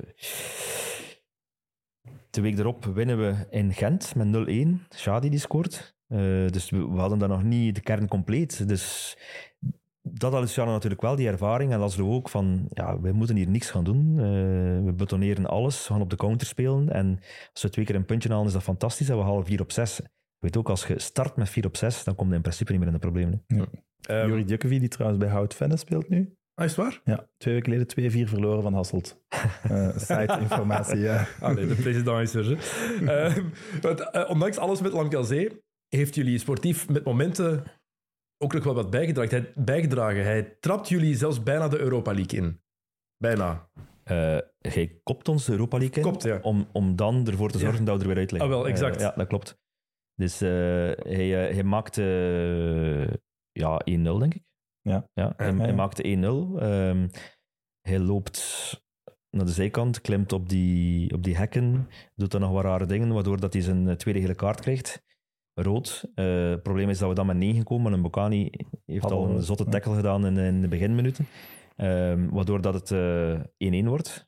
de week erop winnen we in Gent met nul een. Shadi die scoort. Uh, dus we, we hadden daar nog niet de kern compleet. Dus... Dat had Luciano natuurlijk wel, die ervaring. En Laszlo ook van, ja, we moeten hier niks gaan doen. Uh, we betoneren alles, we gaan op de counter spelen. En als we twee keer een puntje halen, is dat fantastisch. En we halen vier op zes. Je weet ook, als je start met vier op zes, dan kom je in principe niet meer in de problemen. Ja. Um, Juri Dukkevi, die trouwens bij Hout Venne speelt nu. Ah, is het waar? Ja, twee weken geleden twee vier verloren van Hasselt. Uh, Site-informatie, ja. Ah nee, de president is er. uh, want, uh, ondanks alles met Lamkelzee, heeft jullie sportief met momenten... ook nog wel wat bijgedragen. Hij, bijgedragen. Hij trapt jullie zelfs bijna de Europa League in. Bijna. Uh, hij kopt ons de Europa League in, kopt, ja. om, om dan ervoor te zorgen ja. dat we er weer uit liggen. Ah, wel, exact. Uh, ja, dat klopt. Dus uh, hij, uh, hij maakte uh, ja, één nul, denk ik. Ja. Ja, hij, ja. hij maakte één nul. Um, hij loopt naar de zijkant, klimt op die, op die hekken, doet dan nog wat rare dingen, waardoor dat hij zijn tweede gele kaart krijgt. Rood. Uh, het probleem is dat we dan met negen komen, maar een Bocani heeft Hallo. al een zotte tackle gedaan in, in de beginminuten. Um, waardoor dat het uh, één één wordt.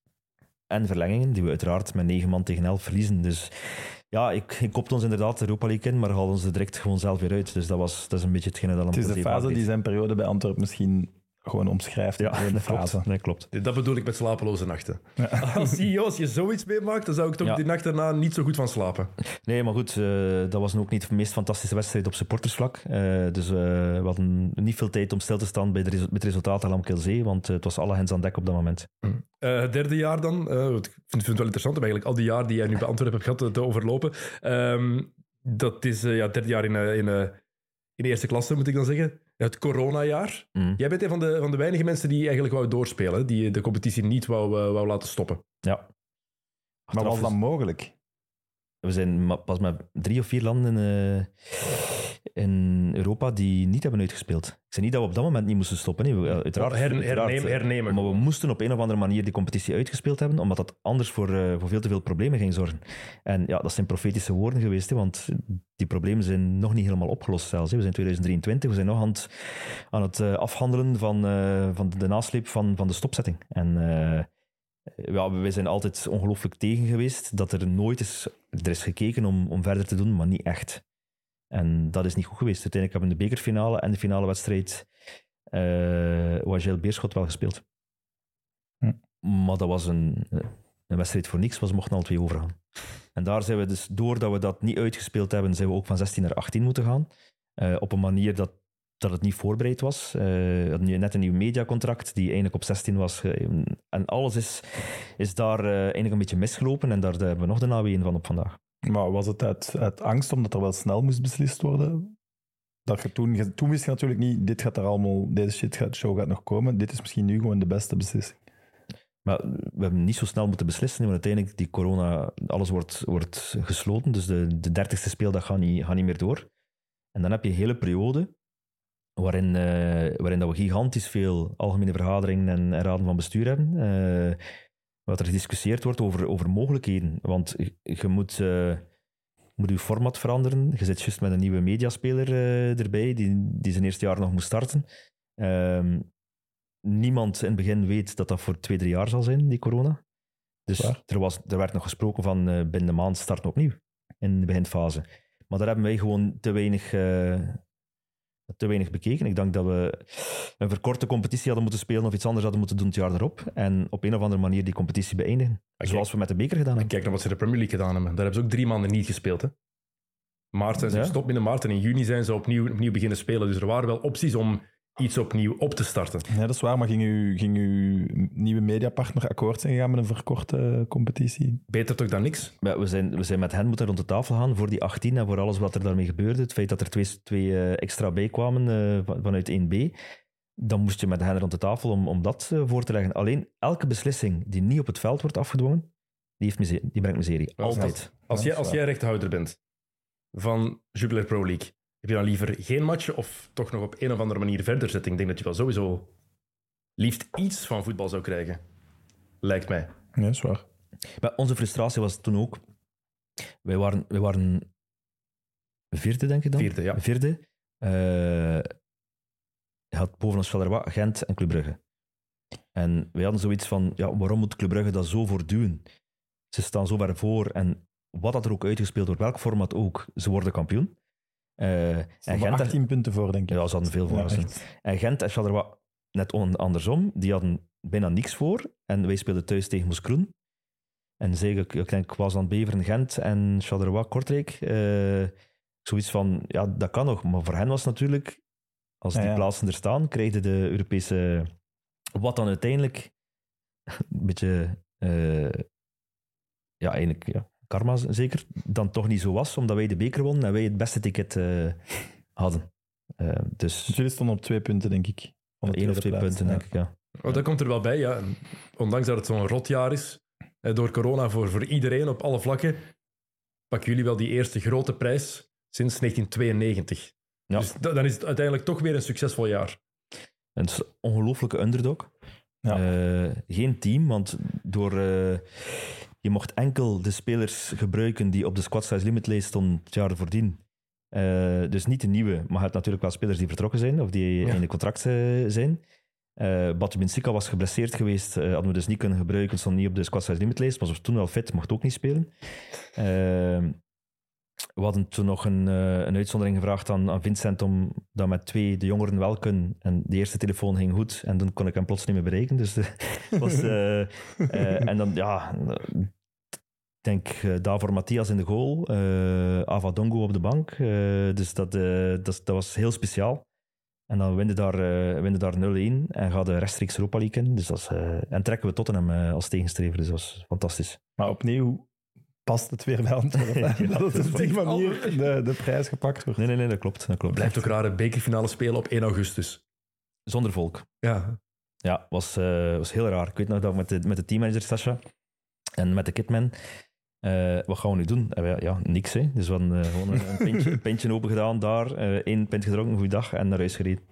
En verlengingen, die we uiteraard met negen man tegen elf verliezen. Dus ja, ik, ik kopte ons inderdaad de Europa League in, maar haalde ons er direct gewoon zelf weer uit. Dus dat, was, dat is een beetje hetgene dat... Het is de fase die zijn periode bij Antwerpen misschien... gewoon omschrijft. Ja, de fase. Klopt. Nee, klopt. Dat bedoel ik met slapeloze nachten. Ja. Als C E O, als je zoiets meemaakt, dan zou ik toch ja. die nacht daarna niet zo goed van slapen. Nee, maar goed, uh, dat was ook niet de meest fantastische wedstrijd op supportersvlak. Uh, dus uh, we hadden niet veel tijd om stil te staan bij de resu- met het resultaat aan Lamkelzee, want uh, het was alle hens aan dek op dat moment. Mm. Uh, het derde jaar dan, uh, ik vind, vind het wel interessant om eigenlijk al die jaar die jij nu bij Antwerpen hebt gehad te overlopen. Um, dat is uh, ja, het derde jaar in, uh, in, uh, in de eerste klasse, moet ik dan zeggen. Het coronajaar. Mm. Jij bent een van de, van de weinige mensen die eigenlijk wou doorspelen, die de competitie niet wou, uh, wou laten stoppen. Ja. Maar was dat mogelijk? We zijn pas met drie of vier landen uh, in Europa die niet hebben uitgespeeld. Ik zei niet dat we op dat moment niet moesten stoppen. Nee. We, uiteraard, Her, uiteraard, hernemen, hernemen. Maar we moesten op een of andere manier die competitie uitgespeeld hebben, omdat dat anders voor, uh, voor veel te veel problemen ging zorgen. En ja, dat zijn profetische woorden geweest, hè, want die problemen zijn nog niet helemaal opgelost zelfs. Hè. We zijn tweeduizend drieëntwintig, we zijn nog aan het, aan het uh, afhandelen van, uh, van de nasleep van, van de stopzetting. En... Uh, Ja, wij zijn altijd ongelooflijk tegen geweest dat er nooit is... Er is gekeken om, om verder te doen, maar niet echt. En dat is niet goed geweest. Uiteindelijk hebben we de bekerfinale en de finale wedstrijd uh, Wagel Beerschot wel gespeeld. Hm. Maar dat was een, een wedstrijd voor niks, want ze mochten al twee overgaan. En daar zijn we dus, doordat we dat niet uitgespeeld hebben, zijn we ook van zestien naar achttien moeten gaan. Uh, op een manier dat dat het niet voorbereid was. Uh, we hadden net een nieuw mediacontract die eigenlijk op zestien was. Uh, en alles is, is daar uh, eigenlijk een beetje misgelopen en daar hebben we nog de A W één van op vandaag. Maar was het uit, uit angst omdat er wel snel moest beslist worden? Dat je toen, toen wist je natuurlijk niet, dit gaat er allemaal, deze shit gaat, show gaat nog komen. Dit is misschien nu gewoon de beste beslissing. Maar we hebben niet zo snel moeten beslissen, want uiteindelijk die corona, alles wordt, wordt gesloten. Dus de, de dertigste speeldag gaat niet, gaat niet meer door. En dan heb je een hele periode waarin, uh, waarin dat we gigantisch veel algemene vergaderingen en, en raden van bestuur hebben. Uh, wat er gediscussieerd wordt over, over mogelijkheden. Want je, je moet, uh, moet je format veranderen. Je zit juist met een nieuwe mediaspeler uh, erbij, die, die zijn eerste jaar nog moet starten. Uh, niemand in het begin weet dat dat voor twee, drie jaar zal zijn, die corona. Dus er, was, er werd nog gesproken van uh, binnen de maand starten opnieuw, in de beginfase. Maar daar hebben wij gewoon te weinig... Uh, te weinig bekeken. Ik denk dat we een verkorte competitie hadden moeten spelen of iets anders hadden moeten doen het jaar erop. En op een of andere manier die competitie beëindigen. Okay. Zoals we met de beker gedaan hebben. Kijk naar wat ze de Premier League gedaan hebben. Daar hebben ze ook drie maanden niet gespeeld. Hè? Maart zijn ze ja. gestopt binnen maart en in juni zijn ze opnieuw, opnieuw beginnen spelen. Dus er waren wel opties om iets opnieuw op te starten. Ja, dat is waar. Maar ging, u, ging uw nieuwe mediapartner akkoord zijn gegaan met een verkorte competitie? Beter toch dan niks? Ja, we, zijn, we zijn met hen moeten rond de tafel gaan voor die achttien en voor alles wat er daarmee gebeurde. Het feit dat er twee, twee uh, extra bij kwamen uh, vanuit één B. Dan moest je met hen rond de tafel om, om dat uh, voor te leggen. Alleen elke beslissing die niet op het veld wordt afgedwongen, die, heeft miserie, die brengt miserie. Altijd. Als, als, jij, als jij rechthouder bent van Jupiler Pro League, heb je dan liever geen matchen of toch nog op een of andere manier verder zetten? Ik denk dat je wel sowieso liefst iets van voetbal zou krijgen. Lijkt mij. Ja, dat is waar. Maar onze frustratie was toen ook... Wij waren, wij waren vierde, denk ik dan? Vierde, ja. Vierde. Uh, je had bovenop Charleroi, Gent en Club Brugge. En wij hadden zoiets van, ja, waarom moet Club Brugge dat zo voortduwen? Ze staan zo ver voor en wat dat er ook uitgespeeld wordt, welk format ook, ze worden kampioen. Uh, en Gent achttien punten voor, denk ik. Ja, ze hadden veel voor. Ja, en Gent en Charleroi net on- andersom. Die hadden bijna niks voor. En wij speelden thuis tegen Moeskroen. En zei ik, ik denk, was aan Beveren, Gent en Charleroi, Kortrijk. Uh, zoiets van, ja, dat kan nog. Maar voor hen was het natuurlijk, als die ja, ja. plaatsen er staan, krijg je de Europese... Wat dan uiteindelijk een beetje... Uh, ja, eigenlijk... Ja. Karma zeker, dan toch niet zo was, omdat wij de beker wonnen en wij het beste ticket uh, hadden. Uh, dus... Jullie stonden op twee punten, denk ik. Eén of twee plaats, punten, ja. denk ik, ja. Oh, dat komt er wel bij, ja. Ondanks dat het zo'n rotjaar is, door corona voor, voor iedereen op alle vlakken, pakken jullie wel die eerste grote prijs sinds negentien tweeënnegentig. Ja. Dus dat, dan is het uiteindelijk toch weer een succesvol jaar. Een ongelooflijke underdog. Ja. Uh, geen team, want door... Uh, Je mocht enkel de spelers gebruiken die op de squad size limit lijst stonden het jaar voordien. Uh, dus niet de nieuwe, maar je hebt natuurlijk wel spelers die vertrokken zijn of die ja. in de contract uh, zijn. Uh, Batu Benfica was geblesseerd geweest, uh, hadden we dus niet kunnen gebruiken, stond niet op de squad size limit lijst, maar was toen wel fit, mocht ook niet spelen. Uh, we hadden toen nog een, uh, een uitzondering gevraagd aan, aan Vincent om dat met twee de jongeren wel kunnen. En de eerste telefoon ging goed en dan kon ik hem plots niet meer bereiken. Dus uh, was, uh, uh, en dan, ja, ik denk uh, daarvoor Matthias in de goal, uh, Ava Dongo op de bank. Uh, dus dat, uh, dat, dat was heel speciaal. En dan winnen daar, uh, winnen daar nul-een en gaan de rechtstreeks Europa League in. Dus dat is, uh, en trekken we Tottenham uh, als tegenstrever. Dus dat was fantastisch. Maar opnieuw past het weer bij Antwerpen. Ja, dat het op die manier de, de prijs gepakt wordt. Nee, nee, nee, dat klopt. Dat klopt. Blijft ook raar, een bekerfinale spelen op één augustus. Zonder volk. Ja. Ja, was, uh, was heel raar. Ik weet nog dat met de, met de teammanager Sasha en met de kitman, uh, wat gaan we nu doen? En wij, ja, niks. Hè. Dus we hadden uh, gewoon een, een, pintje, een pintje open gedaan daar, uh, één pint gedronken, goeiedag, en naar huis gereden.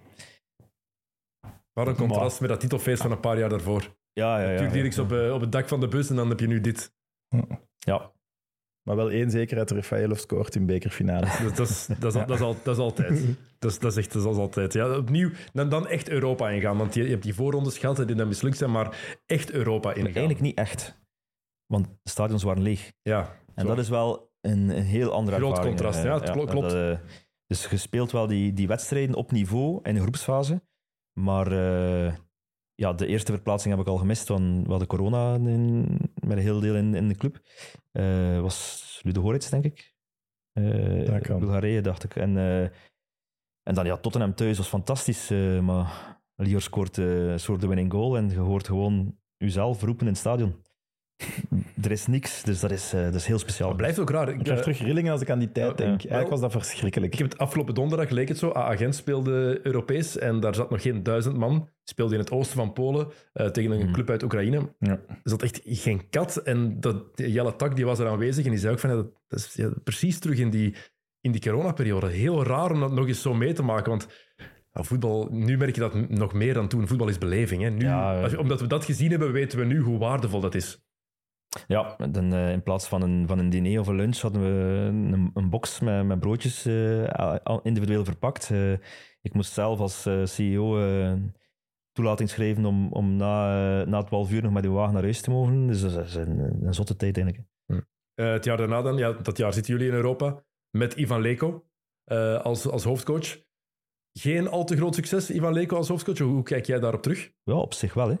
Wat een contrast maar, met dat titelfeest van een paar jaar daarvoor. Ja, ja, ja. Natuurlijk direct ja, ja. op, uh, op het dak van de bus en dan heb je nu dit. Ja. Maar wel één zekerheid, Rafaelov scoort in bekerfinale. Dat, dat, is, dat, is, ja. dat, is, al, dat is altijd. Dat is, dat is echt dat is altijd. Ja, opnieuw, dan, dan echt Europa ingaan. Want je, je hebt die voorrondes gehad die dan mislukt zijn, maar echt Europa ingaan. Maar eigenlijk niet echt. Want de stadions waren leeg. Ja. En zo. Dat is wel een, een heel andere Groot ervaring. Groot contrast, ja, ja, klopt. Dat, uh, dus je speelt wel die, die wedstrijden op niveau in de groepsfase. Maar uh, ja, de eerste verplaatsing heb ik al gemist. Van, we hadden corona in, met een heel deel in, in de club. Uh, was Ludogorets, denk ik. Uh, Bulgarije, dacht ik. En, uh, en dan ja, Tottenham thuis was fantastisch. Uh, maar Lior scoort, uh, scoort de winning goal en je hoort gewoon jezelf roepen in het stadion. Er is niks, dus dat is, uh, dat is heel speciaal. Het blijft ook raar. Ik krijg terug rillingen als ik aan die tijd ja, denk. Ja. Eigenlijk was dat verschrikkelijk. Ik heb het afgelopen donderdag, leek het zo, A Gent speelde Europees en daar zat nog geen duizend man. Speelde in het oosten van Polen uh, tegen een mm. club uit Oekraïne. Ja. Er zat echt geen kat. En dat, Jelle Tak die was er aanwezig en die zei ook van, ja, dat, dat is ja, precies terug in die, in die coronaperiode. Heel raar om dat nog eens zo mee te maken, want Nou, voetbal, nu merk je dat nog meer dan toen. Voetbal is beleving. Hè. Nu, Ja, als je, omdat we dat gezien hebben, weten we nu hoe waardevol dat is. Ja, dan, uh, in plaats van een, van een diner of een lunch hadden we een, een box met, met broodjes uh, individueel verpakt. Uh, ik moest zelf als uh, C E O uh, toelating schrijven om, om na, uh, na twaalf uur nog met de wagen naar huis te mogen. Dus dat is een, een zotte tijd eigenlijk. Hm. Uh, het jaar daarna dan, ja, dat jaar zitten jullie in Europa met Ivan Leko uh, als, als hoofdcoach. Geen al te groot succes, Ivan Leko als hoofdcoach. Hoe, hoe kijk jij daarop terug? Ja, op zich wel. Hè.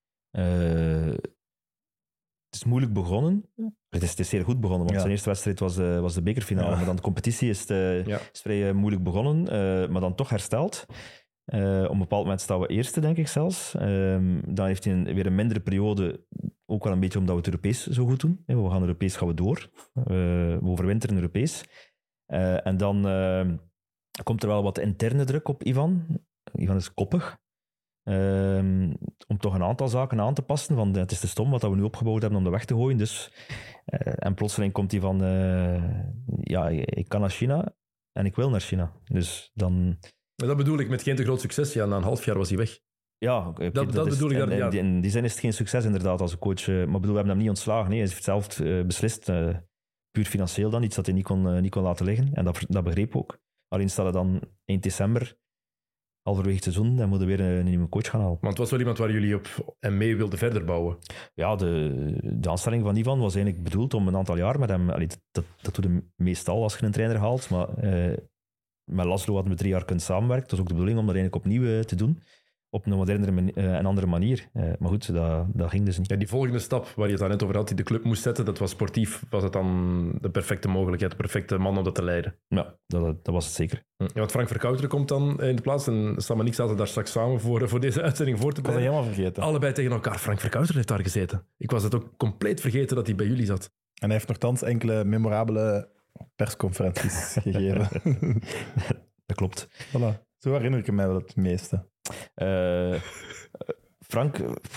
Uh, het is moeilijk begonnen. Het is, het is zeer goed begonnen, want ja. zijn eerste wedstrijd was, uh, was de bekerfinale. Ja. Maar dan de competitie is, uh, ja. is vrij uh, moeilijk begonnen, uh, maar dan toch hersteld. Uh, op een bepaald moment staan we eerste, denk ik zelfs. Uh, dan heeft hij een, weer een mindere periode, ook wel een beetje omdat we het Europees zo goed doen. We gaan Europees gaan we door. Uh, we overwinteren Europees. Uh, en dan uh, komt er wel wat interne druk op Ivan. Ivan is koppig. Uh, om toch een aantal zaken aan te passen. Van, het is te stom wat we nu opgebouwd hebben om dat weg te gooien. Dus, uh, en plotseling komt hij van... Uh, ja, ik kan naar China en ik wil naar China. Dus dan... Maar dat bedoel ik, met geen te groot succes. Ja, na een half jaar was hij weg. Ja, okay, dat, dat, dat is, bedoel ik. En, daar, ja. in, die, in die zin is het geen succes inderdaad als een coach. Uh, maar bedoel, we hebben hem niet ontslagen. Nee. Hij heeft zelf uh, beslist, uh, puur financieel dan, iets dat hij niet kon, uh, niet kon laten liggen. En dat, dat begreep ook. Alleen staat hij dan eind december, halverwege het seizoen, dan moeten we weer een, een nieuwe coach gaan halen. Want het was wel iemand waar jullie op en mee wilden verder bouwen. Ja, de, de aanstelling van Ivan was eigenlijk bedoeld om een aantal jaar met hem... Allee, dat, dat doe je meestal als je een trainer haalt, maar uh, met Laszlo hadden we drie jaar kunnen samenwerken. Het was ook de bedoeling om dat eigenlijk opnieuw uh, te doen. Op een modernere mani- uh, en andere manier. Uh, maar goed, dat, dat ging dus niet. Ja, die volgende stap waar je het daar net over had, die de club moest zetten, dat was sportief. Was het dan de perfecte mogelijkheid, de perfecte man om dat te leiden? Ja, dat, dat was het zeker. Ja, want Frank Verkouteren komt dan in de plaats. En Sam en ik zaten daar straks samen voor, voor deze uitzending voor te Ik was bereiden. dat helemaal vergeten. Allebei tegen elkaar. Frank Verkouteren heeft daar gezeten. Ik was het ook compleet vergeten dat hij bij jullie zat. En hij heeft nogthans enkele memorabele persconferenties gegeven. Dat klopt. Voilà. Zo herinner ik me wel het meeste. Uh, Frank,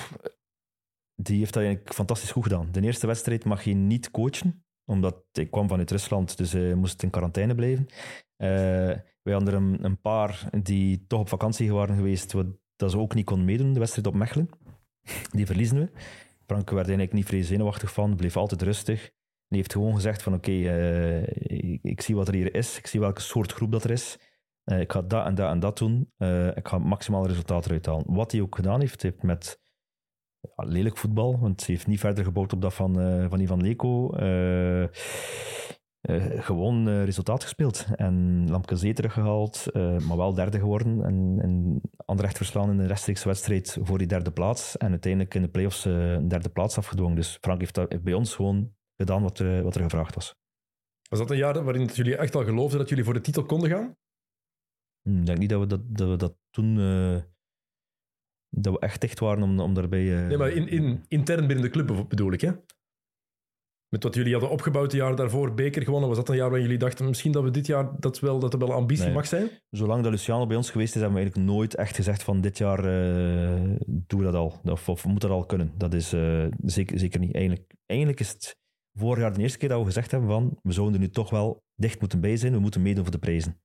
die heeft dat eigenlijk fantastisch goed gedaan. De eerste wedstrijd mag je niet coachen, omdat ik kwam vanuit Rusland, dus hij moest in quarantaine blijven. Uh, wij hadden er een, een paar die toch op vakantie waren geweest, wat, dat ze ook niet konden meedoen, de wedstrijd op Mechelen. Die verliezen we. Frank werd eigenlijk niet vrij zenuwachtig van, bleef altijd rustig. Die heeft gewoon gezegd van oké, okay, uh, ik, ik zie wat er hier is, ik zie welke soort groep dat er is. Uh, ik ga dat en dat en dat doen. Uh, ik ga maximaal resultaat eruit halen. Wat hij ook gedaan heeft, heeft met ja, lelijk voetbal, want hij heeft niet verder gebouwd op dat van, uh, van Ivan Leko. Uh, uh, gewoon uh, resultaat gespeeld. En Lamkelzee teruggehaald, uh, maar wel derde geworden. En, en Anderlecht verslaan in een rechtstreekse wedstrijd voor die derde plaats. En uiteindelijk in de play-offs uh, een derde plaats afgedwongen. Dus Frank heeft, dat, heeft bij ons gewoon gedaan wat er, wat er gevraagd was. Was dat een jaar waarin jullie echt al geloofden dat jullie voor de titel konden gaan? Ik denk niet dat we dat, dat, we dat toen... Uh, dat we echt dicht waren om, om daarbij... Uh... Nee, maar in, in, intern binnen de club bedoel ik, hè? Met wat jullie hadden opgebouwd de jaren daarvoor, beker gewonnen, was dat een jaar waarin jullie dachten misschien dat we dit jaar dat, wel, dat er wel ambitie nee. mag zijn? Zolang dat Luciano bij ons geweest is, hebben we eigenlijk nooit echt gezegd van dit jaar uh, doen we dat al. Of, of we moeten dat al kunnen. Dat is uh, zeker, zeker niet. Eigenlijk, eigenlijk is het vorig jaar de eerste keer dat we gezegd hebben van we zouden er nu toch wel dicht moeten bij zijn, we moeten meedoen voor de prijzen.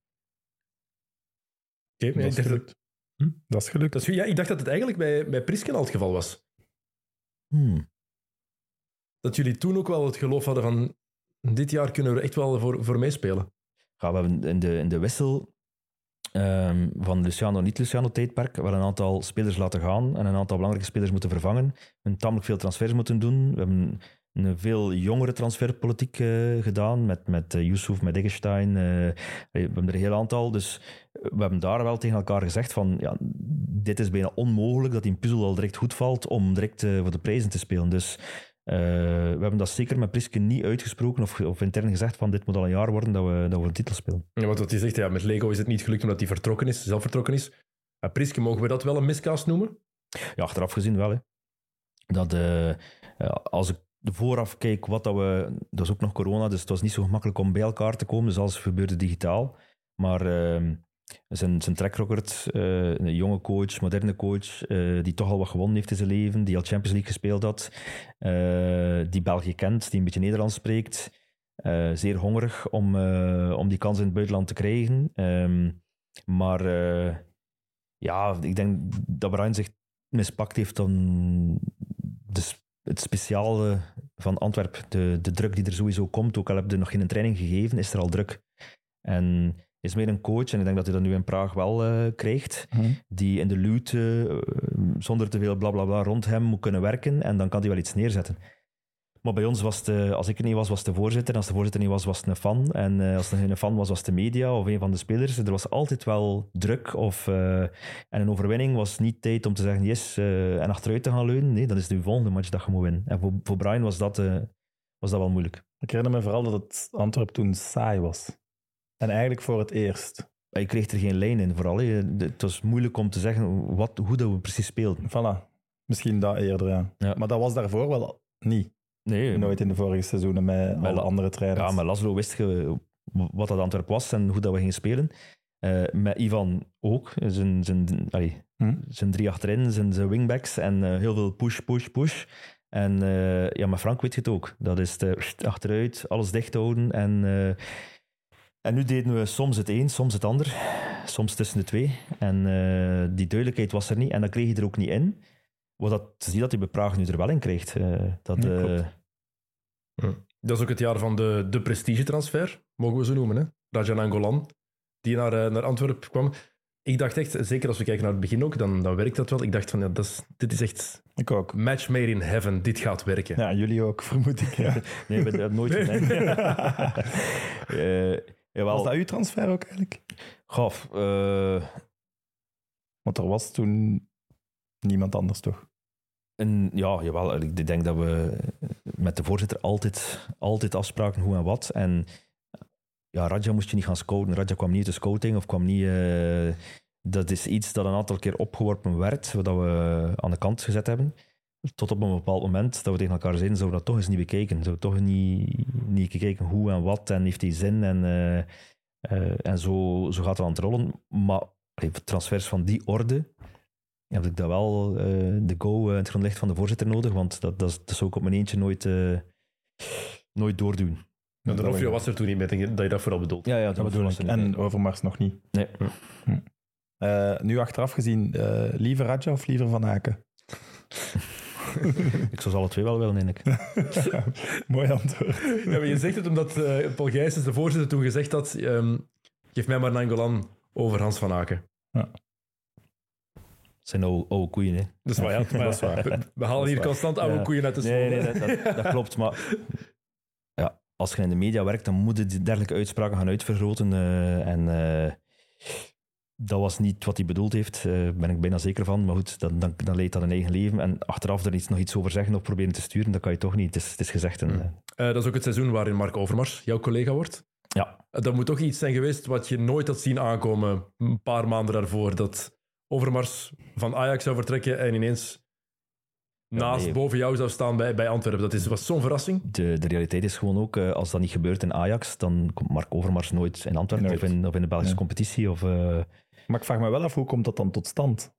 Okay, dat, is gelukt. Hm? dat is gelukt. Dat is, ja, ik dacht dat het eigenlijk bij, bij Prisken al het geval was. Hmm. Dat jullie toen ook wel het geloof hadden van dit jaar kunnen we er echt wel voor, voor meespelen. Ja, we hebben in de, in de wissel um, van Luciano niet-Luciano tijdperk wel een aantal spelers laten gaan en een aantal belangrijke spelers moeten vervangen. We hebben tamelijk veel transfers moeten doen. We hebben een veel jongere transferpolitiek uh, gedaan met, met uh, Yusuf, met Eggestein. Uh, we hebben er een heel aantal. Dus we hebben daar wel tegen elkaar gezegd van ja, dit is bijna onmogelijk dat die puzzel al direct goed valt om direct uh, voor de prijzen te spelen. Dus uh, we hebben dat zeker met Priske niet uitgesproken of, of intern gezegd van dit moet al een jaar worden dat we, dat we een titel spelen. Ja, want wat hij zegt, ja, met Lego is het niet gelukt omdat hij vertrokken is, zelf vertrokken is. Uh, Priske, mogen we dat wel een miscast noemen? Ja, achteraf gezien wel. Hè. Dat, uh, uh, als ik vooraf kijk wat dat we... Dat was ook nog corona, dus het was niet zo gemakkelijk om bij elkaar te komen. Dus alles gebeurde digitaal. Maar uh, zijn, zijn track record, uh, een jonge coach, moderne coach, uh, die toch al wat gewonnen heeft in zijn leven, die al Champions League gespeeld had, uh, die België kent, die een beetje Nederlands spreekt, uh, zeer hongerig om, uh, om die kans in het buitenland te krijgen. Um, maar... Uh, ja, ik denk dat Brian zich mispakt heeft dan de, het speciale van Antwerpen. De, de druk die er sowieso komt, ook al heb je nog geen training gegeven, is er al druk. En is meer een coach, en ik denk dat hij dat nu in Praag wel uh, krijgt, mm-hmm. die in de luwte, uh, zonder te veel blablabla bla bla, rond hem moet kunnen werken, en dan kan hij wel iets neerzetten. Maar bij ons was het, uh, als ik er niet was, was het de voorzitter, en als de voorzitter niet was, was het een fan, en uh, als er een fan was, was het de media of een van de spelers. Er was altijd wel druk, of, uh, en een overwinning was niet tijd om te zeggen yes, uh, en achteruit te gaan leunen. Nee, dat is de volgende match dat je moet winnen. En voor, voor Brian was dat, uh, was dat wel moeilijk. Ik herinner me vooral dat het Antwerp toen saai was. En eigenlijk voor het eerst. Je kreeg er geen lijn in, vooral. Hè. Het was moeilijk om te zeggen wat, hoe dat we precies speelden. Voilà. Misschien dat eerder, ja. ja. Maar dat was daarvoor wel niet. Nee. Nooit in de vorige seizoenen met, met alle andere trainers. Ja, met Laszlo wist je wat dat Antwerp was en hoe dat we gingen spelen. Uh, met Ivan ook. Zijn, zijn, allee, hm? zijn drie achterin, zijn, zijn wingbacks en uh, heel veel push, push, push. En uh, ja, met Frank weet je het ook. Dat is de, achteruit, alles dicht houden en... Uh, En nu deden we soms het een, soms het ander. Soms tussen de twee. En uh, die duidelijkheid was er niet. En dat kreeg je er ook niet in. Wat dat, zie dat hij bij Praag nu er wel in krijgt. Uh, dat, uh... ja, hm. dat is ook het jaar van de, de prestigetransfer, mogen we zo noemen. Hè? Raja Nainggolan, die naar, uh, naar Antwerpen kwam. Ik dacht echt, zeker als we kijken naar het begin ook, dan, dan werkt dat wel. Ik dacht van, ja, dat is, dit is echt... Ik ook. Match made in heaven, dit gaat werken. Ja, jullie ook, vermoed ik. Ja. Nee, we hebben dat nooit gedaan. uh, Jawel. Was dat uw transfer ook eigenlijk? Gaaf. Uh... Want er was toen niemand anders, toch? En, ja, jawel. Ik denk dat we met de voorzitter altijd, altijd afspraken hoe en wat. En ja, Raja moest je niet gaan scouten. Raja kwam niet uit de scouting of kwam niet... Uh... Dat is iets dat een aantal keer opgeworpen werd, wat we aan de kant gezet hebben. Tot op een bepaald moment dat we tegen elkaar zeiden, zouden we dat toch eens niet bekijken. Zouden we toch niet, niet kijken hoe en wat en heeft hij zin. En, uh, uh, en zo, zo gaat het aan het rollen. Maar transfers van die orde heb ik dat wel uh, de go in het grondlicht van de voorzitter nodig, want dat, dat, is, dat zou ik op mijn eentje nooit, uh, nooit doordoen. Ja, de Rofio was er toen niet met, denk dat je dat vooral bedoelt. Ja, ja dat bedoel ik. En Overmars nog niet. Nee. Hm. Uh, nu achteraf gezien, uh, liever Raja of liever Van Aken? Ik zou ze alle twee wel willen, denk ik. Ja, mooi antwoord. Ja, maar je zegt het omdat uh, Paul Gijsens, de voorzitter, toen gezegd had um, geef mij maar Nainggolan over Hans van Aken. Ja. Dat zijn oude, oude koeien, hè. Dat is waar, ja. Maar dat is waar. We, we halen hier constant oude ja. koeien uit de school. Nee, nee, dat, dat, dat klopt. Maar ja, als je in de media werkt, dan moet je die dergelijke uitspraken gaan uitvergroten. Uh, en... Uh, Dat was niet wat hij bedoeld heeft, daar uh, ben ik bijna zeker van. Maar goed, dan, dan, dan leidt dat een eigen leven. En achteraf er iets, nog iets over zeggen of proberen te sturen, dat kan je toch niet. Het is, het is gezegd. En, uh... Uh, dat is ook het seizoen waarin Mark Overmars jouw collega wordt. Ja. Uh, dat moet toch iets zijn geweest wat je nooit had zien aankomen, een paar maanden daarvoor. Dat Overmars van Ajax zou vertrekken en ineens ja, naast, nee. boven jou zou staan bij, bij Antwerpen. Dat is, was zo'n verrassing. De, de realiteit is gewoon ook, uh, als dat niet gebeurt in Ajax, dan komt Mark Overmars nooit in Antwerpen nooit. Of, in, of in de Belgische ja. competitie. Of... Uh, Maar ik vraag me wel af, hoe komt dat dan tot stand?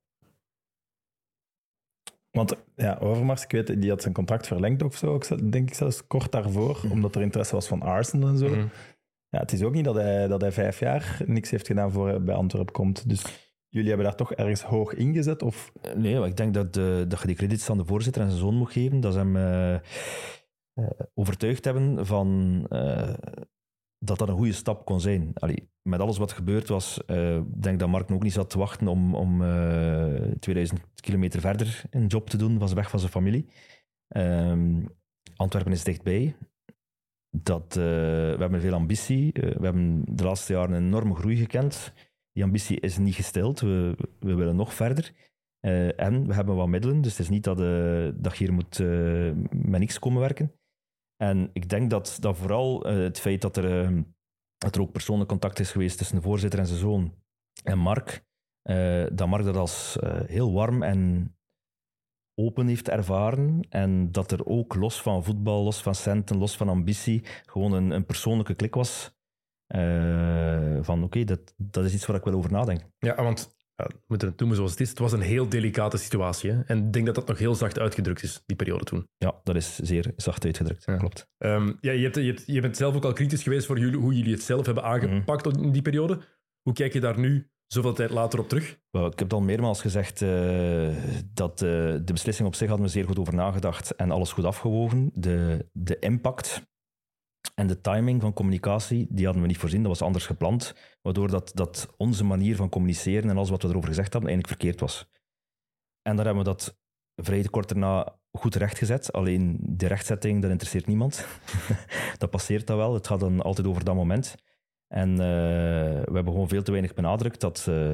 Want ja, Overmars, ik weet, die had zijn contract verlengd of zo, denk ik zelfs kort daarvoor, mm-hmm. omdat er interesse was van Arsenal en zo. Mm-hmm. Ja, het is ook niet dat hij, dat hij vijf jaar niks heeft gedaan voor hij bij Antwerpen komt. Dus jullie hebben daar toch ergens hoog ingezet? Of? Nee, maar ik denk dat, de, dat je die credits aan de voorzitter en zijn zoon moet geven, dat ze hem uh, uh, overtuigd hebben van... Uh, dat dat een goede stap kon zijn. Allee, met alles wat gebeurd was, ik uh, denk dat Mark ook niet zat te wachten om, om uh, tweeduizend kilometer verder een job te doen, was weg van zijn familie. Um, Antwerpen is dichtbij. Dat, uh, we hebben veel ambitie. Uh, we hebben de laatste jaren een enorme groei gekend. Die ambitie is niet gestild. We, we willen nog verder. Uh, en we hebben wat middelen, dus het is niet dat, uh, dat je hier moet uh, met niks komen werken. En ik denk dat, dat vooral uh, het feit dat er, uh, dat er ook persoonlijk contact is geweest tussen de voorzitter en zijn zoon en Mark, uh, dat Mark dat als uh, heel warm en open heeft ervaren en dat er ook los van voetbal, los van centen, los van ambitie, gewoon een, een persoonlijke klik was uh, van oké, okay, dat, dat is iets waar ik wel over nadenk. Ja, want ja, we moeten het noemen zoals het is. Het was een heel delicate situatie. Hè? En ik denk dat dat nog heel zacht uitgedrukt is, die periode toen. Ja, dat is zeer zacht uitgedrukt. Ja. Klopt. Um, ja, je, hebt, je, hebt, je bent zelf ook al kritisch geweest voor jullie, hoe jullie het zelf hebben aangepakt mm-hmm. in die periode. Hoe kijk je daar nu zoveel tijd later op terug? Well, ik heb het al meermaals gezegd uh, dat uh, de beslissing op zich hadden we zeer goed over nagedacht en alles goed afgewogen. De, de impact en de timing van communicatie, die hadden we niet voorzien, dat was anders gepland, waardoor dat, dat onze manier van communiceren en alles wat we erover gezegd hadden eigenlijk verkeerd was. En daar hebben we dat vrij kort daarna goed rechtgezet. Alleen de rechtzetting, dat interesseert niemand. Dat passeert dat wel. Het gaat dan altijd over dat moment. En uh, we hebben gewoon veel te weinig benadrukt dat uh,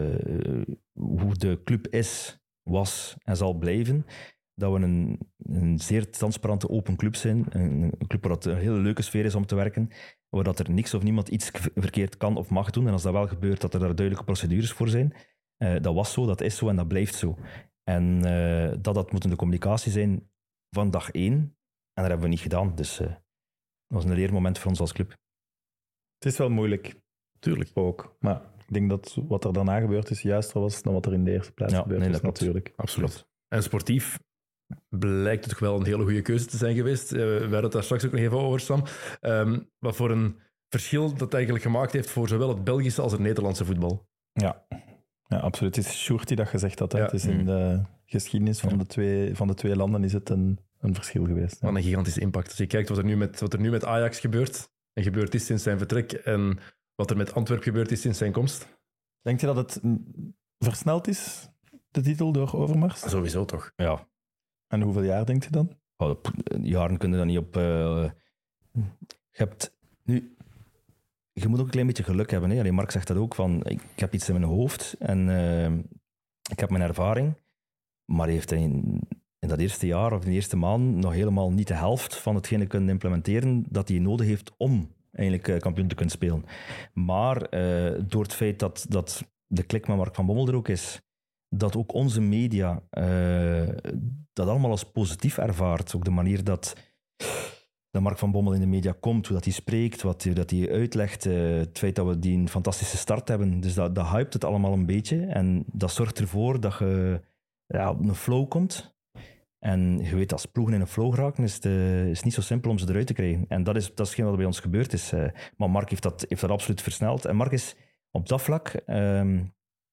hoe de club is, was en zal blijven. Dat we een, een zeer transparante, open club zijn. Een, een club waar het een hele leuke sfeer is om te werken. Waar dat er niks of niemand iets verkeerd kan of mag doen. En als dat wel gebeurt, dat er daar duidelijke procedures voor zijn. Uh, dat was zo, dat is zo en dat blijft zo. En uh, dat, dat moet in de communicatie zijn van dag één. En dat hebben we niet gedaan. Dus uh, dat was een leermoment voor ons als club. Het is wel moeilijk. Tuurlijk. Ook. Maar ik denk dat wat er daarna gebeurd is juister was dan wat er in de eerste plaats ja, gebeurd nee, is, natuurlijk. Absoluut. En sportief blijkt het toch wel een hele goede keuze te zijn geweest. Uh, we hadden het daar straks ook nog even over, Sam. Um, wat voor een verschil dat eigenlijk gemaakt heeft voor zowel het Belgische als het Nederlandse voetbal. Ja. Ja, absoluut. Het is Sjoerd die dat gezegd had. Ja. Het is in de geschiedenis van, ja. de, twee, van de twee landen is het een, een verschil geweest. Ja. Wat een gigantische impact. Als je kijkt wat er, nu met, wat er nu met Ajax gebeurt, en gebeurd is sinds zijn vertrek, en wat er met Antwerpen gebeurd is sinds zijn komst. Denk je dat het versneld is, de titel, door Overmars? Sowieso toch. Ja. En hoeveel jaar denk je dan? Oh, jaren kunnen dat niet op... Uh, je hebt nu... Je moet ook een klein beetje geluk hebben. Hè? Allee, Mark zegt dat ook, van ik heb iets in mijn hoofd en uh, ik heb mijn ervaring, maar hij heeft in, in dat eerste jaar of in de eerste maand nog helemaal niet de helft van hetgene kunnen implementeren dat hij nodig heeft om eigenlijk uh, kampioen te kunnen spelen. Maar uh, door het feit dat, dat de klik met Mark van Bommel er ook is, dat ook onze media uh, dat allemaal als positief ervaart, ook de manier dat... dat Mark van Bommel in de media komt, hoe dat hij spreekt, wat dat hij uitlegt, uh, het feit dat we die een fantastische start hebben. Dus dat, dat hypt het allemaal een beetje. En dat zorgt ervoor dat je ja, op een flow komt. En je weet, als ploegen in een flow geraken, is het uh, is niet zo simpel om ze eruit te krijgen. En dat is, dat is hetgeen wat bij ons gebeurd is. Uh, maar Mark heeft dat, heeft dat absoluut versneld. En Mark is op dat vlak... Um,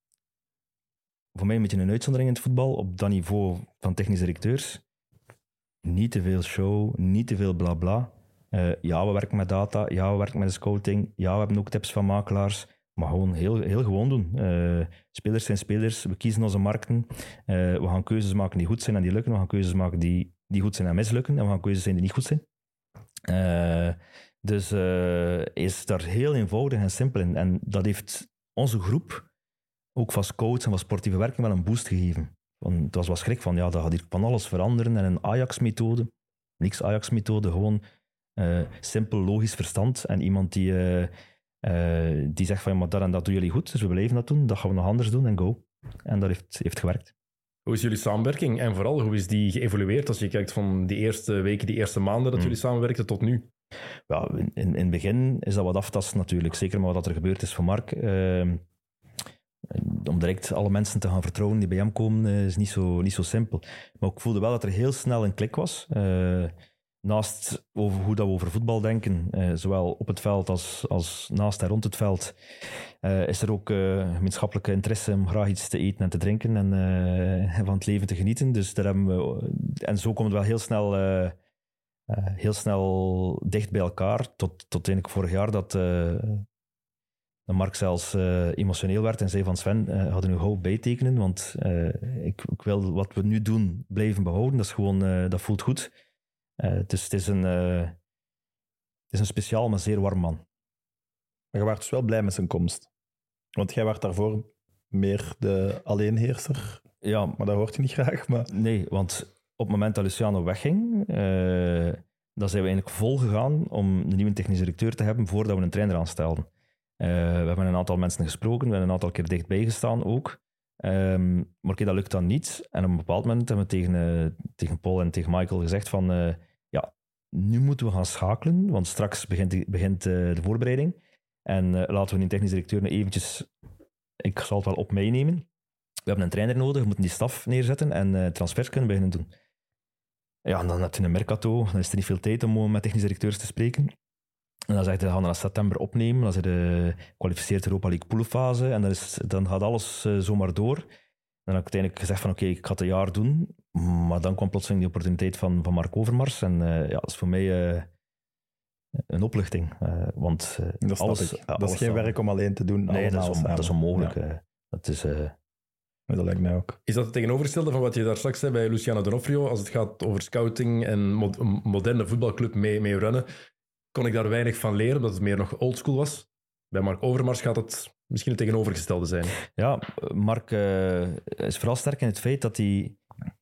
voor mij een beetje een uitzondering in het voetbal, op dat niveau van technische directeurs. Niet te veel show, niet te veel bla bla. Uh, ja, we werken met data, ja, we werken met de scouting, ja, we hebben ook tips van makelaars, maar gewoon heel, heel gewoon doen. Uh, spelers zijn spelers, we kiezen onze markten, uh, we gaan keuzes maken die goed zijn en die lukken, we gaan keuzes maken die, die goed zijn en mislukken, en we gaan keuzes zijn die niet goed zijn. Uh, dus uh, is daar heel eenvoudig en simpel in. En dat heeft onze groep, ook van scouts en van sportieve werking, wel een boost gegeven. Want het was wel schrik van, ja, dat gaat hier van alles veranderen en een Ajax-methode. Niks Ajax-methode, gewoon uh, simpel, logisch verstand. En iemand die, uh, uh, die zegt van, ja, maar dat en dat doen jullie goed, dus we blijven dat doen, dat gaan we nog anders doen en go. En dat heeft, heeft gewerkt. Hoe is jullie samenwerking en vooral, hoe is die geëvolueerd als je kijkt van die eerste weken, die eerste maanden dat hmm. jullie samenwerkten tot nu? Ja, in, in het begin is dat wat aftasten natuurlijk, zeker met wat er gebeurd is voor Mark. Uh, Om direct alle mensen te gaan vertrouwen die bij hem komen, is niet zo, niet zo simpel. Maar ik voelde wel dat er heel snel een klik was. Uh, naast over hoe dat we over voetbal denken, uh, zowel op het veld als, als naast en rond het veld, uh, is er ook uh, gemeenschappelijke interesse om graag iets te eten en te drinken en uh, van het leven te genieten. Dus daar hebben we, en zo komt het wel heel snel, uh, uh, heel snel dicht bij elkaar. Tot, tot eigenlijk vorig jaar dat... Uh, dat Mark zelfs uh, emotioneel werd en zei van Sven, uh, hadden nu gauw bijtekenen, want uh, ik, ik wil wat we nu doen blijven behouden. Dat is gewoon, uh, dat voelt goed. Uh, dus het is, een, uh, het is een speciaal, maar zeer warm man. Maar je was dus wel blij met zijn komst. Want jij was daarvoor meer de alleenheerser. Ja. Maar dat hoort je niet graag. Maar... Nee, want op het moment dat Luciano wegging, uh, dan zijn we eigenlijk vol gegaan om een nieuwe technische directeur te hebben voordat we een trainer aanstelden. Uh, we hebben een aantal mensen gesproken, we hebben een aantal keer dichtbij gestaan ook. Um, maar okay, dat lukt dan niet. En op een bepaald moment hebben we tegen, uh, tegen Paul en tegen Michael gezegd van uh, ja, nu moeten we gaan schakelen, want straks begint, de, begint uh, de voorbereiding. En uh, laten we die technisch directeur nog eventjes, ik zal het wel op mij nemen. We hebben een trainer nodig, we moeten die staf neerzetten en uh, transfers kunnen beginnen doen. Ja, en dan heb je een mercato, dan is er niet veel tijd om met technisch directeurs te spreken. En dan zegt hij, gaan we naar september opnemen. Dan zijn de kwalificeerd Europa League poolfase. En dan, is, dan gaat alles uh, zomaar door. En dan heb ik uiteindelijk gezegd van oké, okay, ik ga het een jaar doen. Maar dan kwam plotseling die opportuniteit van, van Mark Overmars. En uh, ja, dat is voor mij uh, een opluchting. Uh, want uh, dat, alles, uh, alles dat is geen samen. werk om alleen te doen. Nee, dat is, on, dat is onmogelijk. Ja. Uh, dat is... Uh, dat lijkt mij ook. Is dat het tegenovergestelde van wat je daar straks zei bij Luciano D'Onofrio? Als het gaat over scouting en mo- een moderne voetbalclub mee, mee runnen, kon ik daar weinig van leren, omdat het meer nog oldschool was. Bij Mark Overmars gaat het misschien het tegenovergestelde zijn. Ja, Mark uh, is vooral sterk in het feit dat hij...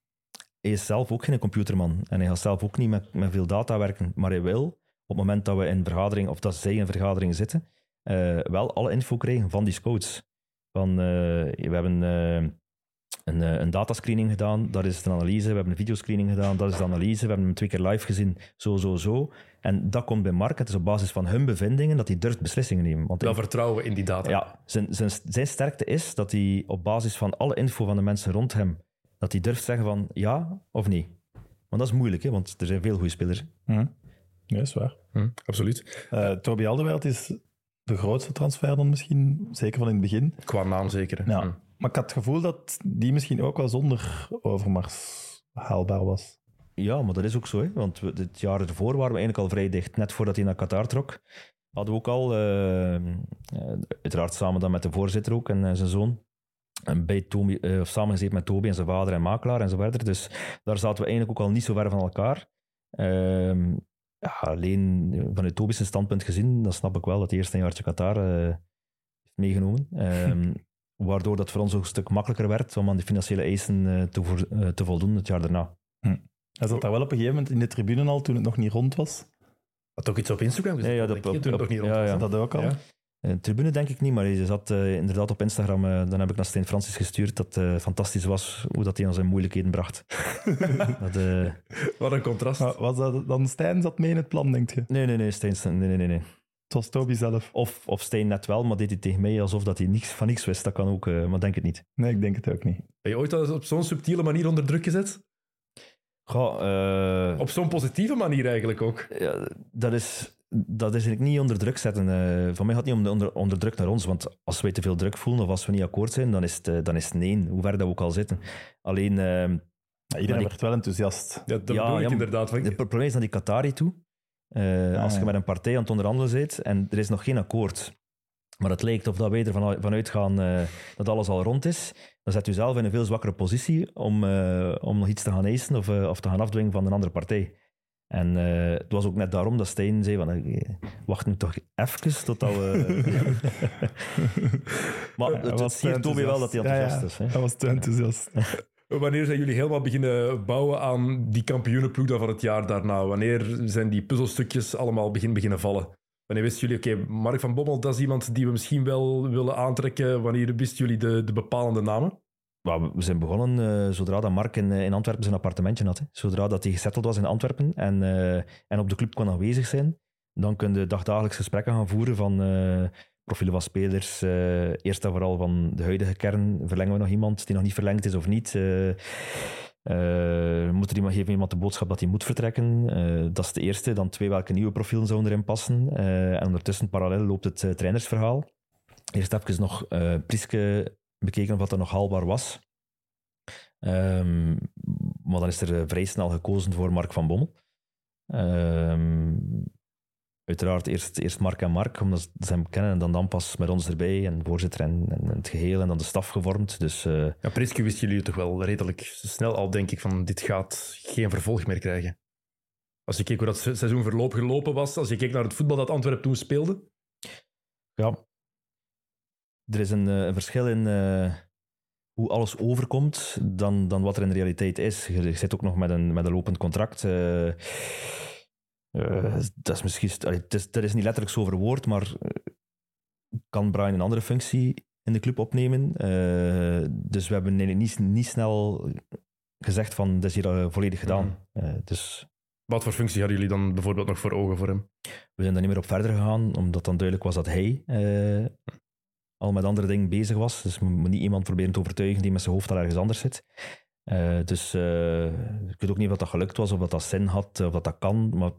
Hij is zelf ook geen computerman. En hij gaat zelf ook niet met, met veel data werken. Maar hij wil, op het moment dat we in vergadering, of dat zij in vergadering zitten, uh, wel alle info krijgen van die scouts. Van, uh, we hebben uh, een, een datascreening gedaan, dat is de analyse. We hebben een videoscreening gedaan, dat is de analyse. We hebben hem twee keer live gezien, zo, zo, zo. En dat komt bij Mark. Het is op basis van hun bevindingen dat hij durft beslissingen nemen. Want wel hij, vertrouwen in die data. Ja, zijn, zijn, zijn sterkte is dat hij op basis van alle info van de mensen rond hem, dat hij durft zeggen van ja of nee. Want dat is moeilijk, hè, want er zijn veel goede spelers. Hm. Ja, is waar. Hm, absoluut. Uh, Toby Alderweireld is de grootste transfer dan misschien, zeker van in het begin. Qua naam zeker. Ja. Hm. Maar ik had het gevoel dat die misschien ook wel zonder Overmars haalbaar was. Ja, maar dat is ook zo. Hè? Want we, het jaar ervoor waren we eigenlijk al vrij dicht. Net voordat hij naar Qatar trok, hadden we ook al, uh, uh, uiteraard samen dan met de voorzitter ook en uh, zijn zoon, en bij Toby, uh, of samengezeten met Toby en zijn vader en makelaar en zo verder. Dus daar zaten we eigenlijk ook al niet zo ver van elkaar. Uh, ja, alleen vanuit Toby's standpunt gezien, dan snap ik wel dat hij eerst een jaartje Qatar uh, heeft meegenomen. Uh, waardoor dat voor ons ook een stuk makkelijker werd om aan de financiële eisen uh, te, voor, uh, te voldoen het jaar daarna. Hm. Hij zat daar wel op een gegeven moment in de tribune al, toen het nog niet rond was. Had ook iets op Instagram gezet? Ja, ja, dat, dat, op, toen het nog niet rond ja, was. ja. Dat ook al. Ja. Uh, tribune denk ik niet, maar hij zat uh, inderdaad op Instagram. Uh, dan heb ik naar Stijn Francis gestuurd dat het uh, fantastisch was hoe dat hij aan zijn moeilijkheden bracht. dat, uh... Wat een contrast. Maar was dat dan Stijn zat mee in het plan, denk je? Nee, nee, nee, Stijn, nee, nee, nee, nee. Het was Toby zelf. Of, of Stijn net wel, maar deed hij tegen mij alsof dat hij niks, van niks wist. Dat kan ook, uh, maar denk het niet. Nee, ik denk het ook niet. Ben je ooit al op zo'n subtiele manier onder druk gezet? Goh, uh... Op zo'n positieve manier eigenlijk ook. Ja, dat is... Dat is eigenlijk niet onder druk zetten. Uh, van mij gaat het niet onder, onder druk naar ons, want als wij te veel druk voelen of als we niet akkoord zijn, dan is het, uh, dan is het nee, hoe ver dat we ook al zitten. Alleen... Uh, ja, iedereen ik, werd wel enthousiast. Ja, dat ja, bedoel ik ja, inderdaad. Het probleem is naar die Qatari toe. Uh, ah, als je ja. met een partij aan het onderhandelen bent en er is nog geen akkoord, maar het lijkt of dat wij ervan vanuit gaan uh, dat alles al rond is, dan zet u zelf in een veel zwakkere positie om, uh, om nog iets te gaan eisen of, uh, of te gaan afdwingen van een andere partij. En uh, het was ook net daarom dat Stijn zei van, uh, wacht nu toch even totdat we... maar ja, het, het siert Toby wel dat hij enthousiast ja, ja. is. Hè? Hij was te enthousiast. Wanneer zijn jullie helemaal beginnen bouwen aan die kampioenenploeg dan van het jaar daarna? Wanneer zijn die puzzelstukjes allemaal begin beginnen vallen? Wanneer wisten jullie, oké, okay, Mark van Bommel, dat is iemand die we misschien wel willen aantrekken. Wanneer wisten jullie de, de bepalende namen? We zijn begonnen uh, zodra dat Mark in, in Antwerpen zijn appartementje had. Hè. Zodra dat hij gesetteld was in Antwerpen en, uh, en op de club kon aanwezig zijn, dan kun je dagdagelijks gesprekken gaan voeren van uh, profielen van spelers. Uh, eerst en vooral van de huidige kern. Verlengen we nog iemand die nog niet verlengd is of niet? Uh, uh, moet er iemand, geven iemand de boodschap dat hij moet vertrekken? Uh, dat is de eerste. Dan twee, welke nieuwe profielen zouden erin passen? Uh, en ondertussen parallel loopt het uh, trainersverhaal. Eerst even nog uh, Prieske bekeken of wat er nog haalbaar was. Um, maar dan is er uh, vrij snel gekozen voor Mark van Bommel. Um, uiteraard eerst, eerst Mark en Mark, omdat ze hem kennen, en dan, dan pas met ons erbij, en de voorzitter en, en het geheel, en dan de staf gevormd. Dus, uh, ja, Priske wisten jullie toch wel redelijk snel al, denk ik, van dit gaat geen vervolg meer krijgen. Als je keek hoe dat seizoen verloop gelopen was, als je keek naar het voetbal dat Antwerpen toen speelde. Ja. Er is een, een verschil in uh, hoe alles overkomt dan, dan wat er in de realiteit is. Je, je zit ook nog met een, met een lopend contract. Uh, uh, dat is misschien... Het is, dat is niet letterlijk zo verwoord, maar uh, kan Brian een andere functie in de club opnemen? Uh, dus we hebben niet, niet snel gezegd van, dat is hier uh, volledig gedaan. Mm. Uh, dus... Wat voor functie hadden jullie dan bijvoorbeeld nog voor ogen voor hem? We zijn daar niet meer op verder gegaan, omdat dan duidelijk was dat hij... Uh, al met andere dingen bezig was. Dus je moet niet iemand proberen te overtuigen die met zijn hoofd al ergens anders zit. Uh, dus uh, ik weet ook niet of dat gelukt was, of dat dat zin had, of dat dat kan. Maar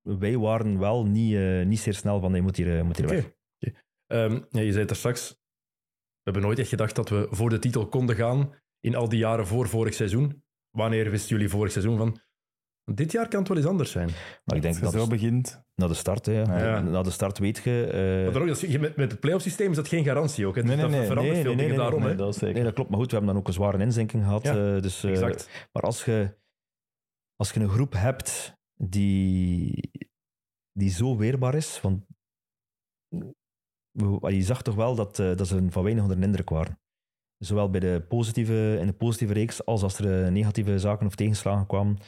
wij waren wel niet, uh, niet zeer snel van, hij moet hier, uh, moet hier okay. weg. Okay. Um, ja, je zei het er straks, we hebben nooit echt gedacht dat we voor de titel konden gaan in al die jaren voor vorig seizoen. Wanneer wisten jullie vorig seizoen van... Dit jaar kan het wel eens anders zijn. Maar ik denk dat het zo begint. Na de start, hè. Ja. Na de start weet je... Uh... Maar ook, je met, met het playoff systeem is dat geen garantie ook. Hè? Nee, nee, dat nee, verandert nee, veel nee, dingen nee, daarom. Nee, hè? dat is zeker. Nee, dat klopt. Maar goed, we hebben dan ook een zware inzinking gehad. Ja, uh, dus, uh, exact. Maar als je, als je een groep hebt die, die zo weerbaar is... Want je zag toch wel dat, uh, dat ze van weinig onder de indruk waren. Zowel bij de positieve, in de positieve reeks als als er negatieve zaken of tegenslagen kwamen,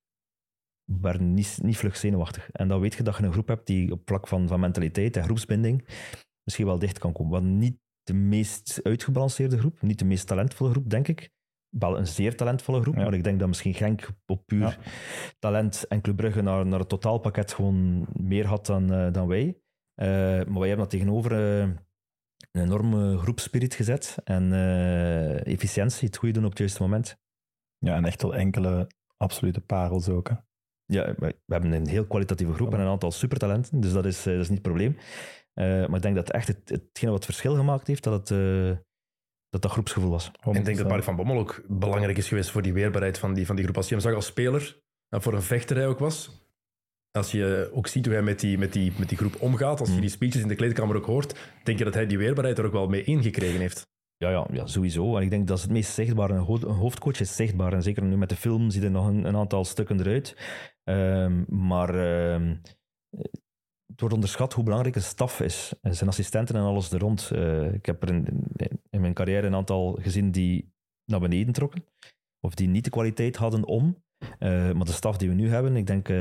waren niet, niet vlug zenuwachtig. En dan weet je dat je een groep hebt die op vlak van, van mentaliteit en groepsbinding misschien wel dicht kan komen. Wat niet de meest uitgebalanceerde groep, niet de meest talentvolle groep, denk ik. Wel een zeer talentvolle groep, ja. Maar ik denk dat misschien Genk op puur ja. talent en Club Brugge naar, naar het totaalpakket gewoon meer had dan, uh, dan wij. Uh, maar wij hebben dat tegenover... Uh, een enorme groepspirit gezet en uh, efficiëntie, het goede doen op het juiste moment. Ja, en echt wel enkele absolute parels ook. Hè? Ja, we hebben een heel kwalitatieve groep en een aantal supertalenten, dus dat is, uh, dat is niet het probleem. Uh, maar ik denk dat echt het, hetgene wat het verschil gemaakt heeft, dat het, uh, dat, dat groepsgevoel was. En ik denk dat Mark van Bommel ook belangrijk is geweest voor die weerbaarheid van die, van die groep. Als je hem zag als speler, en voor een vechter hij ook was... Als je ook ziet hoe hij met die, met die, met die groep omgaat, als je die speeches in de kleedkamer ook hoort, denk je dat hij die weerbaarheid er ook wel mee ingekregen heeft? Ja, ja, ja, sowieso. En ik denk dat is het meest zichtbaar. Een, ho- een hoofdcoach is zichtbaar. En zeker nu met de film ziet er nog een, een aantal stukken eruit. Um, maar um, het wordt onderschat hoe belangrijk een staf is. En zijn assistenten en alles er rond. Uh, ik heb er in, in mijn carrière een aantal gezien die naar beneden trokken. Of die niet de kwaliteit hadden om. Uh, maar de staf die we nu hebben, ik denk... Uh,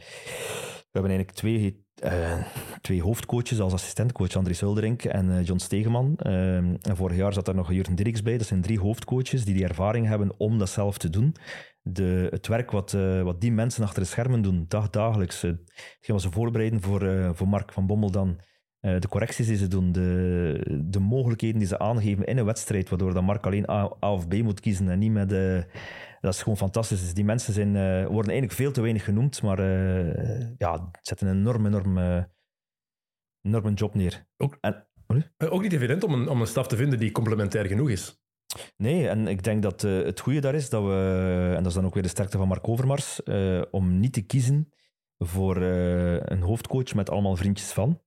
we hebben eigenlijk twee, uh, twee hoofdcoaches als assistentcoach. Andries Hulderink en uh, John Stegeman. Uh, en vorig jaar zat daar nog Jurgen Dirks bij. Dat zijn drie hoofdcoaches die die ervaring hebben om dat zelf te doen. De, het werk wat, uh, wat die mensen achter de schermen doen, dag, dagelijks. Uh, hetgeen wat ze voorbereiden voor, uh, voor Mark van Bommel dan. Uh, de correcties die ze doen, de, de mogelijkheden die ze aangeven in een wedstrijd, waardoor dan Mark alleen A, A of B moet kiezen en niet met... Uh, dat is gewoon fantastisch. Dus die mensen zijn, uh, worden eigenlijk veel te weinig genoemd, maar uh, ja, zetten een enorm, enorm, uh, enorm job neer. Ook, en, ook niet evident om een, om een staf te vinden die complementair genoeg is. Nee, en ik denk dat uh, het goede daar is, dat we, en dat is dan ook weer de sterkte van Mark Overmars, uh, om niet te kiezen voor uh, een hoofdcoach met allemaal vriendjes van.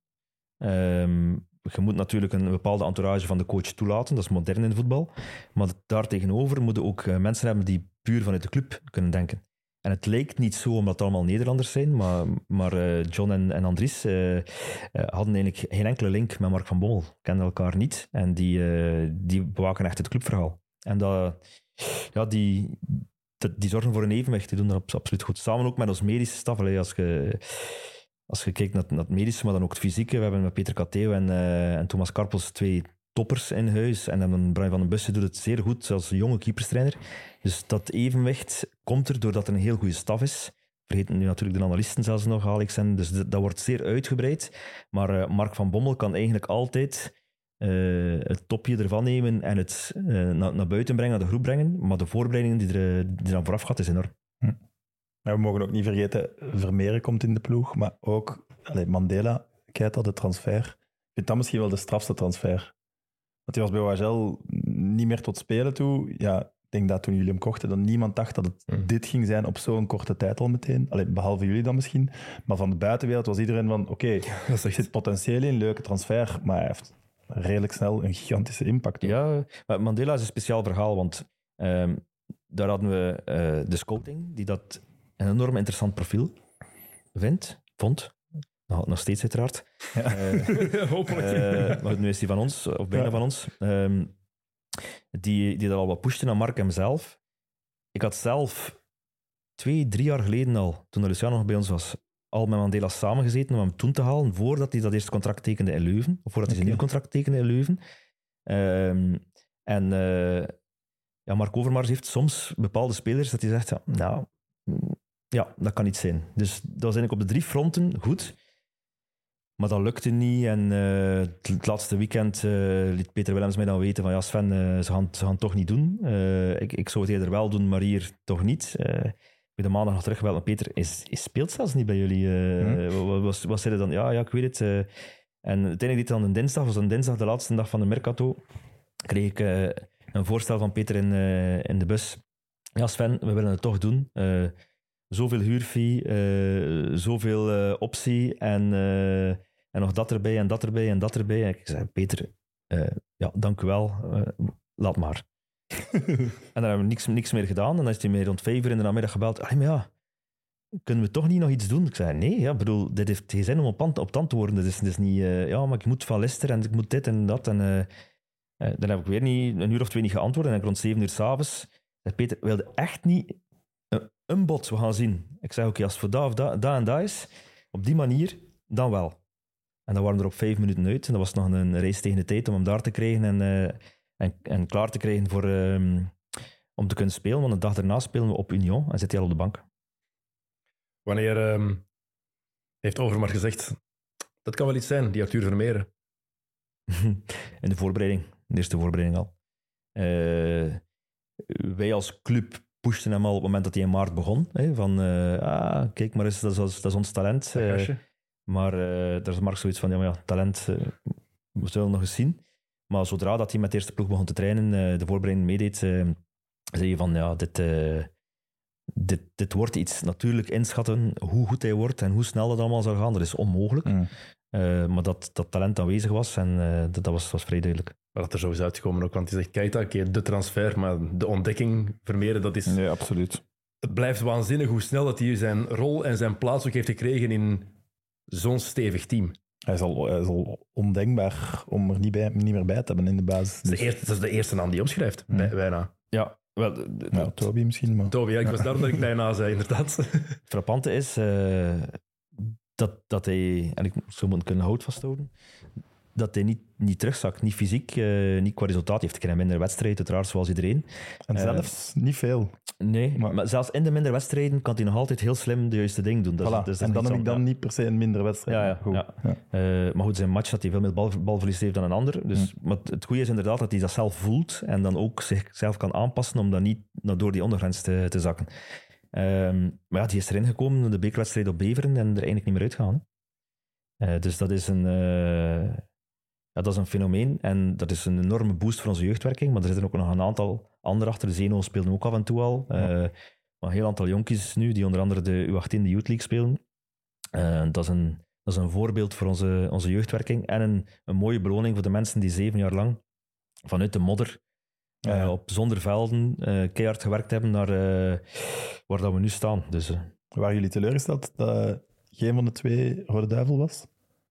Um, je moet natuurlijk een bepaalde entourage van de coach toelaten, dat is modern in het voetbal. Maar daartegenover moeten ook uh, mensen hebben die puur vanuit de club kunnen denken. En het lijkt niet zo omdat het allemaal Nederlanders zijn, maar, maar uh, John en, en Andries uh, uh, hadden eigenlijk geen enkele link met Mark van Bommel. Kenden elkaar niet en die, uh, die bewaken echt het clubverhaal. En dat, ja, die, die zorgen voor een evenwicht, die doen dat absoluut goed. Samen ook met ons medische staf. Allee, als je... Als je kijkt naar, naar het medische, maar dan ook het fysieke. We hebben met Peter Kateo en, uh, en Thomas Karpels twee toppers in huis. En dan Brian van den Bussen doet het zeer goed als jonge keeperstrainer. Dus dat evenwicht komt er doordat er een heel goede staf is. Vergeten nu natuurlijk de analisten zelfs nog, Alex. En dus dat, dat wordt zeer uitgebreid. Maar uh, Mark van Bommel kan eigenlijk altijd uh, het topje ervan nemen en het uh, naar, naar buiten brengen, naar de groep brengen. Maar de voorbereidingen die er, die er aan vooraf gaat, is enorm. Hm. Maar we mogen ook niet vergeten, Vermeeren komt in de ploeg, maar ook allez, Mandela, Keita, de transfer. Ik vind dat misschien wel de strafste transfer. Want hij was bij O H L niet meer tot spelen toe. Ja, ik denk dat toen jullie hem kochten, dat niemand dacht dat het mm. dit ging zijn op zo'n korte tijd al meteen. Allee, behalve jullie dan misschien. Maar van de buitenwereld was iedereen van, oké, okay, er zit potentieel in, leuke transfer, maar hij heeft redelijk snel een gigantische impact. Ook. Ja, maar Mandela is een speciaal verhaal, want um, daar hadden we uh, de scouting, die dat een enorm interessant profiel vindt, vond. Nog, nog steeds uiteraard. Ja. Uh, Hopelijk. Uh, maar nu is die van ons, of bijna ja. van ons. Um, die, die dat al wat pushte naar Mark hemzelf. Ik had zelf twee, drie jaar geleden al, toen Luciano nog bij ons was, al met Mandela samengezeten om hem toen te halen, voordat hij dat eerste contract tekende in Leuven. Of voordat hij zijn nieuw contract tekende in Leuven. Um, en uh, ja, Mark Overmars heeft soms bepaalde spelers dat hij zegt, ja, nou... Ja, dat kan niet zijn. Dus dat was eigenlijk op de drie fronten goed. Maar dat lukte niet. En uh, het laatste weekend uh, liet Peter Willems mij dan weten van ja Sven, uh, ze, gaan, ze gaan het toch niet doen. Uh, ik, ik zou het eerder wel doen, maar hier toch niet. Uh, ik de maandag nog terug wel, Peter, is, is speelt zelfs niet bij jullie. Uh, hmm. Wat, wat, wat zei je dan? Ja, ja, ik weet het. Uh, en uiteindelijk deed dan een dinsdag, was een dinsdag, de laatste dag van de Mercato, kreeg ik uh, een voorstel van Peter in, uh, in de bus. Ja, Sven, we willen het toch doen. Uh, zoveel huurfee, uh, zoveel uh, optie en, uh, en nog dat erbij en dat erbij en dat erbij. En ik zei, Peter, uh, ja, dank u wel, uh, laat maar. En dan hebben we niks, niks meer gedaan. En dan is hij mij rond vijf uur in de namiddag gebeld. Allee, maar ja, kunnen we toch niet nog iets doen? Ik zei, nee, ja, bedoel, dit heeft geen zin om op, op te antwoorden. Dit is, dit is niet, uh, ja, maar ik moet van Leicester en ik moet dit en dat. En uh, uh, dan heb ik weer niet, een uur of twee niet geantwoord. En dan rond zeven uur s'avonds zei Peter, wilde echt niet uh, een bod, we gaan zien. Ik zei, oké, okay, als het voor dat of dat, dat en dat is, op die manier, dan wel. En dan waren we er op vijf minuten uit. En dat was nog een race tegen de tijd om hem daar te krijgen en... Uh, En, en klaar te krijgen voor, um, om te kunnen spelen. Want de dag daarna spelen we op Union en zit hij al op de bank. Wanneer um, heeft Overmars gezegd, dat kan wel iets zijn, die Arthur Vermeeren? In de voorbereiding, de eerste voorbereiding al. Uh, wij als club pushten hem al op het moment dat hij in maart begon. Hè, van, uh, ah, kijk maar eens, dat is, dat is ons talent. Uh, maar uh, daar is Mark zoiets van, ja, maar ja, talent, uh, we zullen nog eens zien. Maar zodra dat hij met de eerste ploeg begon te trainen, de voorbereiding meedeed, zei je van, ja, dit, uh, dit, dit wordt iets. Natuurlijk inschatten hoe goed hij wordt en hoe snel dat allemaal zal gaan, dat is onmogelijk. Mm. Uh, maar dat, dat talent aanwezig was en uh, dat, dat was, was vrij duidelijk. Maar dat er zo is uitgekomen ook, want hij zegt, Keita, okay, de transfer, maar de ontdekking, Vermeeren, dat is... Nee, absoluut. Het blijft waanzinnig hoe snel dat hij zijn rol en zijn plaats ook heeft gekregen in zo'n stevig team. Hij is, al, hij is al ondenkbaar om er niet, bij, niet meer bij te hebben in de basis. Dat is de eerste, dat is de eerste naam die opschrijft, hmm. bij, bijna. Ja, wel, de, de, ja, Toby misschien. Maar... Toby, ja, ik was daarom dat ik bijna zei, inderdaad. Het frappante is uh, dat, dat hij, en ik zou moeten kunnen hout vasthouden, dat hij niet, niet terugzakt, niet fysiek, uh, niet qua resultaat. Hij heeft een minder wedstrijd, uiteraard, zoals iedereen. En uh, zelfs niet veel. Nee, maar, maar zelfs in de minder wedstrijden kan hij nog altijd heel slim de juiste ding doen. Dat voilà. is, dat is en dan heb ik dan ja. niet per se een minder wedstrijd. Ja, ja, goed. Ja. Ja. Uh, maar goed, zijn match dat hij veel meer bal, balverlies heeft dan een ander. Dus, mm. Maar het goede is inderdaad dat hij dat zelf voelt en dan ook zichzelf kan aanpassen om dan niet door die ondergrens te, te zakken. Um, maar ja, die is erin gekomen, de bekerwedstrijd op Beveren en er eigenlijk niet meer uitgegaan. Uh, dus dat is een... Uh, Ja, dat is een fenomeen en dat is een enorme boost voor onze jeugdwerking. Maar er zitten ook nog een aantal anderen achter. De Zeno speelden ook af en toe al. Ja. Uh, maar een heel aantal jonkies nu, die onder andere de U achttien, de Youth League spelen. Uh, dat, is een, dat is een voorbeeld voor onze, onze jeugdwerking. En een, een mooie beloning voor de mensen die zeven jaar lang vanuit de modder, uh, ja. op zonder velden, uh, keihard gewerkt hebben naar uh, waar dat we nu staan. Dus, uh. Waren jullie teleurgesteld dat geen van de twee Rode Duivel was?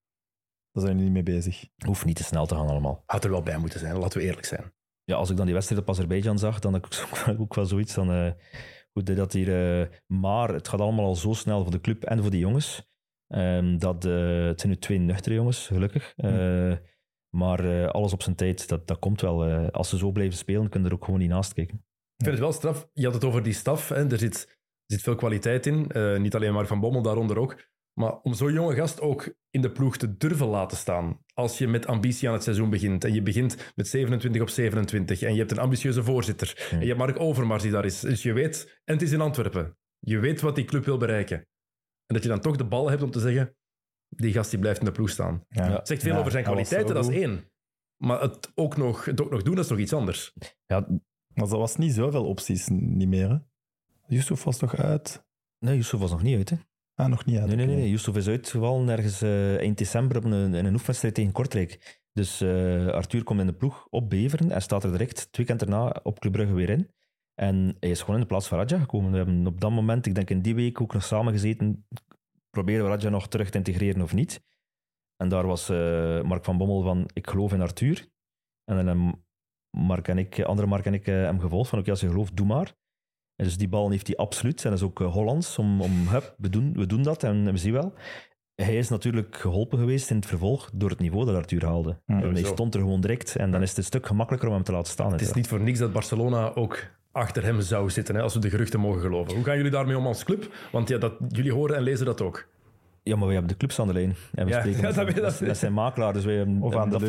Daar zijn jullie niet mee bezig. Hoeft niet te snel te gaan allemaal. Had er wel bij moeten zijn, laten we eerlijk zijn. Ja, als ik dan die wedstrijd op Azerbeidzjan zag, dan had ik ook wel zoiets van... Uh, goed, dat hier, uh, maar het gaat allemaal al zo snel voor de club en voor die jongens. Um, dat, uh, het zijn nu twee nuchtere jongens, gelukkig. Uh, mm. Maar uh, alles op zijn tijd, dat, dat komt wel. Uh, als ze zo blijven spelen, kunnen er ook gewoon niet naast kijken. Ik vind het wel straf. Je had het over die staf. Hè. Er, zit, er zit veel kwaliteit in. Uh, niet alleen Mark van Bommel, daaronder ook. Maar om zo'n jonge gast ook in de ploeg te durven laten staan. Als je met ambitie aan het seizoen begint. En je begint met zevenentwintig op zevenentwintig. En je hebt een ambitieuze voorzitter. Ja. En je hebt Mark Overmars die daar is. Dus je weet... En het is in Antwerpen. Je weet wat die club wil bereiken. En dat je dan toch de bal hebt om te zeggen... Die gast die blijft in de ploeg staan. Ja. Het zegt veel ja, over zijn kwaliteiten, dat is één. Maar het ook, nog, het ook nog doen, dat is nog iets anders. Ja, maar er was niet zoveel opties niet meer. Hè? Yusuf was toch uit? Nee, Yusuf was nog niet uit, hè? Ah, nog niet uit. Nee, nee, nee. nee. Yusuf is uitgevallen ergens uh, eind december op een, in een oefenwedstrijd tegen Kortrijk. Dus uh, Arthur komt in de ploeg op Beveren en staat er direct het weekend erna op Club Brugge weer in. En hij is gewoon in de plaats van Radja gekomen. We hebben op dat moment, ik denk in die week, ook nog samen gezeten. Proberen we Radja nog terug te integreren of niet? En daar was uh, Mark van Bommel van, ik geloof in Arthur. En dan hebben Mark en ik, andere Mark en ik uh, hem gevolgd van, oké, als je gelooft, doe maar. En dus die bal heeft hij absoluut. En dat is ook uh, Hollands. Om, om, hup, we, doen, we doen dat en we zien wel. Hij is natuurlijk geholpen geweest in het vervolg door het niveau dat Arthur haalde. Ja, en hij stond er gewoon direct. En dan is het een stuk gemakkelijker om hem te laten staan. Het is niet voor niks dat Barcelona ook achter hem zou zitten, hè, als we de geruchten mogen geloven. Hoe gaan jullie daarmee om als club? Want ja, dat, jullie horen en lezen dat ook. Ja, maar we hebben de clubs aan de lijn. En we ja, spreken ja, met, dat met, dat met zijn makelaar. Dus wij hebben, of aan de dat lunch. Vlak,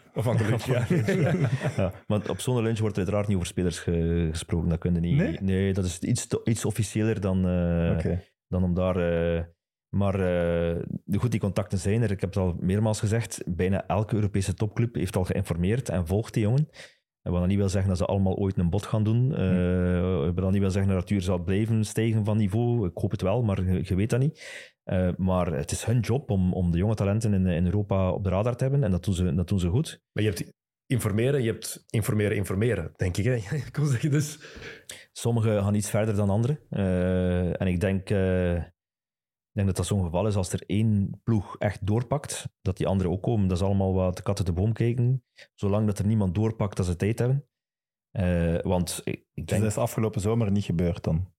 Of aan de lunch, ja. Ja, maar op zo'n lunch wordt er uiteraard niet over spelers ge- gesproken. Dat kun je niet. Nee? Nee, dat is iets, te- iets officiëler dan, uh, Okay. dan om daar... Uh, maar uh, goed, die contacten zijn er. Ik heb het al meermaals gezegd. Bijna elke Europese topclub heeft al geïnformeerd en volgt die jongen. En wat dat niet wil zeggen dat ze allemaal ooit een bod gaan doen. Uh, hmm. Wat dat niet wil zeggen dat Arthur zal blijven stijgen van niveau. Ik hoop het wel, maar je, je weet dat niet. Uh, maar het is hun job om, om de jonge talenten in, in Europa op de radar te hebben. En dat doen ze, dat doen ze goed. Maar je hebt informeren, je hebt informeren, informeren, denk ik. Hè? Ik kon zeggen dus... Sommigen gaan iets verder dan anderen. Uh, en ik denk, uh, ik denk dat dat zo'n geval is als er één ploeg echt doorpakt, dat die anderen ook komen. Dat is allemaal wat de kat uit de boom kijken. Zolang dat er niemand doorpakt, dat ze tijd hebben. Uh, want ik, ik denk... Dus dat is afgelopen zomer niet gebeurd dan?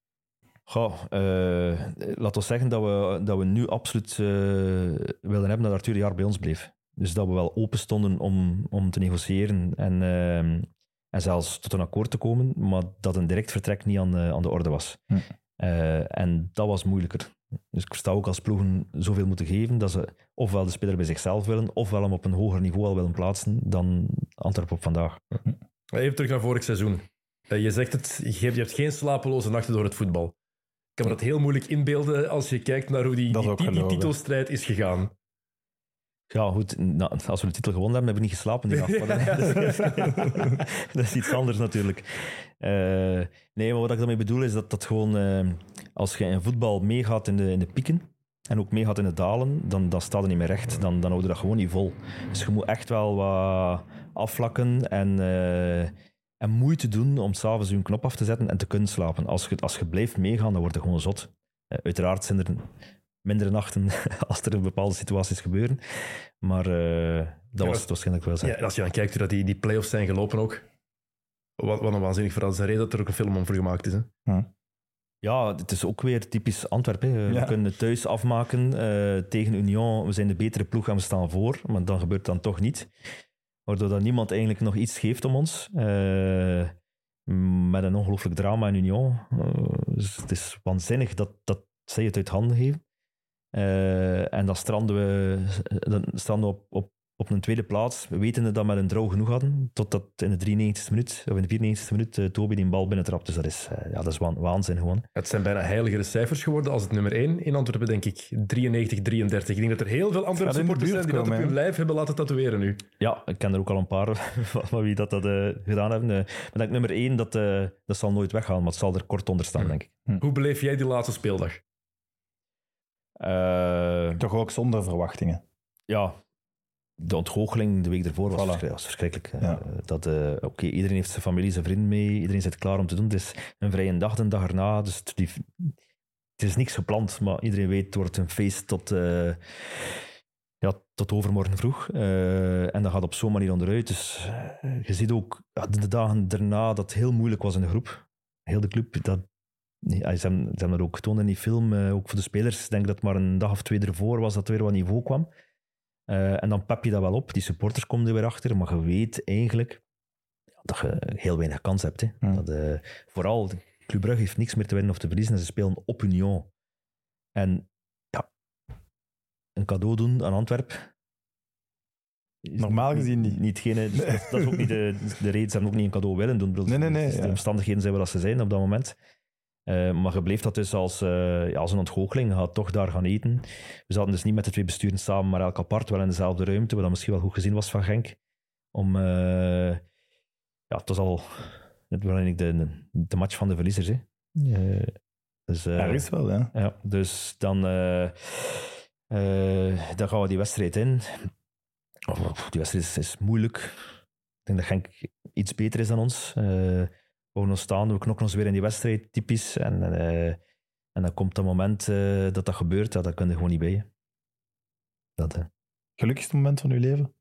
Goh, uh, laat ons zeggen dat we, dat we nu absoluut uh, wilden hebben dat Arthur een jaar bij ons bleef. Dus dat we wel open stonden om, om te negociëren en, uh, en zelfs tot een akkoord te komen, maar dat een direct vertrek niet aan, uh, aan de orde was. Hm. Uh, en dat was moeilijker. Dus ik versta ook als ploegen zoveel moeten geven dat ze ofwel de speler bij zichzelf willen, ofwel hem op een hoger niveau al willen plaatsen dan Antwerpen op vandaag. Hm. Even terug naar vorig seizoen. Uh, je zegt het, je hebt geen slapeloze nachten door het voetbal. Ik kan me dat heel moeilijk inbeelden als je kijkt naar hoe die, die, die, die titelstrijd is gegaan. Ja, goed. Nou, als we de titel gewonnen hebben, hebben we niet geslapen die nacht. Maar dat, is, dat is iets anders natuurlijk. Uh, nee, maar wat ik daarmee bedoel is dat dat gewoon... Uh, als je in voetbal meegaat in de, in de pieken en ook meegaat in de dalen, dan, dan staat er niet meer recht. Dan, dan houdt je dat gewoon niet vol. Dus je moet echt wel wat afvlakken en... Uh, En moeite doen om s'avonds je knop af te zetten en te kunnen slapen. Als je, als je blijft meegaan, dan word je gewoon zot. Uh, uiteraard zijn er mindere nachten als er in bepaalde situaties gebeuren. Maar uh, dat was het waarschijnlijk wel zo. Ja, en als je dan kijkt hoe dat die, die play-offs zijn gelopen ook. Wat, wat een waanzinnig verhaal. Dat is de reden dat er ook een film om voor gemaakt is. Hè? Hm. Ja, het is ook weer typisch Antwerpen. We ja. kunnen het thuis afmaken uh, tegen Union. We zijn de betere ploeg en we staan voor. Maar dan gebeurt het dan toch niet. Waardoor dat niemand eigenlijk nog iets geeft om ons. Uh, met een ongelooflijk drama in Union. Uh, dus het is waanzinnig dat, dat zij het uit handen geven. Uh, en dan stranden we, dan stranden we op, op, op een tweede plaats, wetende dat we een draw genoeg hadden, totdat in de drieënnegentigste minuut, of in de vierennegentigste minuut, uh, Toby die een bal binnentrapt. Dus dat is, uh, ja, dat is wa- waanzin gewoon. Het zijn bijna heiligere cijfers geworden als het nummer één in Antwerpen, denk ik. drieënnegentig drieëntertig. Ik denk dat er heel veel Antwerpse supporters zijn die komen, dat op hun lijf hebben laten tatoeëren nu. Ja, ik ken er ook al een paar van wie dat, dat uh, gedaan hebben. Uh, maar denk nummer één, dat, uh, dat zal nooit weggaan, maar het zal er kort onder staan, hm. denk ik. Hm. Hoe beleef jij die laatste speeldag? Uh, Toch ook zonder verwachtingen? Ja, de ontgoocheling de week ervoor was, voilà. verschri- was verschrikkelijk. Ja. Uh, dat, uh, Oké, okay, iedereen heeft zijn familie, zijn vrienden mee, iedereen zit klaar om te doen. Het is een vrije dag, een dag erna, dus het, die, het is niks gepland, maar iedereen weet, het wordt een feest tot, uh, ja, tot overmorgen vroeg. Uh, en dat gaat op zo'n manier onderuit. Dus uh, je ziet ook ja, de dagen daarna dat het heel moeilijk was in de groep. Heel de club, dat Nee, ze, hebben, ze hebben dat ook getoond in die film, uh, ook voor de spelers. Ik denk dat het maar een dag of twee ervoor was dat er weer wat niveau kwam. Uh, en dan pep je dat wel op. Die supporters komen er weer achter. Maar je weet eigenlijk dat je heel weinig kans hebt. Hè. Mm. Dat, uh, vooral, Club Brugge heeft niks meer te winnen of te verliezen. En ze spelen op Union. En ja, een cadeau doen aan Antwerpen. Normaal gezien niet. niet geen, nee. dat, dat is ook niet de, de reden. Ze hebben ook niet een cadeau willen doen. Nee, nee, nee. De ja. omstandigheden zijn wat ze zijn op dat moment. Uh, maar je bleef dat dus als, uh, ja, als een ontgoocheling. Je gaat toch daar gaan eten. We zaten dus niet met de twee besturen samen, maar elk apart, wel in dezelfde ruimte, wat dat misschien wel goed gezien was van Genk. Om, uh, ja, het was al net waarin de, de, de match van de verliezers. Hè. Uh, dus, uh, ja, is wel, ja. ja dus dan, uh, uh, dan gaan we die wedstrijd in. Oh, die wedstrijd is, is moeilijk. Ik denk dat Genk iets beter is dan ons. Uh, We houden ons staan, we knokken ons weer in die wedstrijd, typisch. En, uh, en dan komt dat moment uh, dat dat gebeurt, ja, dat kun je gewoon niet bij. Dat, uh. Gelukkigste moment van uw leven?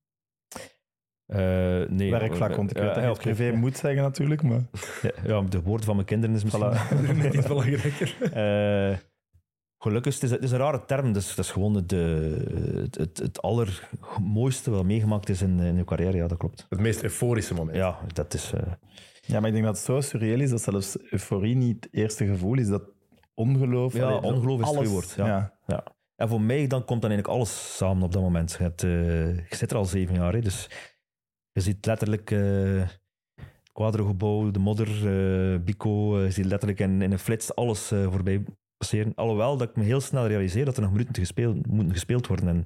Uh, nee. Werkvlak, want ik weet uh, dat je uh, privé ja. moet zeggen natuurlijk. Maar... Ja, ja, de woorden van mijn kinderen is misschien voilà. net iets belangrijker. Uh, gelukkig, het is, het is een rare term, dus, dat is gewoon de, het, het, het allermooiste wat meegemaakt is in, in uw carrière, ja, dat klopt. Het meest euforische moment. Ja, dat is... Uh... Ja, maar ik denk dat het zo surreëel is dat zelfs euforie niet het eerste gevoel is, dat ongeloof... Ja, allee, ongeloof is alles, het woord. Ja. Ja. Ja. En voor mij dan komt dan eigenlijk alles samen op dat moment. Je, hebt, uh, je zit er al zeven jaar, hè, dus Je ziet letterlijk uh, het quadrogebouw, de modder, uh, Bico. Uh, je ziet letterlijk in, in een flits alles uh, voorbij passeren. Alhoewel dat ik me heel snel realiseer dat er nog minuten gespeeld, moeten gespeeld worden. En,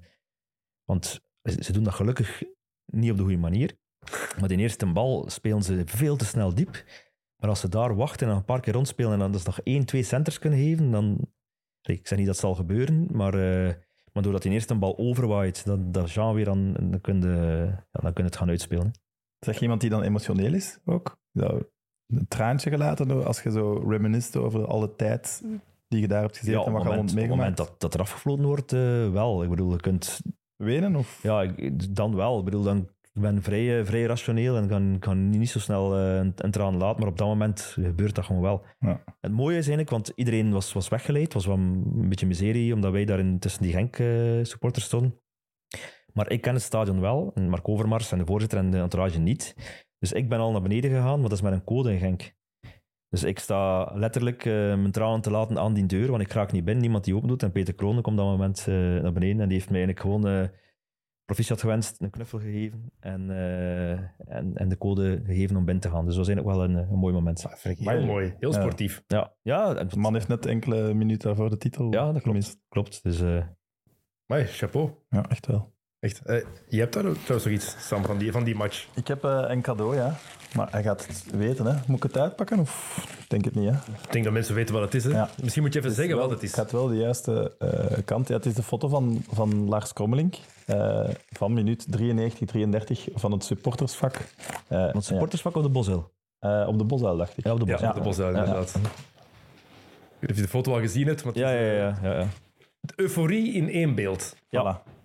want ze, ze doen dat gelukkig niet op de goede manier. Maar die eerste bal spelen ze veel te snel diep. Maar als ze daar wachten en een paar keer rondspelen en dan dus nog één, twee centers kunnen geven, dan... Ik zeg niet dat het zal gebeuren, maar, uh, maar doordat die eerste bal overwaait, dat, dat Jean weer aan, dan kun je, ja, dan kun je het gaan uitspelen. Hè. Zeg je iemand die dan emotioneel is ook? Ja, een traantje gelaten door, als je zo reminiscent over alle tijd die je daar hebt gezeten ja, en wat je al meegemaakt? Op het moment dat, dat er afgefloten wordt, uh, wel. Ik bedoel, je kunt... Wenen? Of? Ja, ik, dan wel. Ik bedoel, dan... Ik ben vrij, vrij rationeel en kan, kan niet zo snel uh, een, een traan laten, maar op dat moment gebeurt dat gewoon wel. Ja. Het mooie is eigenlijk, want iedereen was, was weggeleid, was wel een beetje miserie, omdat wij daar in, tussen die Genk-supporters uh, stonden. Maar ik ken het stadion wel, en Mark Overmars en de voorzitter en de entourage niet. Dus ik ben al naar beneden gegaan, maar dat is met een code in Genk. Dus ik sta letterlijk uh, mijn tranen te laten aan die deur, want ik raak niet binnen, niemand die open doet. En Peter Kronen komt op dat moment uh, naar beneden en die heeft mij eigenlijk gewoon... Uh, proficiat gewenst, een knuffel gegeven en, uh, en, en de code gegeven om binnen te gaan. Dus dat was eigenlijk wel een, een mooi moment. Ah, vind ik heel mooi, heel sportief. Ja, ja. ja de man heeft net enkele minuten daarvoor de titel. Ja, dat klopt. klopt. Dus, uh... Amai, chapeau. Ja, echt wel. Echt. Uh, je hebt daar ook trouwens nog iets, Sam, van die, van die match. Ik heb uh, een cadeau, ja. Maar hij gaat het weten, hè. Moet ik het uitpakken? Of ik denk het niet, hè? Ik denk dat mensen weten wat het is, hè? Ja. Misschien moet je even zeggen wel, wat het is. Het gaat wel de juiste uh, kant. Ja, het is de foto van, van Lars Krommelink. Uh, van minuut drieënnegentig, drieëntertig van het supportersvak. Uh, van het supportersvak ja. Of de Bosuil? Uh, op de Bosuil, dacht ik. Ja, op de Bosuil, ja, ja. ja, inderdaad. Ja. Ik weet niet of je de foto al gezien hebt. Maar ja, ja, ja, ja, ja. De euforie in één beeld. Ja. Voilà.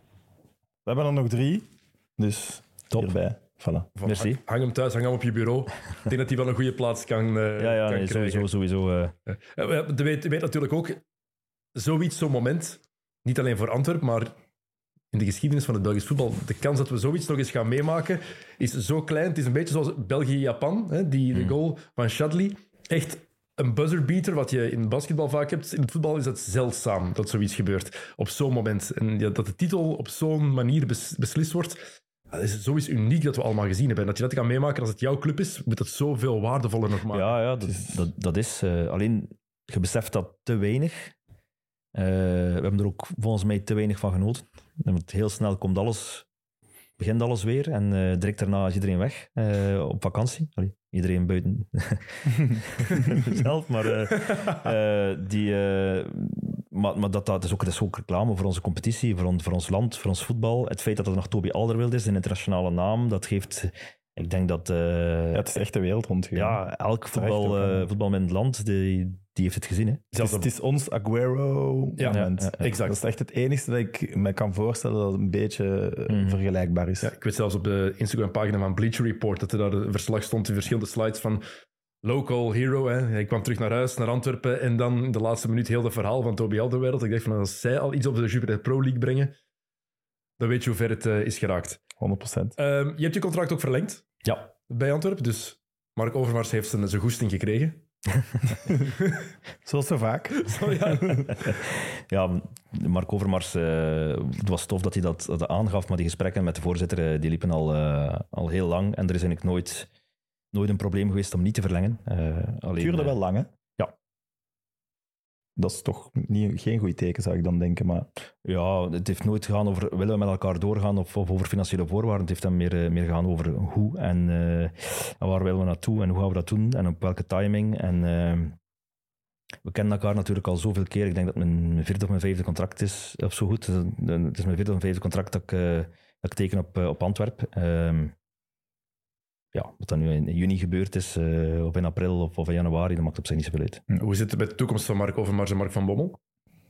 We hebben er nog drie, dus top. Hierbij. Voilà. Van, Merci. Hang, hang hem thuis, hang hem op je bureau. Ik denk dat hij wel een goede plaats kan, uh, ja, ja, kan nee, krijgen. Sowieso, sowieso. Uh... Ja, je, weet, je weet natuurlijk ook, zoiets, zo'n moment, niet alleen voor Antwerpen, maar in de geschiedenis van het Belgisch voetbal, de kans dat we zoiets nog eens gaan meemaken, is zo klein. Het is een beetje zoals België-Japan, die, de goal van Shadley. Echt een buzzerbeater, wat je in basketbal vaak hebt. In het voetbal is het zeldzaam dat zoiets gebeurt, op zo'n moment. En ja, dat de titel op zo'n manier bes, beslist wordt, dat is zoiets uniek dat we allemaal gezien hebben. En dat je dat kan meemaken als het jouw club is, moet dat zoveel waardevoller nog maken. Ja, ja dat, dat, dat is... Uh, alleen, je beseft dat te weinig. Uh, we hebben er ook volgens mij te weinig van genoten. Want heel snel komt alles... begint alles weer en uh, direct daarna is iedereen weg uh, op vakantie. Allee, iedereen buiten zelf, maar, uh, uh, die, uh, maar, maar dat, dat, is ook, dat is ook reclame voor onze competitie, voor, on, voor ons land, voor ons voetbal. Het feit dat er nog Toby Alderweireld is, een internationale naam, dat geeft... Ik denk dat... Uh, ja, het is echt de wereld rondgegaan. Ja, elk voetbal, uh, voetbal in het land, die, die heeft het gezien. Hè. Het, is, het is ons Aguero-moment. Ja, ja, ja, exact. Dat is echt het enige dat ik me kan voorstellen dat het een beetje mm. vergelijkbaar is. Ja, ik weet zelfs op de Instagram-pagina van Bleacher Report dat er daar een verslag stond in verschillende slides van local hero. Hè. Hij kwam terug naar huis, naar Antwerpen en dan in de laatste minuut heel het verhaal van Toby Alderweireld. Ik dacht van, als zij al iets op de Jupiler Pro League brengen, dan weet je hoe ver het uh, is geraakt. honderd procent. Um, je hebt je contract ook verlengd. Ja. Bij Antwerpen, dus Mark Overmars heeft zijn, zijn goesting gekregen. Zoals zo vaak. Zo, ja. ja, Mark Overmars, uh, het was tof dat hij dat, dat aangaf, maar die gesprekken met de voorzitter uh, die liepen al, uh, al heel lang en er is eigenlijk nooit, nooit een probleem geweest om niet te verlengen. Uh, alleen, het duurde wel lang, hè? Ja. Dat is toch niet, geen goed teken, zou ik dan denken. Maar... Ja, het heeft nooit gegaan over willen we met elkaar doorgaan of, of over financiële voorwaarden. Het heeft dan meer, uh, meer gegaan over hoe en, uh, en waar willen we naartoe en hoe gaan we dat doen en op welke timing. En, uh, we kennen elkaar natuurlijk al zoveel keer. Ik denk dat het mijn vierde of mijn vijfde contract is, of zo goed. Het is mijn vierde of mijn vijfde contract dat ik, uh, dat ik teken op, uh, op Antwerpen. Uh, Ja, wat dan nu in juni gebeurd is, uh, of in april of, of in januari, dat maakt op zich niet zoveel uit. Hoe zit het met de toekomst van Mark Overmars en Mark van Bommel?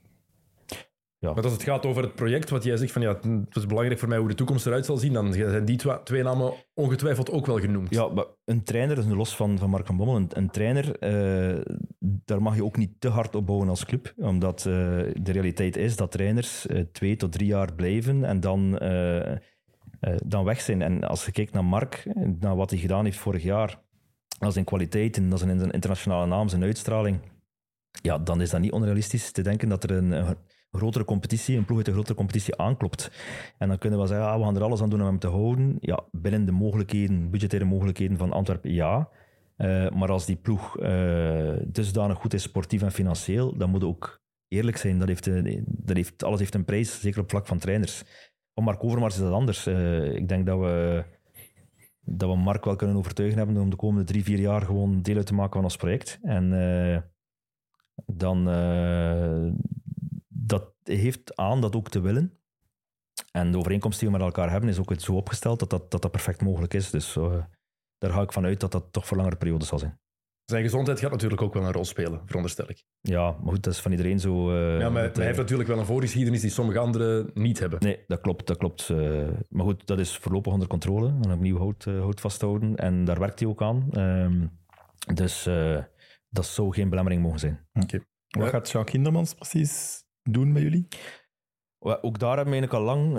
Ja. Want als het gaat over het project, wat jij zegt van ja, het is belangrijk voor mij hoe de toekomst eruit zal zien, dan zijn die twa- twee namen ongetwijfeld ook wel genoemd. Ja, maar een trainer, dus los van, van Mark van Bommel, een, een trainer, uh, daar mag je ook niet te hard op bouwen als club, omdat uh, de realiteit is dat trainers uh, twee tot drie jaar blijven en dan... Uh, Uh, dan weg zijn. En als je kijkt naar Mark, naar wat hij gedaan heeft vorig jaar, als zijn kwaliteiten, dat is een internationale naam, zijn uitstraling, ja, dan is dat niet onrealistisch te denken dat er een, een grotere competitie, een ploeg uit een grotere competitie aanklopt. En dan kunnen we zeggen, ah, we gaan er alles aan doen om hem te houden. Ja, binnen de mogelijkheden, budgettaire mogelijkheden van Antwerpen, ja. Uh, maar als die ploeg uh, dusdanig goed is, sportief en financieel, dan moet het ook eerlijk zijn. Dat heeft, uh, dat heeft, alles heeft een prijs, zeker op vlak van trainers. Van Mark Overmars is dat anders. Uh, ik denk dat we, dat we Mark wel kunnen overtuigen hebben om de komende drie, vier jaar gewoon deel uit te maken van ons project. En uh, dan... Uh, dat heeft aan dat ook te willen. En de overeenkomst die we met elkaar hebben is ook zo opgesteld dat dat, dat, dat perfect mogelijk is. Dus uh, daar ga ik van uit dat dat toch voor langere periodes zal zijn. Zijn gezondheid gaat natuurlijk ook wel een rol spelen, veronderstel ik. Ja, maar goed, dat is van iedereen zo... Uh, ja, maar hij heeft natuurlijk wel een voorgeschiedenis die sommige anderen niet hebben. Nee, dat klopt. Dat klopt. Uh, maar goed, dat is voorlopig onder controle. En opnieuw hout, uh, hout vasthouden. En daar werkt hij ook aan. Um, dus uh, dat zou geen belemmering mogen zijn. Oké. Okay. Wat ja. gaat Jacques Kindermans precies doen bij jullie? Ook daar hebben we eigenlijk al lang,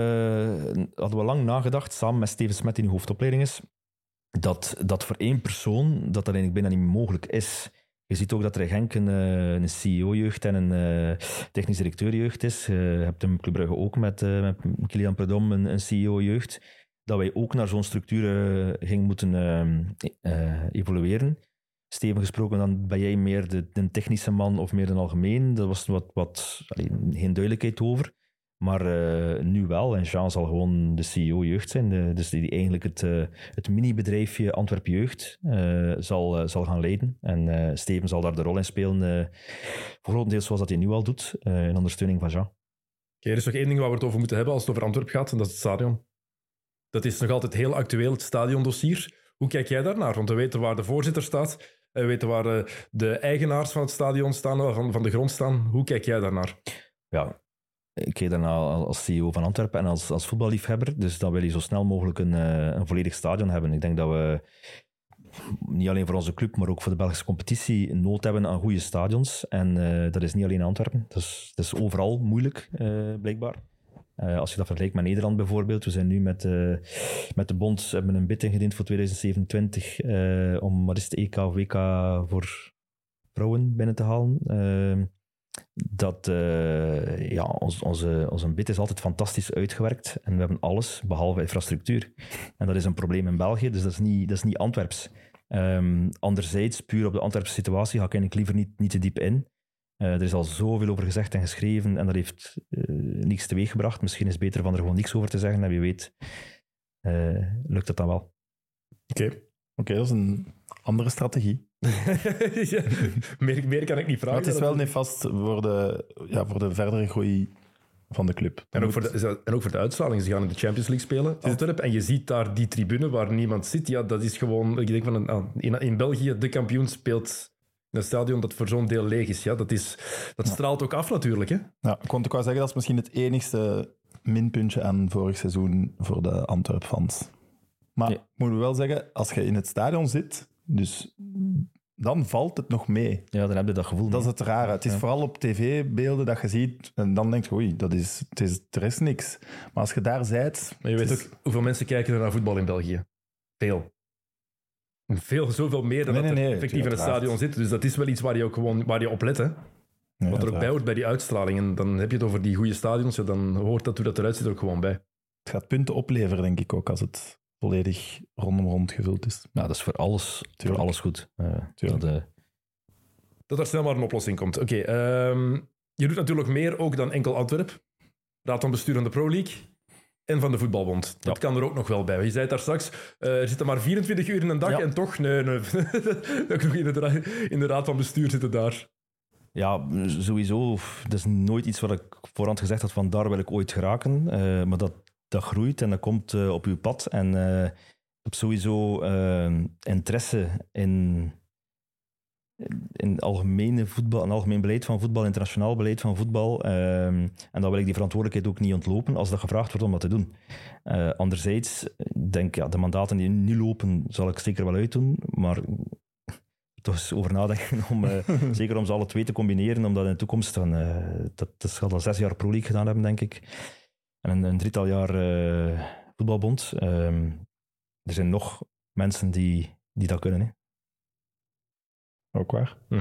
uh, hadden we lang nagedacht, samen met Steven Smet, die nu hoofdopleiding is, dat, dat voor één persoon dat dat eigenlijk bijna niet mogelijk is. Je ziet ook dat er in Genk een, een C E O-jeugd en een uh, technisch directeur-jeugd is. Uh, je hebt in Club Brugge ook met, uh, met Kilian Predom een, een C E O-jeugd. Dat wij ook naar zo'n structuur uh, gingen moeten uh, uh, evolueren. Steven gesproken, dan ben jij meer de, de technische man of meer de algemeen. Dat was wat, wat allee, geen duidelijkheid over. Maar uh, nu wel. En Jean zal gewoon de C E O-jeugd zijn. De, dus die eigenlijk het, uh, het mini-bedrijfje Antwerp Jeugd uh, zal, uh, zal gaan leiden. En uh, Steven zal daar de rol in spelen. Uh, voor grotendeels zoals dat hij nu al doet. Uh, in ondersteuning van Jean. Okay, er is nog één ding waar we het over moeten hebben als het over Antwerp gaat. En dat is het stadion. Dat is nog altijd heel actueel, het stadiondossier. Hoe kijk jij daarnaar? Want we weten waar de voorzitter staat. We weten waar de eigenaars van het stadion staan, van, van de grond staan. Hoe kijk jij daarnaar? Ja, ik kijk daarnaar als C E O van Antwerpen en als, als voetballiefhebber. Dus dan wil je zo snel mogelijk een, een volledig stadion hebben. Ik denk dat we, niet alleen voor onze club, maar ook voor de Belgische competitie, nood hebben aan goede stadions. En uh, dat is niet alleen Antwerpen. Dat is, dat is overal moeilijk, uh, blijkbaar. Uh, als je dat vergelijkt met Nederland bijvoorbeeld. We zijn nu met, uh, met de bond hebben een bid ingediend voor tweeduizend zevenentwintig uh, om wat is het E K of W K voor vrouwen binnen te halen. Uh, dat, uh, ja, ons, onze, onze bid is altijd fantastisch uitgewerkt en we hebben alles behalve infrastructuur. En dat is een probleem in België, dus dat is niet, dat is niet Antwerps. Um, anderzijds, puur op de Antwerpse situatie ga ik eigenlijk liever niet, niet te diep in. Uh, er is al zoveel over gezegd en geschreven en dat heeft uh, niks teweeggebracht. Misschien is het beter van er gewoon niks over te zeggen en wie weet uh, lukt het dan wel. Oké. Oké, okay, dat is een andere strategie. ja, meer, meer kan ik niet vragen. Maar het is wel nefast voor de, ja, voor de verdere groei van de club. En ook, voor de, en ook voor de uitstraling. Ze gaan in de Champions League spelen, Antwerp, en je ziet daar die tribune waar niemand zit. Ja, dat is gewoon... Ik denk van een, ah, in, in België, de kampioen speelt in een stadion dat voor zo'n deel leeg is. Ja, dat, is, dat straalt ook af natuurlijk. Hè? Ja, ik kon ook wel zeggen, dat is misschien het enigste minpuntje aan vorig seizoen voor de Antwerp-fans. Maar ja. Moeten we wel zeggen, als je in het stadion zit, dus dan valt het nog mee. Ja, dan heb je dat gevoel. Dat mee. Is het rare. Het is ja. vooral op tv-beelden dat je ziet en dan denk je, oei, dat is, het is, er is niks. Maar als je daar zijt... Maar je weet is... ook hoeveel mensen kijken er naar voetbal in België. Veel. Veel, zoveel meer dan nee, dat er nee, nee, effectief in het stadion zit. Dus dat is wel iets waar je ook gewoon waar je op let. Hè? Ja, wat er ook bij hoort bij die uitstraling. En dan heb je het over die goede stadions. Ja, dan hoort dat hoe dat eruit ziet er ook gewoon bij. Het gaat punten opleveren, denk ik ook, als het volledig rondom rond gevuld is. Ja, dat is voor alles, voor alles goed. Uh, dat, uh... dat er snel maar een oplossing komt. Oké, okay, um, je doet natuurlijk meer ook dan enkel Antwerp. Raad van bestuur van de Pro League. En van de Voetbalbond. Dat ja. kan er ook nog wel bij. Je zei het daar straks, uh, er zitten maar vierentwintig uur in een dag ja. en toch, nee, nee. ook nog in de, ra- in de raad van bestuur zitten daar. Ja, sowieso. Dat is nooit iets wat ik voorhand gezegd had van daar wil ik ooit geraken. Uh, maar dat, dat groeit en dat komt uh, op uw pad. En uh, ik heb sowieso uh, interesse in... in algemene voetbal, een algemeen beleid van voetbal, internationaal beleid van voetbal. Uh, en dan wil ik die verantwoordelijkheid ook niet ontlopen als dat gevraagd wordt om dat te doen. Uh, anderzijds, ik denk, ja, de mandaten die nu lopen, zal ik zeker wel uitdoen, maar toch eens over nadenken om uh, zeker om ze alle twee te combineren, omdat in de toekomst dan, uh, dat, dat zal al zes jaar Pro League gedaan hebben, denk ik. En een, een drietal jaar uh, voetbalbond. Uh, er zijn nog mensen die, die dat kunnen, hè. Ook waar. Mm-hmm.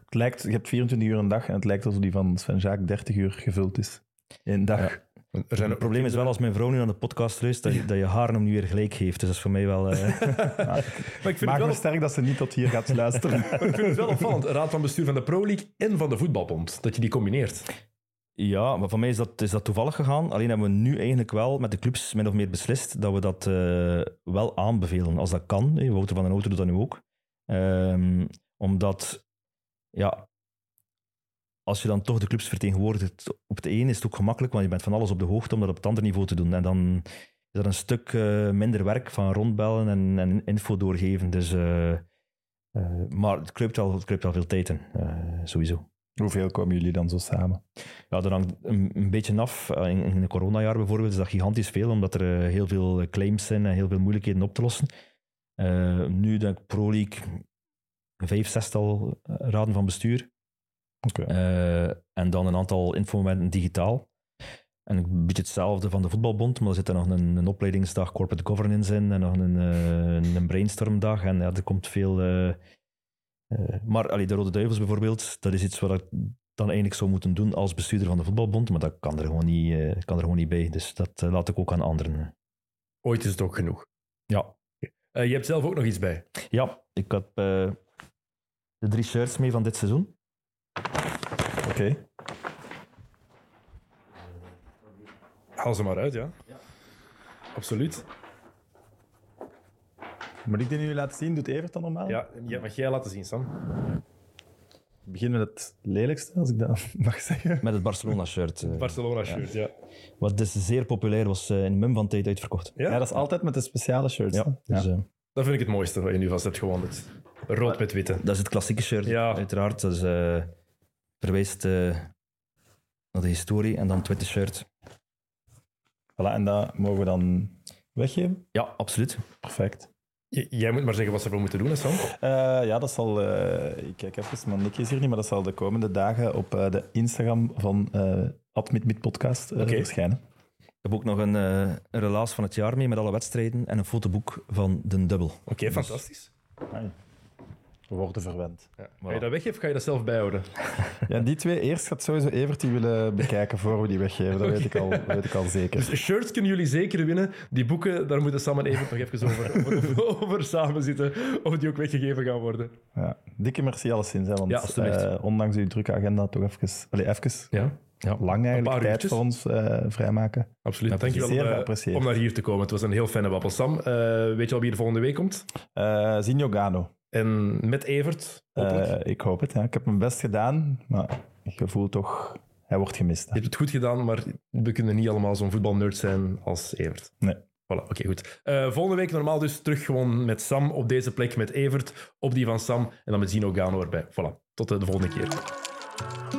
Het lijkt, je hebt vierentwintig uur een dag en het lijkt alsof die van Sven-Jacques dertig uur gevuld is. In een dag. Ja. Er zijn Het probleem is wel, als mijn vrouw nu aan de podcast luistert, dat je, dat je haar hem nu weer gelijk heeft. Dus dat is voor mij wel... Uh... Ja, Maar ik vind, maak het me wel, sterk dat ze niet tot hier gaat luisteren. maar ik vind het wel opvallend. Raad van bestuur van de Pro League en van de Voetbalbond. Dat je die combineert. Ja, maar voor mij is dat, is dat toevallig gegaan. Alleen hebben we nu eigenlijk wel met de clubs min of meer beslist dat we dat uh, wel aanbevelen, als dat kan. Hey, Wouter van den Houten doet dat nu ook. Um, omdat, ja, als je dan toch de clubs vertegenwoordigt op het een, is het ook gemakkelijk, want je bent van alles op de hoogte om dat op het andere niveau te doen. En dan is dat een stuk uh, minder werk van rondbellen en, en info doorgeven. Dus, uh, uh, maar het kruipt wel, het kruipt wel veel tijd in, uh, sowieso. Hoeveel komen jullie dan zo samen? Ja, dat hangt een, een beetje af. In, in een coronajaar bijvoorbeeld is dat gigantisch veel, omdat er uh, heel veel claims zijn en heel veel moeilijkheden op te lossen. Uh, nu denk ik Pro League vijf, zestal raden van bestuur. Okay. Uh, en dan een aantal infomomenten digitaal. En een beetje hetzelfde van de Voetbalbond, maar er zit er nog een, een opleidingsdag corporate governance in en nog een, uh, een brainstormdag. En ja, er komt veel... Uh, uh, maar allee, de Rode Duivels bijvoorbeeld, dat is iets wat ik dan eigenlijk zou moeten doen als bestuurder van de Voetbalbond, maar dat kan er gewoon niet, uh, kan er gewoon niet bij. Dus dat uh, laat ik ook aan anderen. Ooit is het ook genoeg. Ja. Uh, je hebt zelf ook nog iets bij. Ja, ik had uh, de drie shirts mee van dit seizoen. Oké. Okay. Haal ze maar uit, ja. ja. Absoluut. Moet ik die nu laten zien? Doet Evert dan normaal? Ja, ja, mag jij laten zien, Sam? Ik begin met het lelijkste, als ik dat mag zeggen. Met het Barcelona-shirt. Uh, Barcelona-shirt, ja. ja. Wat dus zeer populair was, uh, in mum van tijd uitverkocht. Ja? ja, dat is altijd met de speciale shirts. Ja, dus, uh, dat vind ik het mooiste wat je nu vast hebt gewandeld. Rood met witte. Dat is het klassieke shirt, ja. uiteraard. Dat is, uh, verwijst uh, naar de historie. En dan het witte shirt. Voilà, en dat mogen we dan weggeven? Ja, absoluut. Perfect. J- jij moet maar zeggen wat ze ervoor moeten doen, hè, Sam? Uh, ja, dat zal... Uh, ik kijk even, maar Nick is hier niet, maar dat zal de komende dagen op uh, de Instagram van uh, Admit-Podcast uh, okay. verschijnen. Ik heb ook nog een, uh, een relaas van het jaar mee met alle wedstrijden en een fotoboek van de dubbel. Oké, okay, dus... fantastisch. Ai. We worden verwend. Ja. Voilà. Als je dat weggeeft, ga je dat zelf bijhouden. Ja, die twee. Eerst gaat sowieso Evert die willen bekijken voor we die weggeven. Dat, okay. weet, ik al, dat weet ik al zeker. Dus shirts kunnen jullie zeker winnen. Die boeken, daar moeten Sam en Evert nog even over, over, over samen zitten. Of die ook weggegeven gaan worden. Ja, dikke merci alleszins. Hè, want ja, uh, ondanks uw drukke agenda toch even... Allez, even ja. Ja, lang eigenlijk tijd uurtjes. Voor ons uh, vrijmaken. Absoluut. Ja, dankjewel om, om naar hier te komen. Het was een heel fijne wappel. Sam, uh, weet je al wie er volgende week komt? Uh, Zinho Gano. En met Evert? Uh, ik hoop het. Ja. Ik heb mijn best gedaan, maar ik voel toch... Hij wordt gemist. Hè. Je hebt het goed gedaan, maar we kunnen niet allemaal zo'n voetbalnerd zijn als Evert. Nee. Voilà, oké, okay, goed. Uh, volgende week normaal dus terug gewoon met Sam op deze plek, met Evert op die van Sam en dan met Zinho Gano erbij. Voilà, tot de volgende keer.